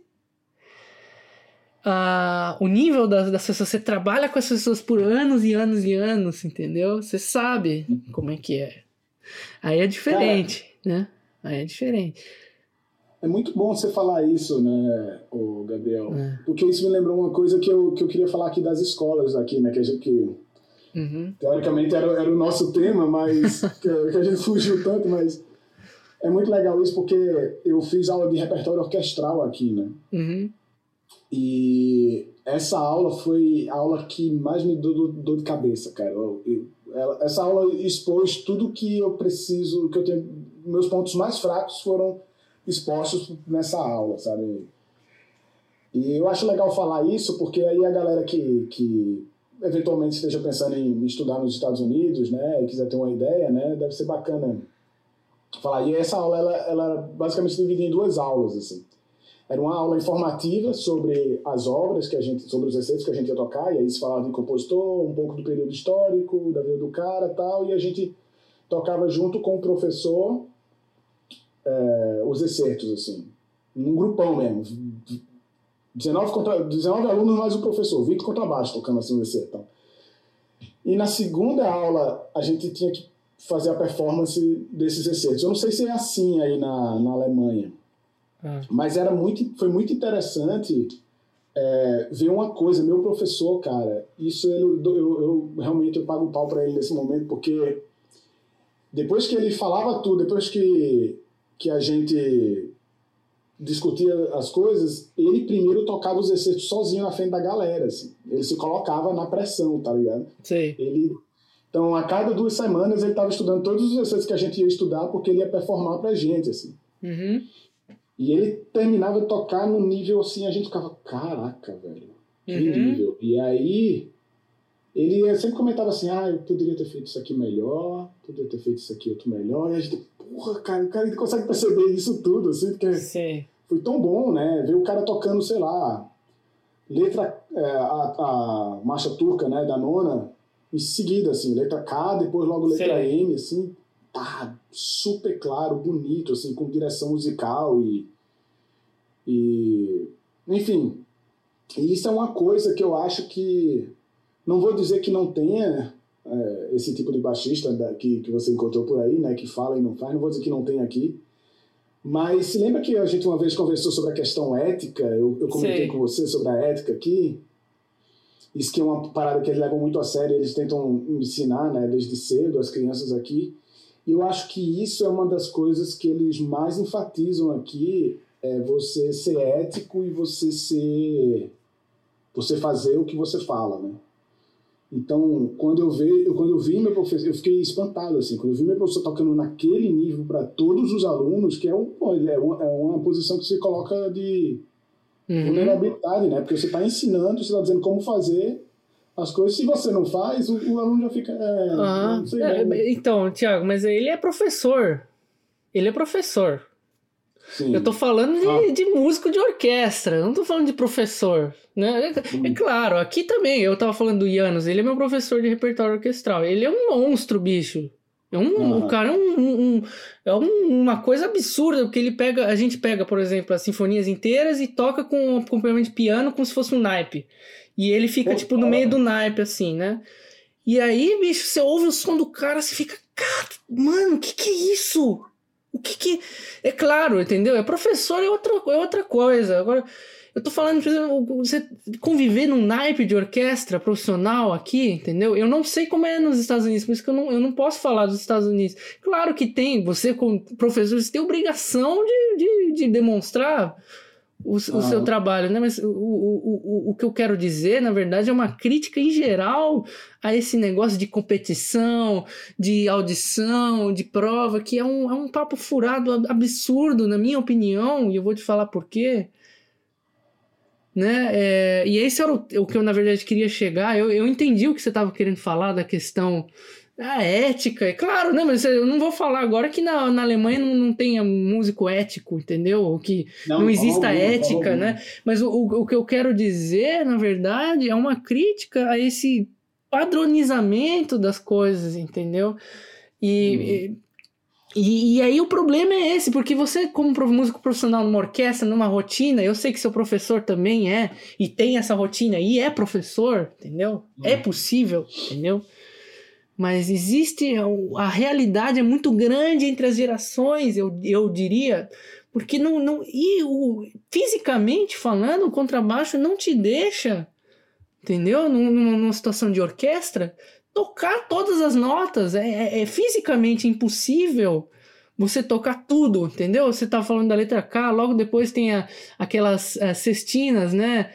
Uh, o nível das, das pessoas, você trabalha com as pessoas por anos e anos e anos, entendeu? Você sabe como é que é. Aí é diferente, Cara, né? Aí é diferente. É muito bom você falar isso, né, ô Gabriel? É. Porque isso me lembrou uma coisa que eu, que eu queria falar aqui das escolas aqui, né? Que a gente, que, uhum. teoricamente era, era o nosso tema, mas que, que a gente fugiu tanto, mas é muito legal isso porque eu fiz aula de repertório orquestral aqui, né? Uhum. E essa aula foi a aula que mais me deu dor de cabeça, cara. Eu, eu, ela, essa aula expôs tudo que eu preciso, que eu tenho, meus pontos mais fracos foram expostos nessa aula, sabe? E eu acho legal falar isso porque aí a galera que, que eventualmente esteja pensando em estudar nos Estados Unidos, né, e quiser ter uma ideia, né, deve ser bacana falar. E essa aula, ela, ela basicamente dividida em duas aulas, assim. Era uma aula informativa sobre as obras que a gente, sobre os receitos que a gente ia tocar, e aí se falava de compositor, um pouco do período histórico, da vida do cara e tal, e a gente tocava junto com o professor é, os excertos, assim, num grupão mesmo. dezenove, contra, dezenove alunos mais o professor, vinte contrabaixo tocando assim o excerto. Então. E na segunda aula a gente tinha que fazer a performance desses excertos. Eu não sei se é assim aí na, na Alemanha, ah. mas era muito, foi muito interessante é, ver uma coisa. Meu professor, cara, isso eu, eu, eu realmente eu pago o pau para ele nesse momento, porque depois que ele falava tudo, depois que, que a gente discutia as coisas, ele primeiro tocava os excertos sozinho na frente da galera, assim. Ele se colocava na pressão, tá ligado? Sim. Ele, então, a cada duas semanas, ele estava estudando todos os excertos que a gente ia estudar, porque ele ia performar pra gente, assim. Uhum. E ele terminava de tocar no nível, assim, a gente ficava, caraca, velho, que uhum. nível. E aí, ele sempre comentava assim, ah, eu poderia ter feito isso aqui melhor, poderia ter feito isso aqui outro melhor, e a gente, porra, cara, o cara consegue perceber isso tudo, assim, porque Sim. foi tão bom, né, ver o cara tocando, sei lá, letra, é, a, a marcha turca, né, da nona, em seguida, assim, letra K, depois logo letra Sim. M, assim, tá super claro, bonito, assim, com direção musical e, e enfim, e isso é uma coisa que eu acho que não vou dizer que não tenha é, esse tipo de baixista da, que, que você encontrou por aí, né, que fala e não faz, não vou dizer que não tem aqui, mas se lembra que a gente uma vez conversou sobre a questão ética, eu, eu comentei Sim. com você sobre a ética aqui, isso que é uma parada que eles levam muito a sério, eles tentam ensinar, né, desde cedo as crianças aqui, e eu acho que isso é uma das coisas que eles mais enfatizam aqui, é você ser ético e você ser, você fazer o que você fala, né. Então, quando eu, vi, eu, quando eu vi meu professor, eu fiquei espantado, assim, quando eu vi meu professor tocando naquele nível para todos os alunos, que é, um, é, uma, é uma posição que você coloca de uhum. vulnerabilidade, né? Porque você está ensinando, você está dizendo como fazer as coisas, se você não faz, o, o aluno já fica... É, uhum. não sei, é, né? Então, Thiago, mas ele é professor. Ele é professor. Sim. Eu tô falando de, ah. de músico de orquestra, eu não tô falando de professor, né? É, é claro, aqui também, eu tava falando do Janos, ele é meu professor de repertório orquestral, ele é um monstro, bicho. É um, ah. O cara é, um, um, é um, uma coisa absurda, porque ele pega, a gente pega, por exemplo, as sinfonias inteiras e toca com um acompanhamento de piano como se fosse um naipe. E ele fica, Pô, tipo, no meio do naipe, assim, né? E aí, bicho, você ouve o som do cara, você fica, cara, mano, o que que é isso? O que que... É claro, entendeu? É professor, é outra, é outra coisa. Agora, eu tô falando, por exemplo, você conviver num naipe de orquestra profissional aqui, entendeu? Eu não sei como é nos Estados Unidos, por isso que eu não, eu não posso falar dos Estados Unidos. Claro que tem, você como professor, você tem obrigação de, de, de demonstrar o, o ah. seu trabalho, né? Mas o, o, o, o que eu quero dizer, na verdade, é uma crítica em geral a esse negócio de competição, de audição, de prova, que é um, é um papo furado absurdo, na minha opinião, e eu vou te falar por quê. Né? É, e esse era o, o que eu, na verdade, queria chegar. Eu, eu entendi o que você estava querendo falar da questão da ética, é claro, né? Mas eu não vou falar agora que na, na Alemanha não, não tenha músico ético, entendeu? Ou que não, não exista alguma, ética, né? Mas o, o, o que eu quero dizer, na verdade, é uma crítica a esse padronizamento das coisas, entendeu? E... Hum. E, e aí o problema é esse, porque você, como músico profissional numa orquestra, numa rotina, eu sei que seu professor também é, e tem essa rotina, e é professor, entendeu? Hum. É possível, entendeu? Mas existe, a realidade é muito grande entre as gerações, eu, eu diria, porque não, não, e o, fisicamente falando, o contrabaixo não te deixa, entendeu? Numa, numa situação de orquestra, tocar todas as notas, é, é, é fisicamente impossível você tocar tudo, entendeu? Você tá falando da letra K, logo depois tem a, aquelas a, cestinas, né?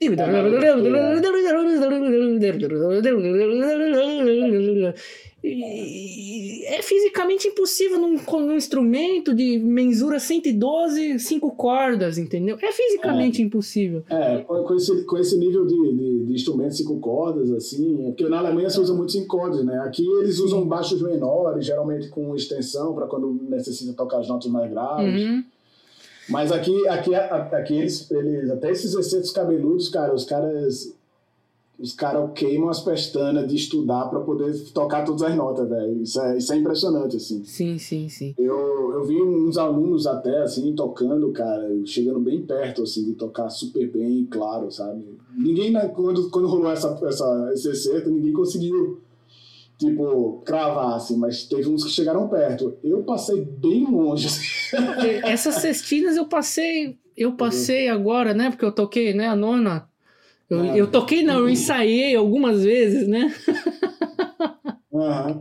E é fisicamente impossível num, num instrumento de mensura cento e doze, cinco cordas, entendeu? É fisicamente é, impossível. É, com esse, com esse nível de, de, de instrumentos cinco cordas, assim, porque na Alemanha se usa muito cinco cordas, né? Aqui eles usam Sim. baixos menores, geralmente com extensão, para quando necessita tocar as notas mais graves. Uhum. Mas aqui, aqui, aqui eles, eles, até esses excetos cabeludos, cara, os caras... Os caras queimam as pestanas de estudar para poder tocar todas as notas, velho. Isso é, isso é impressionante, assim. Sim, sim, sim. Eu, eu vi uns alunos até, assim, tocando, cara, chegando bem perto, assim, de tocar super bem, claro, sabe? Ninguém, quando, quando rolou essa, essa, esse excerto, ninguém conseguiu, tipo, cravar, assim, mas teve uns que chegaram perto. Eu passei bem longe, assim. Essas cestinas eu passei, eu passei uhum. agora, né, porque eu toquei, né, a nona... Eu, ah, eu toquei, não, eu ensaiei algumas vezes, né? Uhum.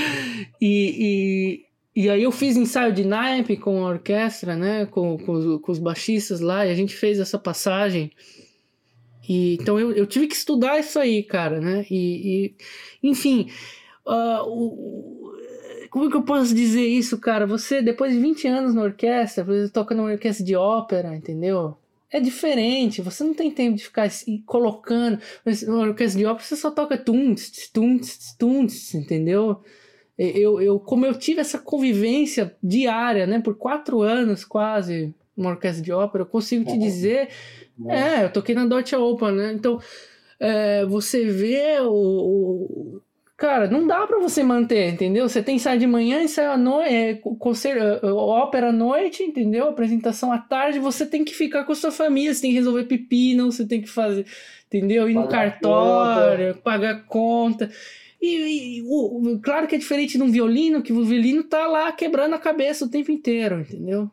E, e, e aí eu fiz ensaio de naipe com a orquestra, né? Com, com, com os baixistas lá, e a gente fez essa passagem. E, então eu, eu tive que estudar isso aí, cara, né? E, e enfim, uh, o, como é que eu posso dizer isso, cara? Você, depois de vinte anos na orquestra, você toca numa orquestra de ópera, entendeu? É diferente, você não tem tempo de ficar assim, colocando. Na orquestra de ópera você só toca tunts, tunts, tunts, entendeu? Eu, eu, como eu tive essa convivência diária, né, por quatro anos quase, numa orquestra de ópera, eu consigo te dizer. É, eu toquei na Deutsche Oper, né? Então, é, você vê o, o. Cara, não dá pra você manter, entendeu? Você tem ensaio de manhã, ensaio à noite, é, concerto, ópera à noite, entendeu? Apresentação à tarde, você tem que ficar com a sua família, você tem que resolver pepino, você tem que fazer, entendeu? Ir no pagar cartório, conta. pagar conta. E, e o, claro que é diferente de um violino, que o violino tá lá quebrando a cabeça o tempo inteiro, entendeu?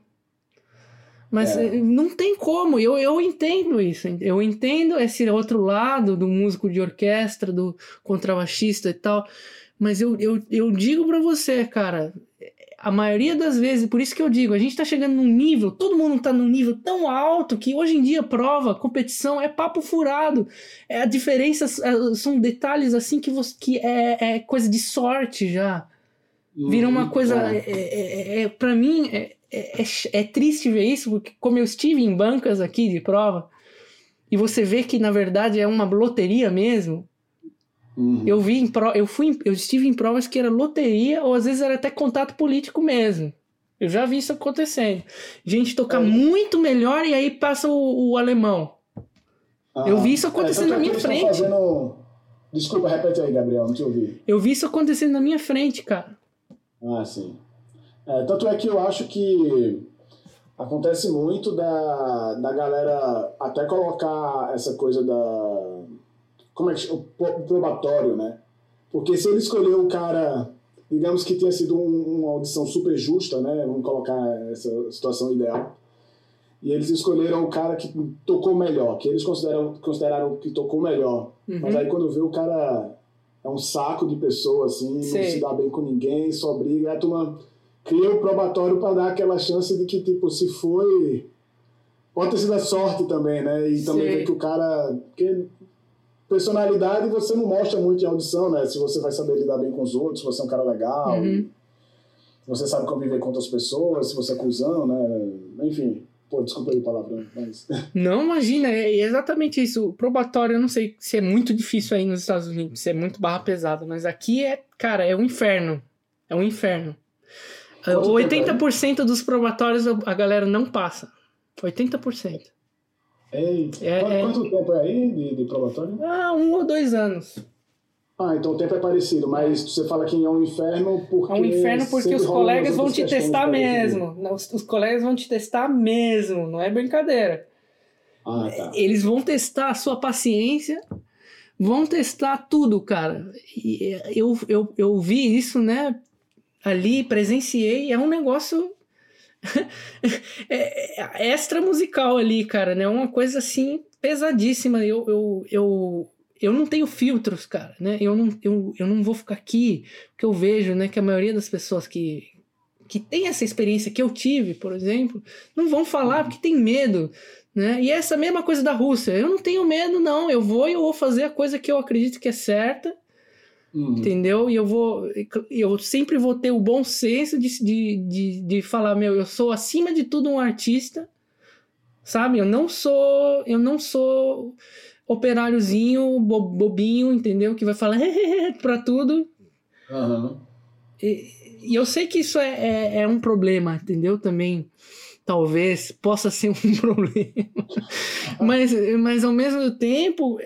Mas é. não tem como, eu, eu entendo isso, eu entendo esse outro lado do músico de orquestra, do contrabaixista e tal, mas eu, eu, eu digo pra você, cara, a maioria das vezes, por isso que eu digo, a gente tá chegando num nível, todo mundo tá num nível tão alto que hoje em dia prova, competição é papo furado, é, a diferença são detalhes assim que, você, que é, é coisa de sorte já, vira uma coisa, é, é, é, pra mim... É, É, é, é triste ver isso, porque como eu estive em bancas aqui de prova, e você vê que na verdade é uma loteria mesmo, uhum. eu vi em pro, eu, fui, eu estive em provas que era loteria, ou às vezes era até contato político mesmo. Eu já vi isso acontecendo. Gente tocar é. muito melhor e aí passa o, o alemão. Ah, eu vi isso acontecendo é, na minha frente. Fazendo... Desculpa, repete aí, Gabriel, não te ouvi. Eu vi isso acontecendo na minha frente, cara. Ah, sim. É, tanto é que eu acho que acontece muito da, da galera até colocar essa coisa da... Como é que chama? O probatório, né? Porque se ele escolher um cara, digamos que tenha sido um, uma audição super justa, né? Vamos colocar essa situação ideal. E eles escolheram o cara que tocou melhor, que eles consideram, consideraram que tocou melhor. Uhum. Mas aí quando vê o cara é um saco de pessoa, assim, Sim. não se dá bem com ninguém, só briga, aí a turma... cria o probatório para dar aquela chance de que, tipo, se foi... Pode ter sido a sorte também, né? E também ver que o cara... Porque personalidade você não mostra muito em audição, né? Se você vai saber lidar bem com os outros, se você é um cara legal, uhum. se você sabe conviver com outras pessoas, se você é cuzão, né? Enfim, pô, desculpa aí o palavrão, mas... Não, imagina, é exatamente isso. O probatório, eu não sei se é muito difícil aí nos Estados Unidos, se é muito barra pesada, mas aqui é, cara, é um inferno. É um inferno. Quanto oitenta por cento dos probatórios a galera não passa. oitenta por cento. Ei, é, quanto, é... quanto tempo é aí de, de probatório? Ah, um ou dois anos. Ah, então o tempo é parecido, mas você fala que é um inferno porque... É um inferno porque os colegas vão te testar mesmo. Os, os colegas vão te testar mesmo, não é brincadeira. Ah, tá. Eles vão testar a sua paciência, vão testar tudo, cara. E eu, eu, eu vi isso, né? Ali, presenciei, é um negócio é extra musical ali, cara, né? Uma coisa assim pesadíssima. Eu, eu, eu, eu não tenho filtros, cara, né? Eu não, eu, eu não vou ficar aqui, porque eu vejo, né, que a maioria das pessoas que, que têm essa experiência que eu tive, por exemplo, não vão falar porque tem medo, né? E é essa mesma coisa da Rússia. Eu não tenho medo, não. Eu vou e eu vou fazer a coisa que eu acredito que é certa, uhum. entendeu? E eu vou... Eu sempre vou ter o bom senso de, de, de, de falar, meu, eu sou acima de tudo um artista, sabe? Eu não sou... Eu não sou operáriozinho, bobinho, entendeu? Que vai falar pra tudo. Uhum. E, e eu sei que isso é, é, é um problema, entendeu? Também, talvez, possa ser um problema. mas, mas, ao mesmo tempo,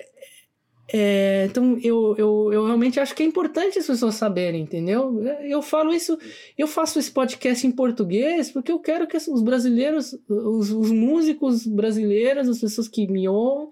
é, então, eu, eu, eu realmente acho que é importante as pessoas saberem, entendeu? Eu falo isso, eu faço esse podcast em português porque eu quero que os brasileiros, os, os músicos brasileiros, as pessoas que me ouvem,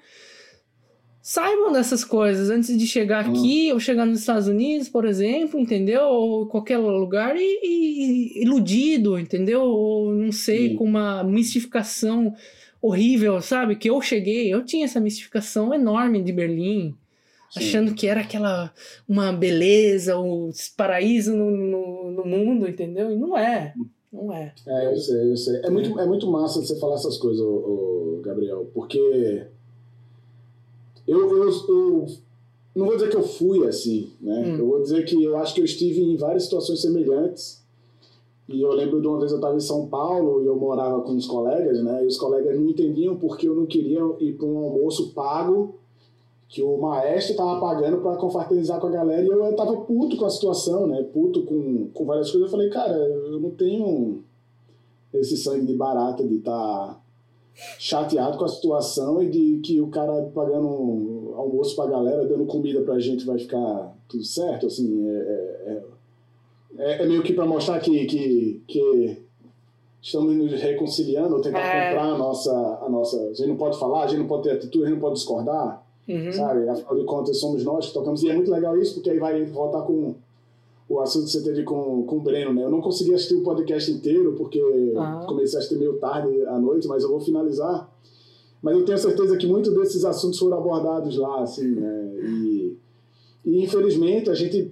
saibam dessas coisas antes de chegar aqui, uhum. ou chegar nos Estados Unidos, por exemplo, entendeu? Ou qualquer lugar e, e iludido, entendeu? Ou não sei, Sim. com uma mistificação horrível, sabe? Que eu cheguei, eu tinha essa mistificação enorme de Berlim, Sim. achando que era aquela, uma beleza, um paraíso no, no, no mundo, entendeu? E não é, não é. É, eu sei, eu sei. É muito, é muito massa você falar essas coisas, ô, ô, Gabriel, porque... Eu, eu, eu não vou dizer que eu fui assim, né? Hum. Eu vou dizer que eu acho que eu estive em várias situações semelhantes. E eu lembro de uma vez eu estava em São Paulo e eu morava com uns colegas, né? E os colegas não entendiam porque eu não queria ir para um almoço pago que o maestro estava pagando para confraternizar com a galera. E eu estava puto com a situação, né? Puto com, com várias coisas. Eu falei, cara, eu não tenho esse sangue de barata de estar... Tá chateado com a situação e de que o cara pagando um almoço pra galera, dando comida pra gente, vai ficar tudo certo, assim, é, é, é meio que pra mostrar que, que, que estamos nos reconciliando, ou tentar é. comprar a nossa, a nossa... A gente não pode falar, a gente não pode ter atitude, a gente não pode discordar, uhum. sabe? Afinal de contas, somos nós que tocamos, e é muito legal isso, porque aí vai voltar com o assunto que você teve com, com o Breno, né? Eu não consegui assistir o podcast inteiro, porque ah. comecei a assistir meio tarde à noite, mas eu vou finalizar. Mas eu tenho certeza que muitos desses assuntos foram abordados lá, assim, né? E, e infelizmente, a gente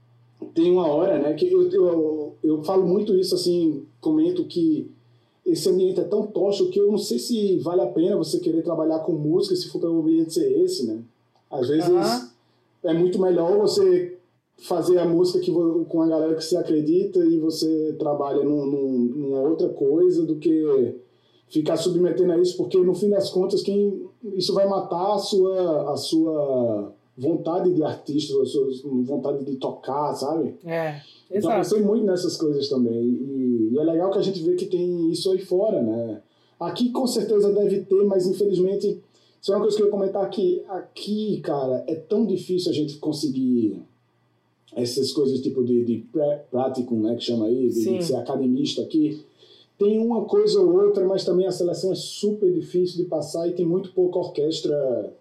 tem uma hora, né? Que eu, eu, eu falo muito isso, assim, comento que esse ambiente é tão tóxico que eu não sei se vale a pena você querer trabalhar com música se for para o ambiente ser esse, né? Às vezes ah. é muito melhor você... fazer a música que, com a galera que você acredita e você trabalha num, num, numa outra coisa do que ficar submetendo a isso, porque no fim das contas quem, isso vai matar a sua, a sua vontade de artista, a sua vontade de tocar, sabe? É, exato. Então eu pensei muito nessas coisas também e, e é legal que a gente vê que tem isso aí fora, né? Aqui com certeza deve ter, mas infelizmente isso é uma coisa que eu ia comentar aqui. Aqui, cara, é tão difícil a gente conseguir essas coisas tipo de, de practicum, né, que chama aí, de, de ser academista aqui. Tem uma coisa ou outra, mas também a seleção é super difícil de passar e tem muito pouca orquestra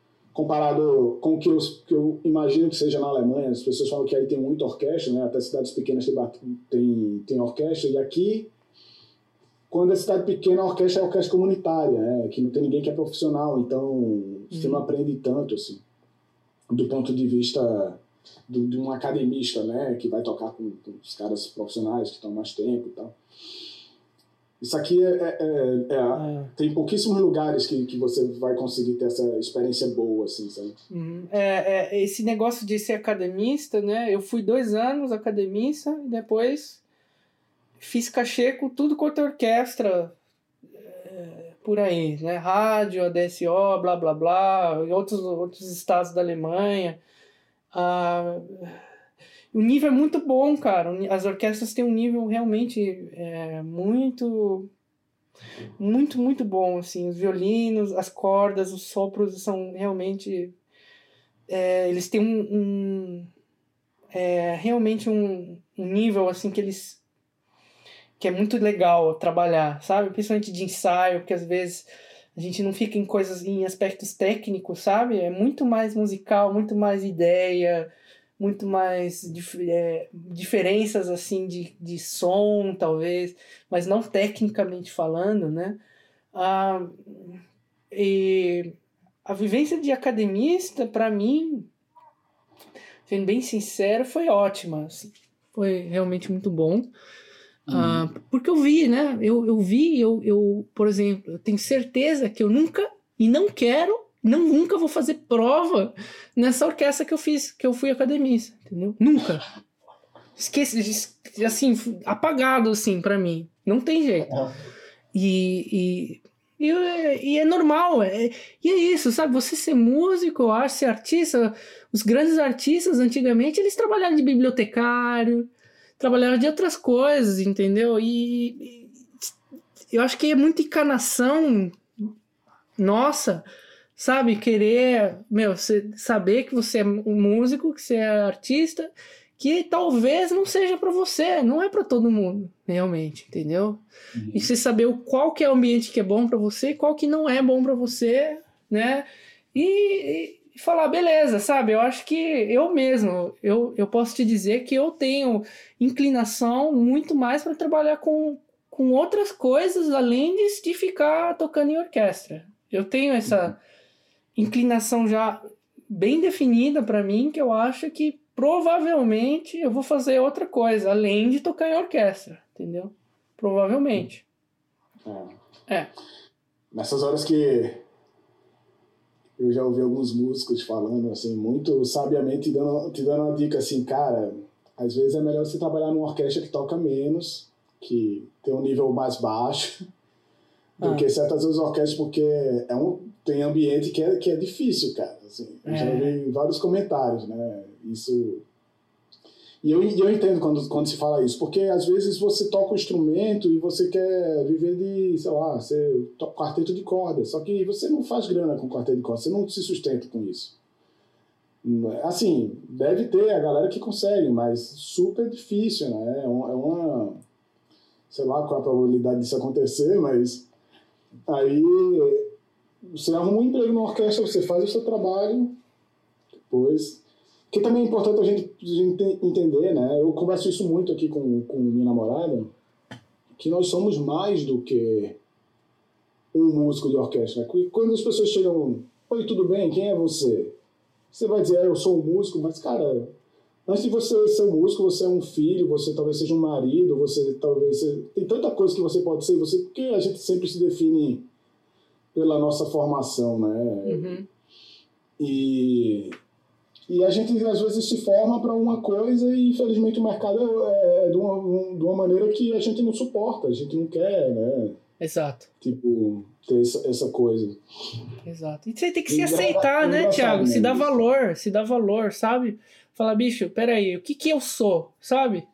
comparado com o que eu, que eu imagino que seja na Alemanha. As pessoas falam que aí tem muita orquestra, né, até cidades pequenas tem, tem, tem orquestra, e aqui, quando é cidade pequena, a orquestra é a orquestra comunitária, né, que não tem ninguém que é profissional, então você não aprende tanto, assim, do ponto de vista... Do, de um academista, né, que vai tocar com, com os caras profissionais que estão mais tempo e tal. Isso aqui é, é, é, é, é. Tem pouquíssimos lugares que, que você vai conseguir ter essa experiência boa, assim, sabe? Uhum. É, é, esse negócio de ser academista, né, eu fui dois anos academista e depois fiz cachê com tudo quanto é orquestra é, por aí, né, rádio, A D S O, blá, blá, blá, em outros, outros estados da Alemanha. Ah, o nível é muito bom, cara. As orquestras têm um nível realmente é, muito, muito, muito bom. Assim, os violinos, as cordas, os sopros são realmente... É, eles têm um... um é, realmente um, um nível assim que eles... que é muito legal trabalhar, sabe? Principalmente de ensaio, porque às vezes... A gente não fica em coisas, em aspectos técnicos, sabe? É muito mais musical, muito mais ideia, muito mais dif- é, diferenças, assim, de, de som, talvez, mas não tecnicamente falando, né? Ah, e a vivência de academista, para mim, sendo bem sincero, foi ótima, assim. Foi realmente muito bom. Ah, porque eu vi, né? Eu, eu vi, eu, eu, por exemplo, eu tenho certeza que eu nunca, e não quero, não, nunca vou fazer prova nessa orquestra que eu fiz, que eu fui academista, entendeu? Nunca. Esqueci, assim, apagado, assim, pra mim. Não tem jeito. E, e, e, e é normal. É, e é isso, sabe? Você ser músico, eu acho, ser artista. Os grandes artistas, antigamente, eles trabalharam de bibliotecário, trabalharam de outras coisas, entendeu? E, e eu acho que é muita encanação nossa, sabe? Querer, meu, você saber que você é um músico, que você é artista, que talvez não seja para você, não é para todo mundo, realmente, entendeu? Uhum. E você saber o, qual que é o ambiente que é bom para você e qual que não é bom para você, né? E, e falar, beleza, sabe? Eu acho que eu mesmo, eu, eu posso te dizer que eu tenho inclinação muito mais para trabalhar com, com outras coisas, além de, de ficar tocando em orquestra. Eu tenho essa inclinação já bem definida para mim, que eu acho que provavelmente eu vou fazer outra coisa, além de tocar em orquestra, entendeu? Provavelmente. É. É. Nessas horas que eu já ouvi alguns músicos falando, assim, muito sabiamente, te dando, te dando uma dica, assim, cara, às vezes é melhor você trabalhar numa orquestra que toca menos, que tem um nível mais baixo, do ah. que certas vezes orquestras, porque é um, tem ambiente que é, que é difícil, cara. Assim, eu é. já ouvi vários comentários, né? Isso... E eu, eu entendo quando, quando se fala isso, porque às vezes você toca um instrumento e você quer viver de, sei lá, você toca quarteto de corda, só que você não faz grana com quarteto de corda, você não se sustenta com isso. Assim, deve ter a galera que consegue, mas super difícil, né? É uma... Sei lá qual a probabilidade disso acontecer, mas aí você arruma um emprego na orquestra, você faz o seu trabalho, depois... Que também é importante a gente, a gente entender, né? Eu converso isso muito aqui com, com minha namorada, que nós somos mais do que um músico de orquestra. Quando as pessoas chegam, oi, tudo bem? Quem é você? Você vai dizer, ah, eu sou um músico, mas, cara, antes de você ser um músico, você é um filho, você talvez seja um marido, você talvez seja... Tem tanta coisa que você pode ser, você... porque a gente sempre se define pela nossa formação, né? Uhum. E... E a gente, às vezes, se forma para uma coisa e, infelizmente, o mercado é de uma, de uma maneira que a gente não suporta, a gente não quer, né? Exato. Tipo, ter essa, essa coisa. Exato. E você tem que se aceitar, né, Thiago? Se dá valor, se dá valor, sabe? Falar, bicho, peraí, o que que eu sou, sabe?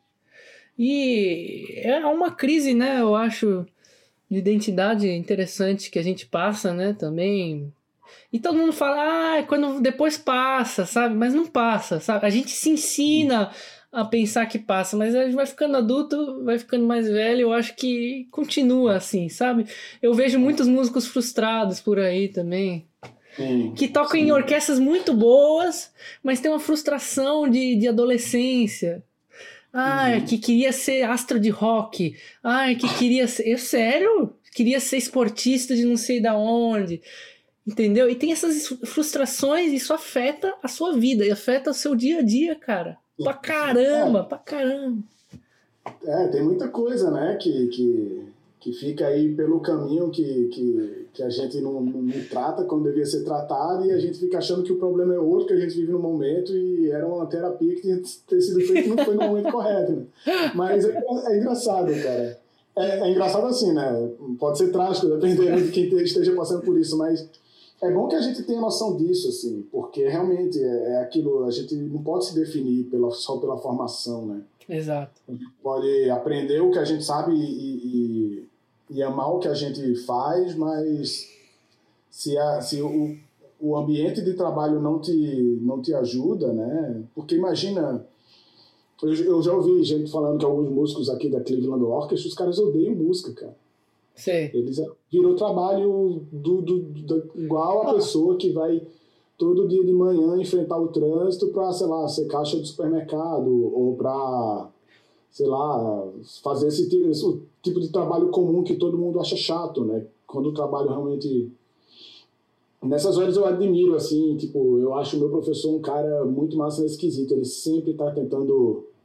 E é uma crise, né, eu acho, de identidade interessante que a gente passa, né, também... E todo mundo fala, ah, quando depois passa, sabe? Mas não passa, sabe? A gente se ensina a pensar que passa, mas a gente vai ficando adulto, vai ficando mais velho, eu acho que continua assim, sabe? Eu vejo muitos músicos frustrados por aí também, sim, que tocam sim. em orquestras muito boas, mas tem uma frustração de, de adolescência. Ah, uhum. que queria ser astro de rock. Ah, que queria ser... Eu, sério? Queria ser esportista de não sei da onde... Entendeu? E tem essas frustrações e isso afeta a sua vida e afeta o seu dia a dia, cara. Pra caramba, é. pra caramba. É, tem muita coisa, né, que, que, que fica aí pelo caminho que, que, que a gente não, não, não trata como devia ser tratado e a gente fica achando que o problema é outro, que a gente vive no momento e era uma terapia que tinha que ter sido feita e não foi no momento correto, né? Mas é, é engraçado, cara. É, é engraçado assim, né? Pode ser trágico, dependendo de quem esteja passando por isso, mas... É bom que a gente tenha noção disso, assim, porque realmente é, é aquilo, a gente não pode se definir pela, só pela formação, né? Exato. A gente pode aprender o que a gente sabe e, e, e amar o que a gente faz, mas se, a, se o, o ambiente de trabalho não te, não te ajuda, né? Porque imagina, eu, eu já ouvi gente falando que alguns músicos aqui da Cleveland Orchestra, os caras odeiam música, cara. Sim. Eles virou trabalho do, do, do, igual a ah. pessoa que vai todo dia de manhã enfrentar o trânsito para, sei lá, ser caixa de supermercado ou para, sei lá, fazer esse, esse tipo de trabalho comum que todo mundo acha chato, né? Quando o trabalho realmente... Nessas horas eu admiro, assim, tipo, eu acho o meu professor um cara muito massa nesse quesito. Ele sempre está tentando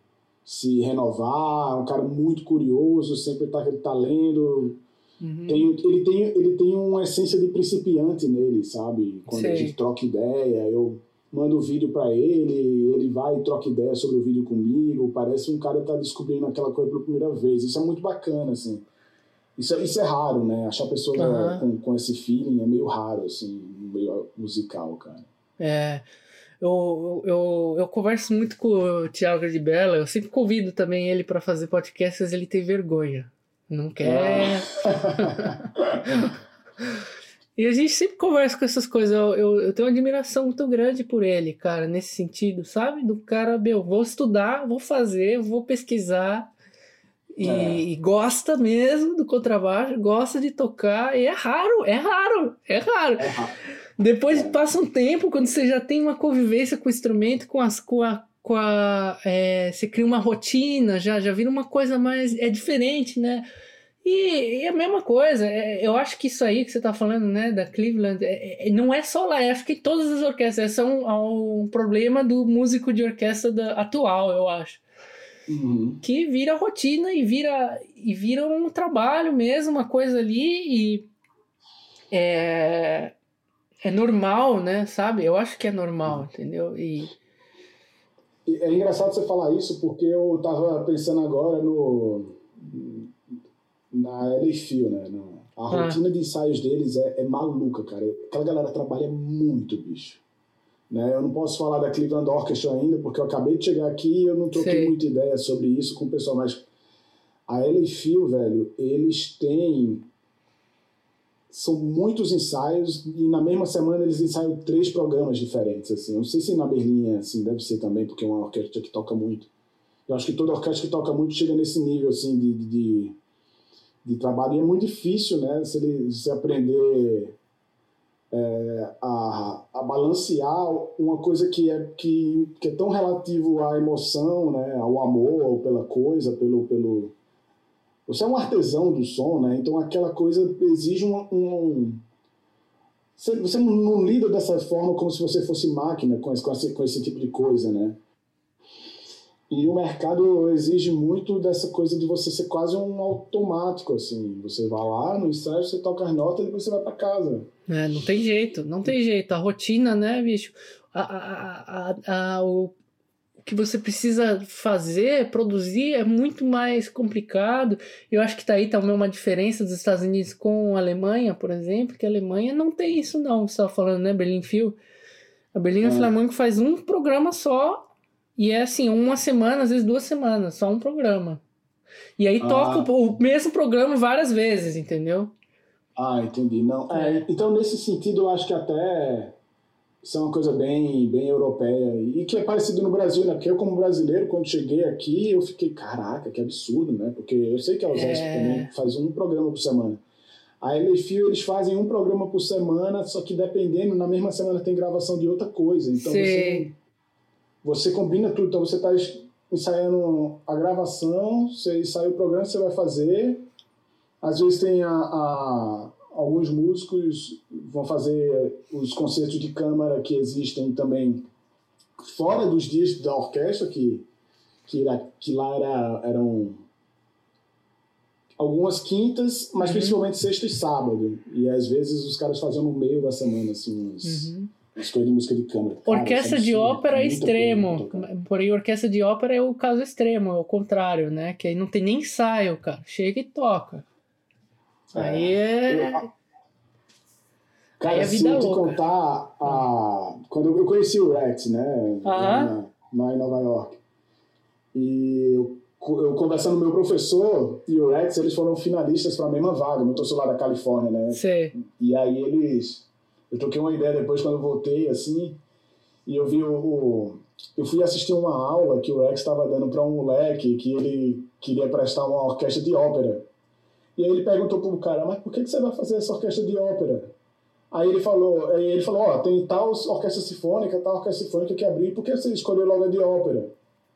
se renovar, um cara muito curioso, sempre tá, tá lendo. Uhum. Tem, ele, tem, ele tem uma essência de principiante nele, sabe? Quando Sei. a gente troca ideia, eu mando o vídeo para ele, ele vai e troca ideia sobre o vídeo comigo, parece um cara que tá descobrindo aquela coisa pela primeira vez. Isso é muito bacana, assim. Isso, isso é raro, né? Achar pessoas uhum. com, com esse feeling é meio raro, assim, meio musical, cara. É... Eu, eu, eu converso muito com o Thiago de Bella, eu sempre convido também ele para fazer podcasts, ele tem vergonha, não quer. Ah. E a gente sempre conversa com essas coisas, eu, eu, eu tenho uma admiração muito grande por ele, cara, nesse sentido, sabe? Do cara, meu, vou estudar, vou fazer, vou pesquisar, e, é. e gosta mesmo do contrabaixo, gosta de tocar, e é raro, é raro, é raro. É raro. Depois passa um tempo, quando você já tem uma convivência com o instrumento, com, as, com a... Com a é, você cria uma rotina, já, já vira uma coisa mais... É diferente, né? E, e a mesma coisa, é, eu acho que isso aí que você tá falando, né, da Cleveland, é, é, não é só lá, acho que em todas as orquestras. Esse é um, um problema do músico de orquestra da, atual, eu acho. Uhum. Que vira rotina e vira, e vira um trabalho mesmo, uma coisa ali, e... É... É normal, né? Sabe? Eu acho que é normal, entendeu? E... É engraçado você falar isso, porque eu tava pensando agora no... na L A Phil, né? A rotina ah. de ensaios deles é, é maluca, cara. Aquela galera trabalha muito, bicho. Né? Eu não posso falar da Cleveland Orchestra ainda, porque eu acabei de chegar aqui e eu não troquei Sei. muita ideia sobre isso com o pessoal, mas a L A Phil, velho, eles têm... São muitos ensaios e na mesma semana eles ensaiam três programas diferentes, assim. Não sei se na Berlim assim, deve ser também, porque é uma orquestra que toca muito. Eu acho que toda orquestra que toca muito chega nesse nível, assim, de, de, de trabalho. E é muito difícil, né, se ele se aprender é, a, a balancear uma coisa que é, que, que é tão relativo à emoção, né, ao amor pela coisa, pelo... pelo Você é um artesão do som, né? Então aquela coisa exige um... um... Você, você não lida dessa forma como se você fosse máquina com esse, com, esse, com esse tipo de coisa, né? E o mercado exige muito dessa coisa de você ser quase um automático, assim. Você vai lá no ensaio, você toca as notas e depois você vai para casa. É, não tem jeito, não tem jeito. A rotina, né, bicho? A, a, a, a, o... O que você precisa fazer, produzir, é muito mais complicado. Eu acho que tá aí também uma diferença dos Estados Unidos com a Alemanha, por exemplo, que a Alemanha não tem isso não, você estava falando, né, Berlin Phil? A Berlin Philharmonic é. faz um programa só, e é assim, uma semana, às vezes duas semanas, só um programa. E aí ah. toca o, o mesmo programa várias vezes, entendeu? Ah, entendi. Não, é, então, nesse sentido, eu acho que até... Isso é uma coisa bem, bem europeia e que é parecido no Brasil, né? Porque eu, como brasileiro, quando cheguei aqui, eu fiquei, caraca, que absurdo, né? Porque eu sei que a USESP é... também faz um programa por semana. A L A Phil, eles fazem um programa por semana, só que dependendo, na mesma semana tem gravação de outra coisa. Então você, você combina tudo. Então você está ensaiando a gravação, você ensaia o programa que você vai fazer. Às vezes tem a... a alguns músicos vão fazer os concertos de câmara que existem também fora dos dias da orquestra, que, que, era, que lá era, eram algumas quintas, mas uhum. principalmente sexta e sábado. E às vezes os caras faziam no meio da semana, assim, umas, uhum. umas coisas de música de câmara. Cara, orquestra de ópera é extremo, porém orquestra de ópera é o caso extremo, é o contrário, né? Que aí não tem nem ensaio, cara. Chega e toca. Aí é... Eu, cara, aí é vida se eu louca. te contar, a... quando eu conheci o Rex, né, lá, na, lá em Nova York, e eu, eu conversando com o meu professor e o Rex, eles foram finalistas para a mesma vaga, no torcedor lá da Califórnia, né, Sim. E aí eles, eu troquei uma ideia depois quando eu voltei, assim, e eu vi o, o eu fui assistir uma aula que o Rex estava dando para um moleque que ele queria prestar uma orquestra de ópera. E aí ele perguntou pro cara, mas por que você vai fazer essa orquestra de ópera? Aí ele falou, aí ele falou, ó, tem tal orquestra sinfônica, tal orquestra sinfônica que abriu, por que você escolheu logo a de ópera?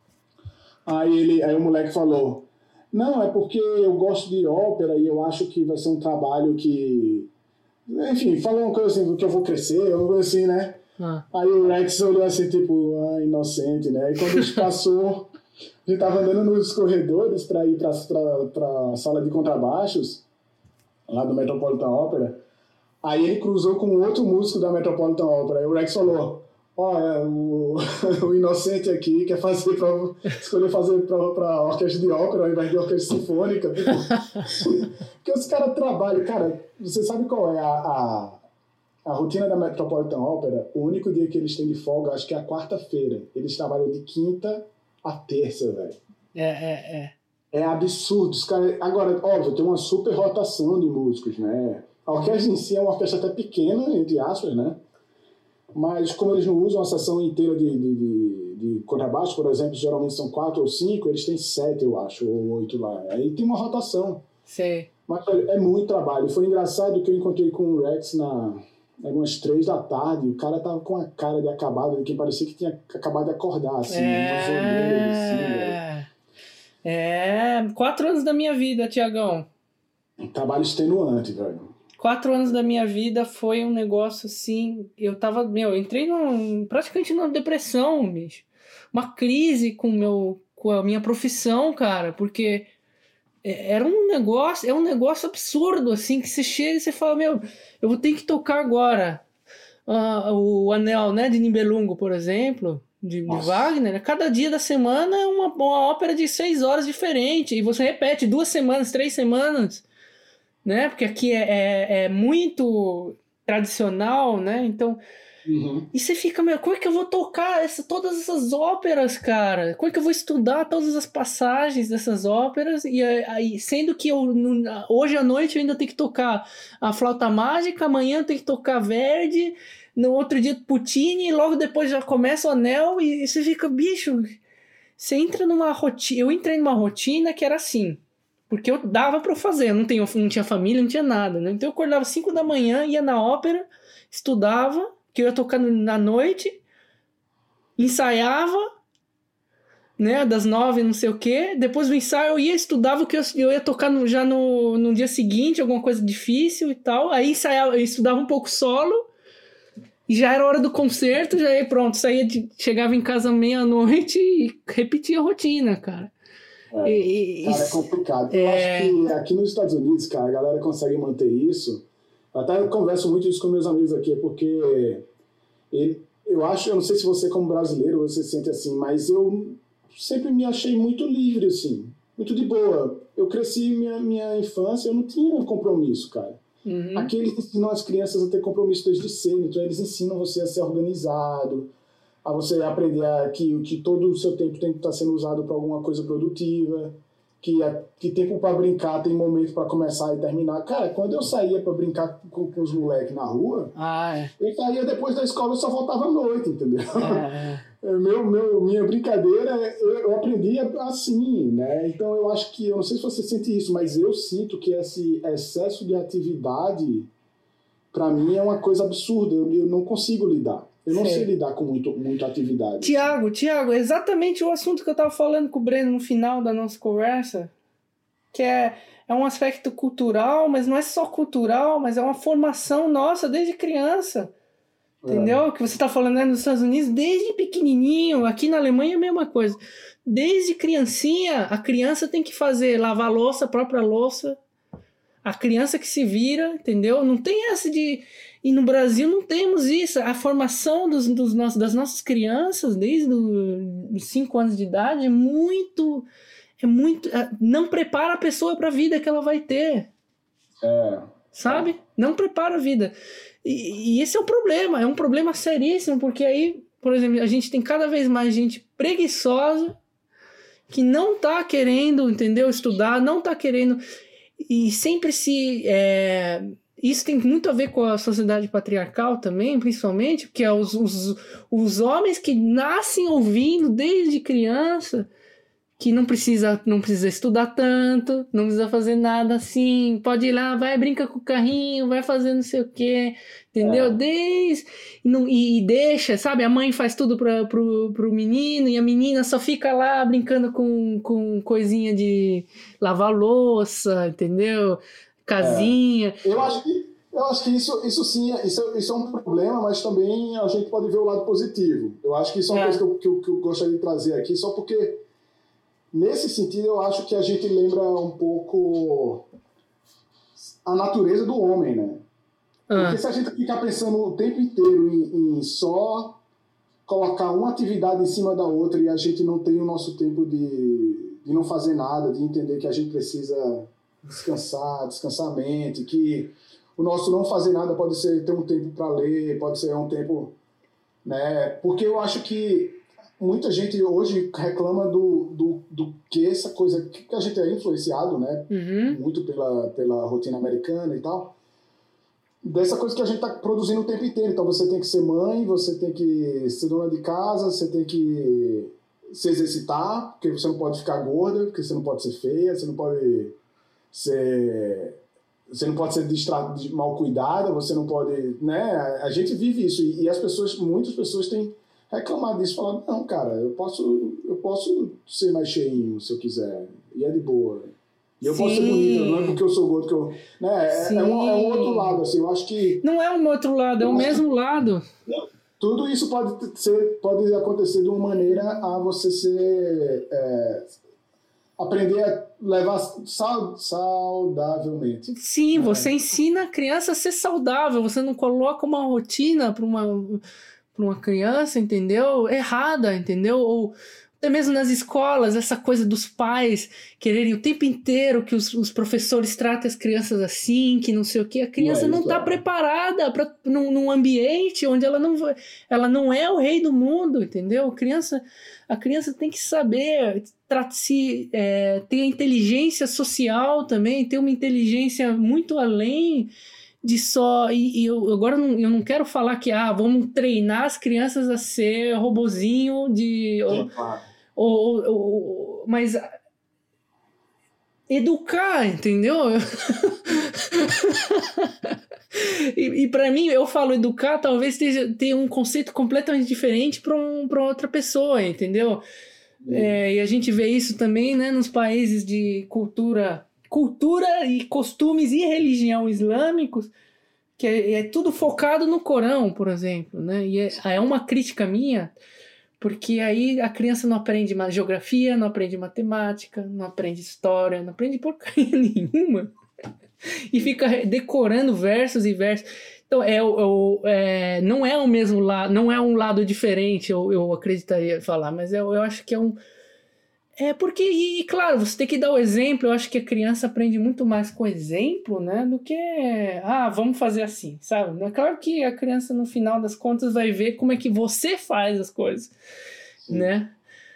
Aí, ele, aí o moleque falou, não, é porque eu gosto de ópera e eu acho que vai ser um trabalho que... Enfim, falou uma coisa assim, que eu vou crescer, uma coisa assim, né? Ah. Aí o Rex olhou assim, tipo, ah, inocente, né? E quando isso passou... A gente tava andando nos corredores para ir para a sala de contrabaixos, lá do Metropolitan Opera. Aí ele cruzou com outro músico da Metropolitan Opera. Aí o Rex falou: ó, é, o, o inocente aqui quer fazer pra, escolher fazer para orquestra de ópera ao invés de orquestra sinfônica. Porque os caras trabalham. Cara, você sabe qual é a, a, a rotina da Metropolitan Opera? O único dia que eles têm de folga, acho que é a quarta-feira. Eles trabalham de quinta a terça, velho. É, é, é. É absurdo. Os caras... Agora, óbvio, tem uma super rotação de músicos, né? A orquestra em si é uma orquestra até pequena, entre aspas, né? Mas como eles não usam a seção inteira de, de, de, de contrabaixo, por exemplo, geralmente são quatro ou cinco, eles têm sete, eu acho, ou oito lá. Aí tem uma rotação. Sei. Mas é muito trabalho. Foi engraçado que eu encontrei com o Rex na... umas três da tarde, o cara tava com a cara de acabado, de quem parecia que tinha acabado de acordar, assim, é... assim, é, quatro anos da minha vida, Tiagão. Um trabalho extenuante, velho. Quatro anos da minha vida foi um negócio assim, eu tava, meu, eu entrei num, praticamente numa depressão, bicho. Uma crise com, meu, com a minha profissão, cara, porque era um negócio, é um negócio absurdo, assim, que você chega e você fala, meu, eu vou ter que tocar agora uh, o Anel, né, de Nibelungo, por exemplo, de, de Wagner. Cada dia da semana é uma, uma ópera de seis horas diferente, e você repete duas semanas, três semanas, né, porque aqui é, é, é muito tradicional, né, então... Uhum. E você fica, meu, como é que eu vou tocar essa, todas essas óperas, cara? Como é que eu vou estudar todas as passagens dessas óperas? E aí, sendo que eu, hoje à noite eu ainda tenho que tocar a Flauta Mágica, amanhã eu tenho que tocar Verdi, no outro dia Puccini, e logo depois já começa o Anel, e, e você fica, bicho, você entra numa rotina. Eu entrei numa rotina que era assim, porque eu dava pra eu fazer, eu não, tenho, não tinha família, não tinha nada, né? Então eu acordava cinco da manhã, ia na ópera, estudava, que eu ia tocar na noite, ensaiava, né, das nove, não sei o quê, depois do ensaio eu ia, estudava o que eu, eu ia tocar no, já no, no dia seguinte, alguma coisa difícil e tal, aí ensaiava, eu estudava um pouco solo, e já era hora do concerto, já ia pronto, saía de, chegava em casa meia-noite e repetia a rotina, cara. É, e, cara, é complicado. É... Eu acho que aqui nos Estados Unidos, cara, a galera consegue manter isso. Até eu converso muito isso com meus amigos aqui, porque ele, eu acho, eu não sei se você como brasileiro você se sente assim, mas eu sempre me achei muito livre, assim, muito de boa. Eu cresci minha, minha infância, eu não tinha compromisso, cara. Uhum. Aqui eles ensinam as crianças a ter compromisso desde cedo, então eles ensinam você a ser organizado, a você aprender a, que, que todo o seu tempo tem que estar sendo usado para alguma coisa produtiva, que, que tempo para brincar tem momento para começar e terminar. Cara, quando eu saía para brincar com, com os moleques na rua, ah, é. eu saía depois da escola e só voltava à noite, entendeu? É. meu, meu, minha brincadeira, eu, eu aprendi assim, né? Então eu acho que, eu não sei se você sente isso, mas eu sinto que esse excesso de atividade, para mim, é uma coisa absurda. Eu, eu não consigo lidar. Eu não sei, sei lidar com muito, muita atividade. Tiago, Tiago, é exatamente o assunto que eu estava falando com o Breno no final da nossa conversa, que é, é um aspecto cultural, mas não é só cultural, mas é uma formação nossa desde criança. É. Entendeu? Que você está falando, né, nos Estados Unidos, desde pequenininho, aqui na Alemanha é a mesma coisa. Desde criancinha, a criança tem que fazer, lavar louça, a própria louça, a criança que se vira, entendeu? Não tem essa de... E no Brasil não temos isso. A formação dos, dos nossos, das nossas crianças, desde os cinco anos de idade, é muito... É muito não prepara a pessoa para a vida que ela vai ter. É. Sabe? Não prepara a vida. E, e esse é um problema. É um problema seríssimo, porque aí, por exemplo, a gente tem cada vez mais gente preguiçosa que não tá querendo, entendeu? Estudar, não tá querendo... E sempre se... É, isso tem muito a ver com a sociedade patriarcal também, principalmente, porque é os, os, os homens que nascem ouvindo desde criança que não precisa, não precisa estudar tanto, não precisa fazer nada assim, pode ir lá, vai, brinca com o carrinho, vai fazer não sei o quê, entendeu? É. Desde, e, não, e, e deixa, sabe? A mãe faz tudo pra, pro, pro menino e a menina só fica lá brincando com, com coisinha de lavar louça, entendeu? Casinha. É. Eu acho que, eu acho que isso, isso sim, isso, isso é um problema, mas também a gente pode ver o lado positivo. Eu acho que isso é uma é. coisa que eu, que, eu, que eu gostaria de trazer aqui, só porque nesse sentido, eu acho que a gente lembra um pouco a natureza do homem, né? Ah. Porque se a gente ficar pensando o tempo inteiro em, em só colocar uma atividade em cima da outra e a gente não tem o nosso tempo de, de não fazer nada, de entender que a gente precisa descansar, descansar a mente, que o nosso não fazer nada pode ser ter um tempo para ler, pode ser um tempo, né? Porque eu acho que muita gente hoje reclama do, do, do que essa coisa que a gente é influenciado, né? Uhum. Muito pela, pela rotina americana e tal, dessa coisa que a gente está produzindo o tempo inteiro. Então você tem que ser mãe, você tem que ser dona de casa, você tem que se exercitar, porque você não pode ficar gorda, porque você não pode ser feia, você não pode ser, você não pode ser distra... mal cuidada, você não pode, né? A gente vive isso e, e as pessoas, muitas pessoas têm reclamado disso, falando, não, cara, eu posso, eu posso ser mais cheinho se eu quiser, e é de boa. E eu Sim. posso ser bonita, não é porque eu sou gordo que eu... Né? É, é, um, é um outro lado, assim, eu acho que... Não é um outro lado, é o mesmo que... lado. Tudo isso pode, ser, pode acontecer de uma maneira a você ser... É, aprender a levar saudavelmente. Sim, né? Você ensina a criança a ser saudável, você não coloca uma rotina para uma, para uma criança, entendeu? Errada, entendeu? Ou... até mesmo nas escolas, essa coisa dos pais quererem o tempo inteiro que os, os professores tratem as crianças assim, que não sei o que. A criança é não está preparada para num, num ambiente onde ela não, ela não é o rei do mundo, entendeu? A criança, a criança tem que saber se, é, ter a inteligência social também, ter uma inteligência muito além de só... E, e eu, agora não, eu não quero falar que ah, vamos treinar as crianças a ser robozinho de... Sim, claro. ou, ou, ou, mas educar, entendeu? e e para mim, eu falo educar, talvez tenha, tenha um conceito completamente diferente para um, para outra pessoa, entendeu? É, e a gente vê isso também, né, nos países de cultura... cultura e costumes e religião islâmicos, que é, é tudo focado no Corão, por exemplo, né? E é, é uma crítica minha, porque aí a criança não aprende mais geografia, não aprende matemática, não aprende história, não aprende porcaria nenhuma, e fica decorando versos e versos. Então, é, é, não é o mesmo lado, não é um lado diferente, eu, eu acreditaria falar, mas eu, eu acho que é um... É porque, e claro, você tem que dar o exemplo. Eu acho que a criança aprende muito mais com exemplo, né, do que, ah, vamos fazer assim, sabe? É claro que a criança, no final das contas, vai ver como é que você faz as coisas, Sim. né?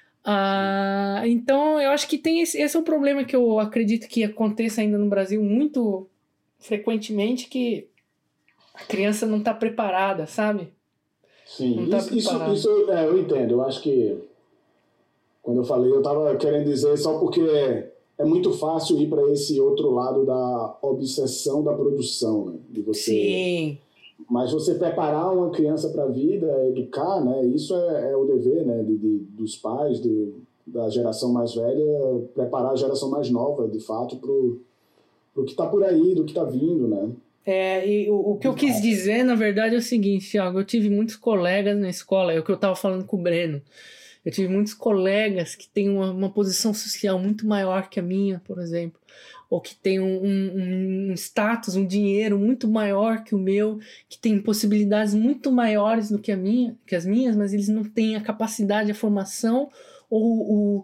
Ah, então, eu acho que tem esse, esse é um problema que eu acredito que aconteça ainda no Brasil muito frequentemente, que a criança não está preparada, sabe? Sim, não tá isso, preparada. isso, isso é, eu entendo. Eu acho que quando eu falei, eu estava querendo dizer só porque é, é muito fácil ir para esse outro lado da obsessão da produção, né? De você, Sim. Mas você preparar uma criança para a vida, educar, né? Isso é, é o dever, né? De, de, dos pais, de, da geração mais velha, preparar a geração mais nova, de fato, para o que está por aí, do que está vindo, né? É, e o, o que eu quis dizer, na verdade, é o seguinte, Thiago, eu tive muitos colegas na escola, é o que eu estava falando com o Breno. Eu tive muitos colegas que têm uma, uma posição social muito maior que a minha, por exemplo, ou que têm um, um, um status, um dinheiro muito maior que o meu, que têm possibilidades muito maiores do que, a minha, que as minhas, mas eles não têm a capacidade, a formação ou o,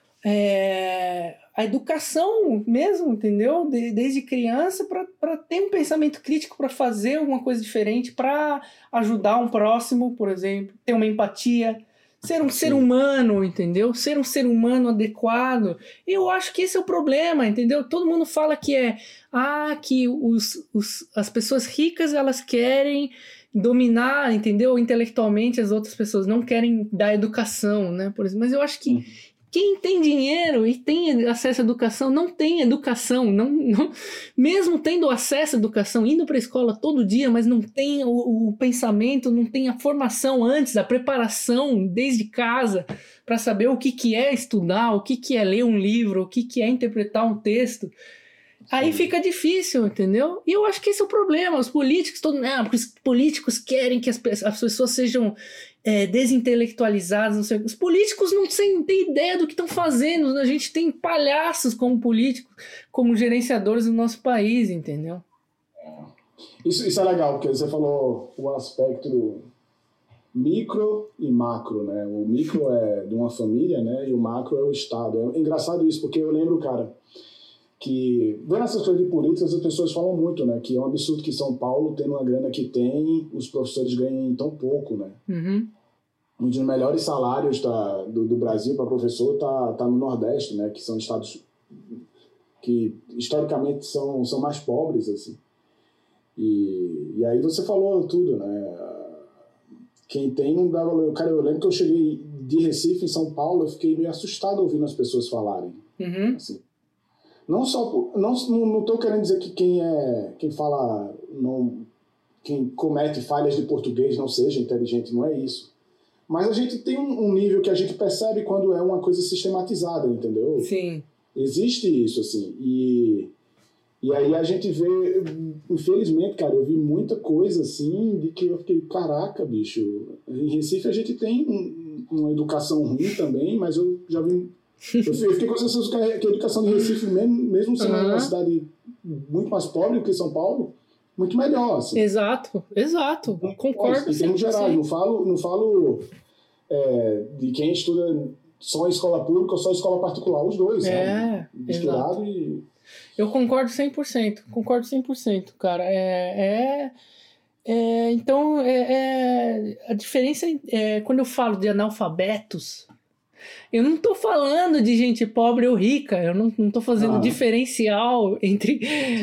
é, a educação mesmo, entendeu? De, desde criança para ter um pensamento crítico, para fazer alguma coisa diferente, para ajudar um próximo, por exemplo, ter uma empatia. Ser um Sim. ser humano, entendeu? Ser um ser humano adequado. Eu acho que esse é o problema, entendeu? Todo mundo fala que é... Ah, que os, os, as pessoas ricas, elas querem dominar, entendeu? Intelectualmente as outras pessoas. Não querem dar educação, né? Por exemplo. Mas eu acho que hum. quem tem dinheiro e tem acesso à educação não tem educação. Não, não, mesmo tendo acesso à educação, indo para a escola todo dia, mas não tem o, o pensamento, não tem a formação antes, a preparação desde casa para saber o que, que é estudar, o que, que é ler um livro, o que, que é interpretar um texto. Aí fica difícil, entendeu? E eu acho que esse é o problema. Os políticos, todo, não, porque os políticos querem que as, as pessoas sejam é, desintelectualizados, não sei. Os políticos não têm ideia do que estão fazendo. A gente tem palhaços como políticos, como gerenciadores do nosso país, entendeu? Isso, isso é legal, porque você falou o aspecto micro e macro, né? O micro é de uma família, né? E o macro é o Estado. É engraçado isso, porque eu lembro, cara, que vendo essas coisas de políticas, as pessoas falam muito, né? Que é um absurdo que São Paulo, tendo uma grana que tem, os professores ganhem tão pouco, né? Uhum. Um dos melhores salários da, do, do Brasil para professor tá, tá no Nordeste, né? Que são estados que historicamente são, são mais pobres, assim. E, e aí você falou tudo, né? Quem tem não dá valor. Cara, eu lembro que eu cheguei de Recife, em São Paulo, eu fiquei meio assustado ouvindo as pessoas falarem. Uhum. Assim. Não só... Não, não tô querendo dizer que quem é... Quem fala... Não, quem comete falhas de português não seja inteligente, não é isso. Mas a gente tem um, um nível que a gente percebe quando é uma coisa sistematizada, entendeu? Sim. Existe isso, assim. E... E aí a gente vê, infelizmente, cara, eu vi muita coisa assim, de que eu fiquei, caraca, bicho, em Recife a gente tem um, uma educação ruim também, mas eu já vi, eu fiquei com a sensação que a educação de Recife, mesmo, mesmo sendo uhum. uma cidade muito mais pobre do que São Paulo, muito melhor, assim. Exato, exato, então, concordo. Em termos gerais, não falo, não falo é, de quem estuda só em escola pública ou só em escola particular, os dois, é, sabe? Misturado exato. e... Eu concordo cem por cento, concordo cem por cento, cara. É, é, é, então, é, é, a diferença é, quando eu falo de analfabetos, eu não estou falando de gente pobre ou rica, eu não estou fazendo ah. diferencial entre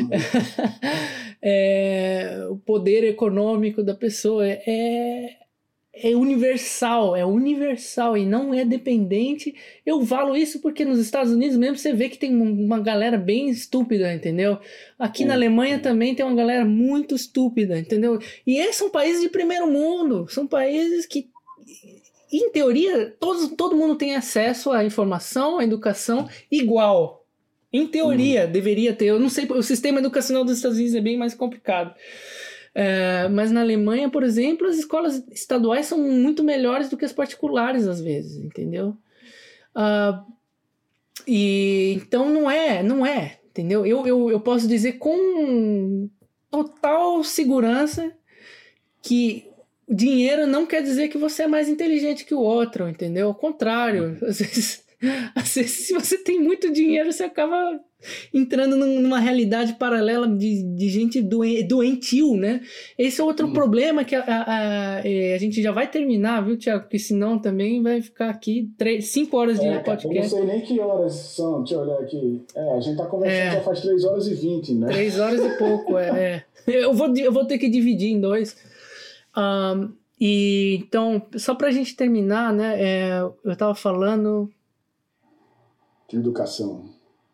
é, o poder econômico da pessoa. É, é universal, é universal e não é dependente. Eu falo isso porque nos Estados Unidos mesmo você vê que tem uma galera bem estúpida, entendeu? Aqui é. na Alemanha também tem uma galera muito estúpida, entendeu? E esses são países de primeiro mundo, são países que, em teoria, todos, todo mundo tem acesso à informação, à educação igual. Em teoria, uhum. deveria ter. Eu não sei, o sistema educacional dos Estados Unidos é bem mais complicado. É, mas na Alemanha, por exemplo, as escolas estaduais são muito melhores do que as particulares às vezes, entendeu? Uh, e então não é, não é, entendeu? Eu, eu, eu posso dizer com total segurança que dinheiro não quer dizer que você é mais inteligente que o outro, entendeu? Ao contrário, às vezes, às vezes se você tem muito dinheiro, você acaba entrando numa realidade paralela de, de gente doen, doentio, né? Esse é outro hum. problema que a, a, a, a gente já vai terminar, viu, Thiago? Porque senão também vai ficar aqui três, cinco horas de é, podcast. Eu não sei nem que horas são, deixa eu olhar aqui. É, a gente tá conversando é. já faz três horas e vinte, né? Três horas e pouco, é. é. Eu, vou, eu vou ter que dividir em dois. Um, e então, só pra gente terminar, né? É, eu tava falando... De educação.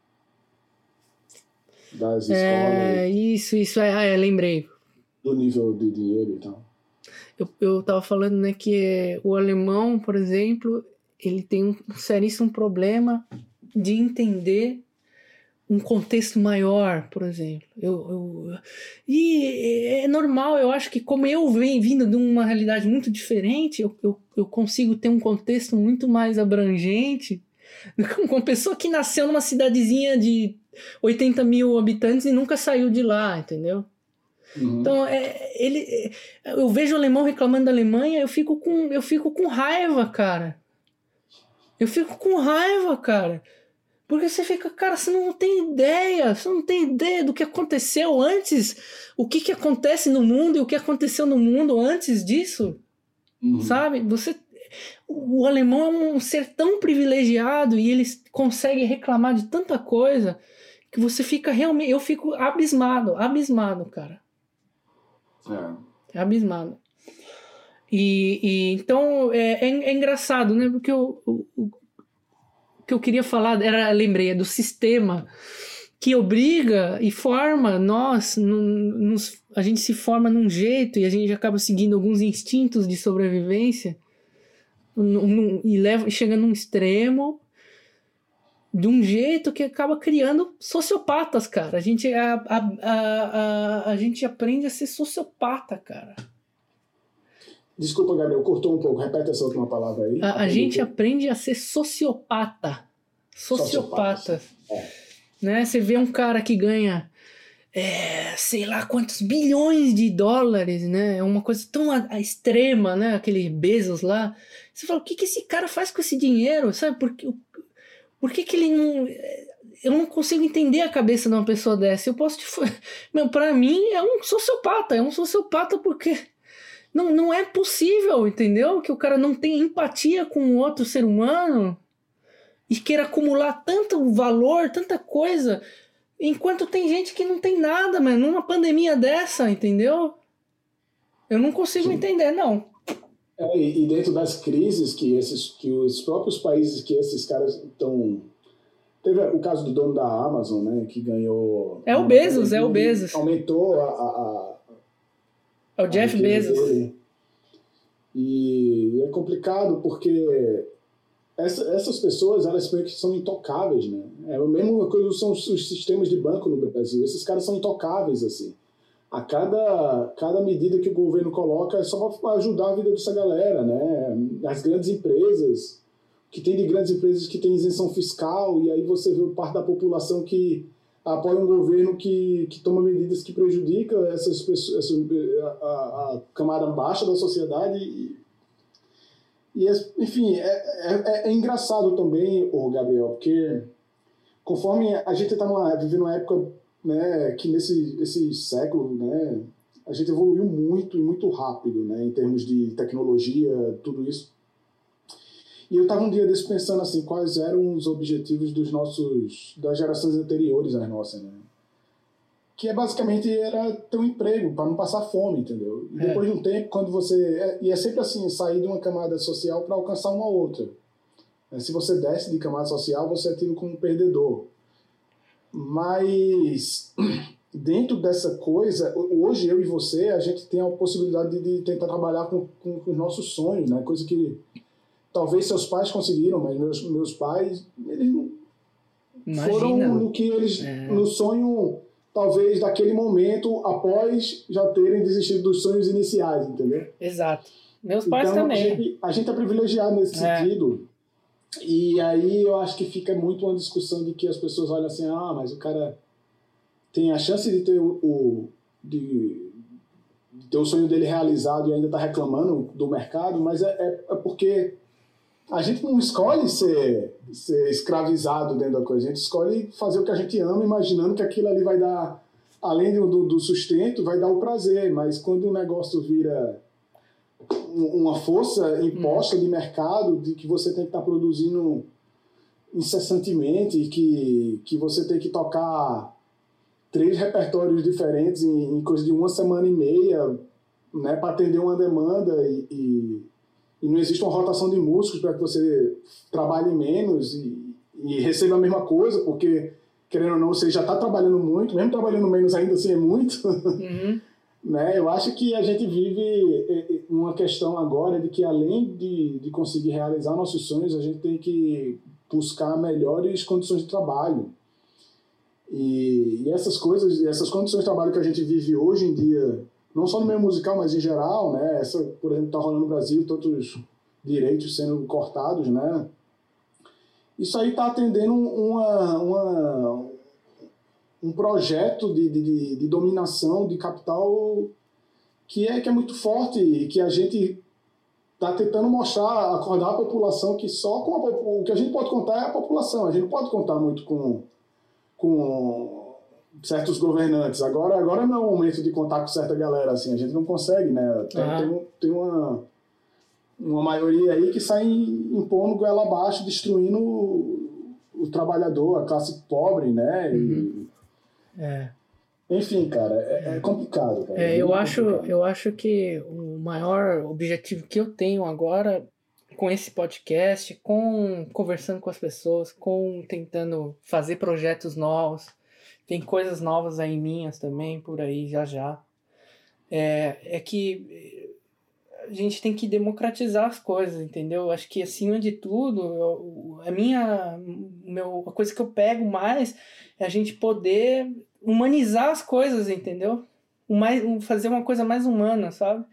Das escolas. É, isso, isso, é, é, lembrei. Do nível de dinheiro e tal. Eu, eu tava falando, né, que o alemão, por exemplo, ele tem um seríssimo problema de entender um contexto maior, por exemplo. Eu, eu, e é normal, eu acho que como eu venho vindo de uma realidade muito diferente, eu, eu, eu consigo ter um contexto muito mais abrangente com uma pessoa que nasceu numa cidadezinha de oitenta mil habitantes e nunca saiu de lá, entendeu? Uhum. Então, é, ele, eu vejo o alemão reclamando da Alemanha, eu fico com, eu fico com raiva, cara. Eu fico com raiva, cara. Porque você fica, cara, você não tem ideia, você não tem ideia do que aconteceu antes, o que, que acontece no mundo e o que aconteceu no mundo antes disso, uhum. sabe? Você... O alemão é um ser tão privilegiado e ele consegue reclamar de tanta coisa que você fica realmente... Eu fico abismado, abismado, cara. É. É abismado. E, e então é, é, é engraçado, né? Porque o, o, o que eu queria falar, era, lembrei, é do sistema que obriga e forma nós, no, nos, a gente se forma num jeito e a gente acaba seguindo alguns instintos de sobrevivência num, num, e leva, chega num extremo de um jeito que acaba criando sociopatas, cara. A gente, a, a, a, a, a gente aprende a ser sociopata, cara. Desculpa, Gabriel, cortou um pouco. Repete essa última palavra aí. A, a gente aprende a ser sociopata. Sociopata. É. Né? Você vê um cara que ganha, é, sei lá quantos bilhões de dólares, né? É uma coisa tão a, a extrema, né? Aquele Bezos lá. Você fala, o que, que esse cara faz com esse dinheiro? Sabe? Por, que, por que, que ele não... Eu não consigo entender a cabeça de uma pessoa dessa. Eu posso te... Meu, pra mim é um sociopata. É um sociopata porque não, não é possível, entendeu? Que o cara não tenha empatia com outro ser humano e queira acumular tanto valor, tanta coisa, enquanto tem gente que não tem nada, mano. Numa pandemia dessa, entendeu? Eu não consigo Sim. entender, não. É, e dentro das crises que, esses, que os próprios países que esses caras estão... Teve o caso do dono da Amazon, né, que ganhou... É o Bezos, é o Bezos. Aumentou a... a, a é o Jeff Bezos. Dele. E é complicado porque essa, essas pessoas, elas meio que são intocáveis, né? É a mesma coisa são os sistemas de banco no Brasil. Esses caras são intocáveis, assim. A cada, cada medida que o governo coloca é só para ajudar a vida dessa galera, né? As grandes empresas... que tem de grandes empresas que tem isenção fiscal, e aí você vê parte da população que apoia um governo que, que toma medidas que prejudicam essas pessoas, essa, a, a camada baixa da sociedade. E, e enfim, é, é, é engraçado também, ô Gabriel, porque conforme a gente está vivendo uma época, né, que nesse, nesse século, né, a gente evoluiu muito e muito rápido, né, em termos de tecnologia, tudo isso. E eu estava um dia desse pensando assim, quais eram os objetivos dos nossos, das gerações anteriores às nossas, né? Que é basicamente era ter um emprego, para não passar fome, entendeu? E depois é. de um tempo, quando você... É, e é sempre assim, sair de uma camada social para alcançar uma outra. É, se você desce de camada social, você é tido como um perdedor. Mas dentro dessa coisa, hoje eu e você, a gente tem a possibilidade de, de tentar trabalhar com, com, com os nossos sonhos, né? Coisa que... Talvez seus pais conseguiram, mas meus, meus pais, eles não Imagina. foram no que eles, é. no sonho, talvez, daquele momento, após já terem desistido dos sonhos iniciais, entendeu? Exato. Meus pais então, também. A gente, a gente é privilegiado nesse é. sentido, e aí eu acho que fica muito uma discussão de que as pessoas olham assim, ah, mas o cara tem a chance de ter o, o de, de ter o sonho dele realizado e ainda está reclamando do mercado, mas é, é, é porque a gente não escolhe ser, ser escravizado dentro da coisa, a gente escolhe fazer o que a gente ama, imaginando que aquilo ali vai dar, além do, do sustento, vai dar o prazer, mas quando o negócio vira uma força imposta hum. de mercado, de que você tem que estar produzindo incessantemente, que, que você tem que tocar três repertórios diferentes em, em coisa de uma semana e meia, né, para atender uma demanda e, e e não existe uma rotação de músicos para que você trabalhe menos e, e receba a mesma coisa, porque, querendo ou não, você já está trabalhando muito, mesmo trabalhando menos ainda assim é muito. Uhum. Né? Eu acho que a gente vive uma questão agora de que, além de, de conseguir realizar nossos sonhos, a gente tem que buscar melhores condições de trabalho. E, e essas coisas, essas condições de trabalho que a gente vive hoje em dia, não só no meio musical, mas em geral, né? Essa, por exemplo, está rolando no Brasil, tantos direitos sendo cortados, né? Isso aí está atendendo uma, uma, um projeto de, de, de dominação de capital que é, que é muito forte e que a gente está tentando mostrar, acordar a população que só com a, o que a gente pode contar é a população. A gente não pode contar muito com... com certos governantes. Agora, agora não é o momento de contar com certa galera, assim, a gente não consegue, né? Tem, uhum. tem, tem uma, uma maioria aí que sai impondo goela abaixo, destruindo o, o trabalhador, a classe pobre, né? Uhum. E, é. Enfim, cara, é, é complicado. Cara, é, é eu, acho, complicado. eu acho que o maior objetivo que eu tenho agora com esse podcast, com conversando com as pessoas, com tentando fazer projetos novos, tem coisas novas aí minhas também, por aí, já já. É, é que a gente tem que democratizar as coisas, entendeu? Acho que, acima de tudo, eu, a minha... Meu, a coisa que eu pego mais é a gente poder humanizar as coisas, entendeu? O mais, fazer uma coisa mais humana, sabe?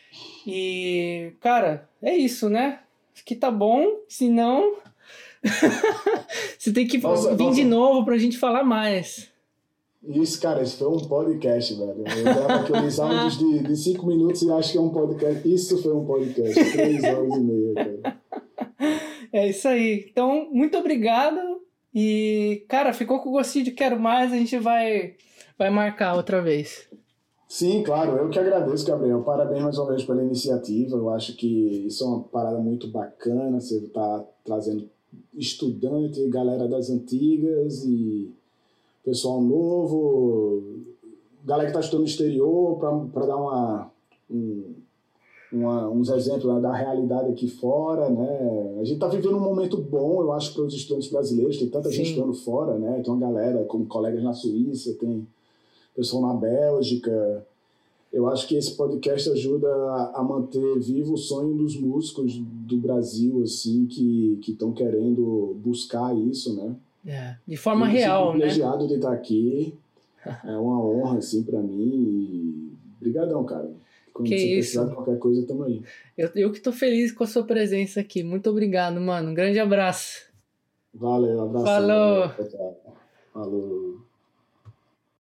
E, cara, é isso, né? Acho que tá bom, se não... você tem que nossa, vir nossa. de novo pra gente falar mais. Isso, cara, isso foi um podcast, velho. Eu gravo aqueles áudios de, de cinco minutos e acho que é um podcast. Isso foi um podcast, três horas e meia, cara. É isso aí. Então, muito obrigado. E, cara, ficou com gostinho de quero mais, a gente vai, vai marcar outra vez. Sim, claro. Eu que agradeço, Gabriel. Parabéns mais uma vez pela iniciativa. Eu acho que isso é uma parada muito bacana. Você está trazendo estudante, galera das antigas e pessoal novo, galera que está estudando no exterior, para dar uma, um, uma, uns exemplos, né, da realidade aqui fora, né? A gente está vivendo um momento bom, eu acho, para os estudantes brasileiros. Tem tanta Sim. gente estudando fora, né? Tem uma galera, como colegas na Suíça, tem pessoal na Bélgica. Eu acho que esse podcast ajuda a manter vivo o sonho dos músicos do Brasil, assim, que estão querendo buscar isso, né? É, de forma eu real, né? Privilegiado de estar aqui. É uma honra, assim, para mim. Obrigadão, cara. Quando que você isso? precisar de qualquer coisa, tamo aí. Eu, eu que tô feliz com a sua presença aqui. Muito obrigado, mano. Um grande abraço. Valeu, abraço. Falou. Falou.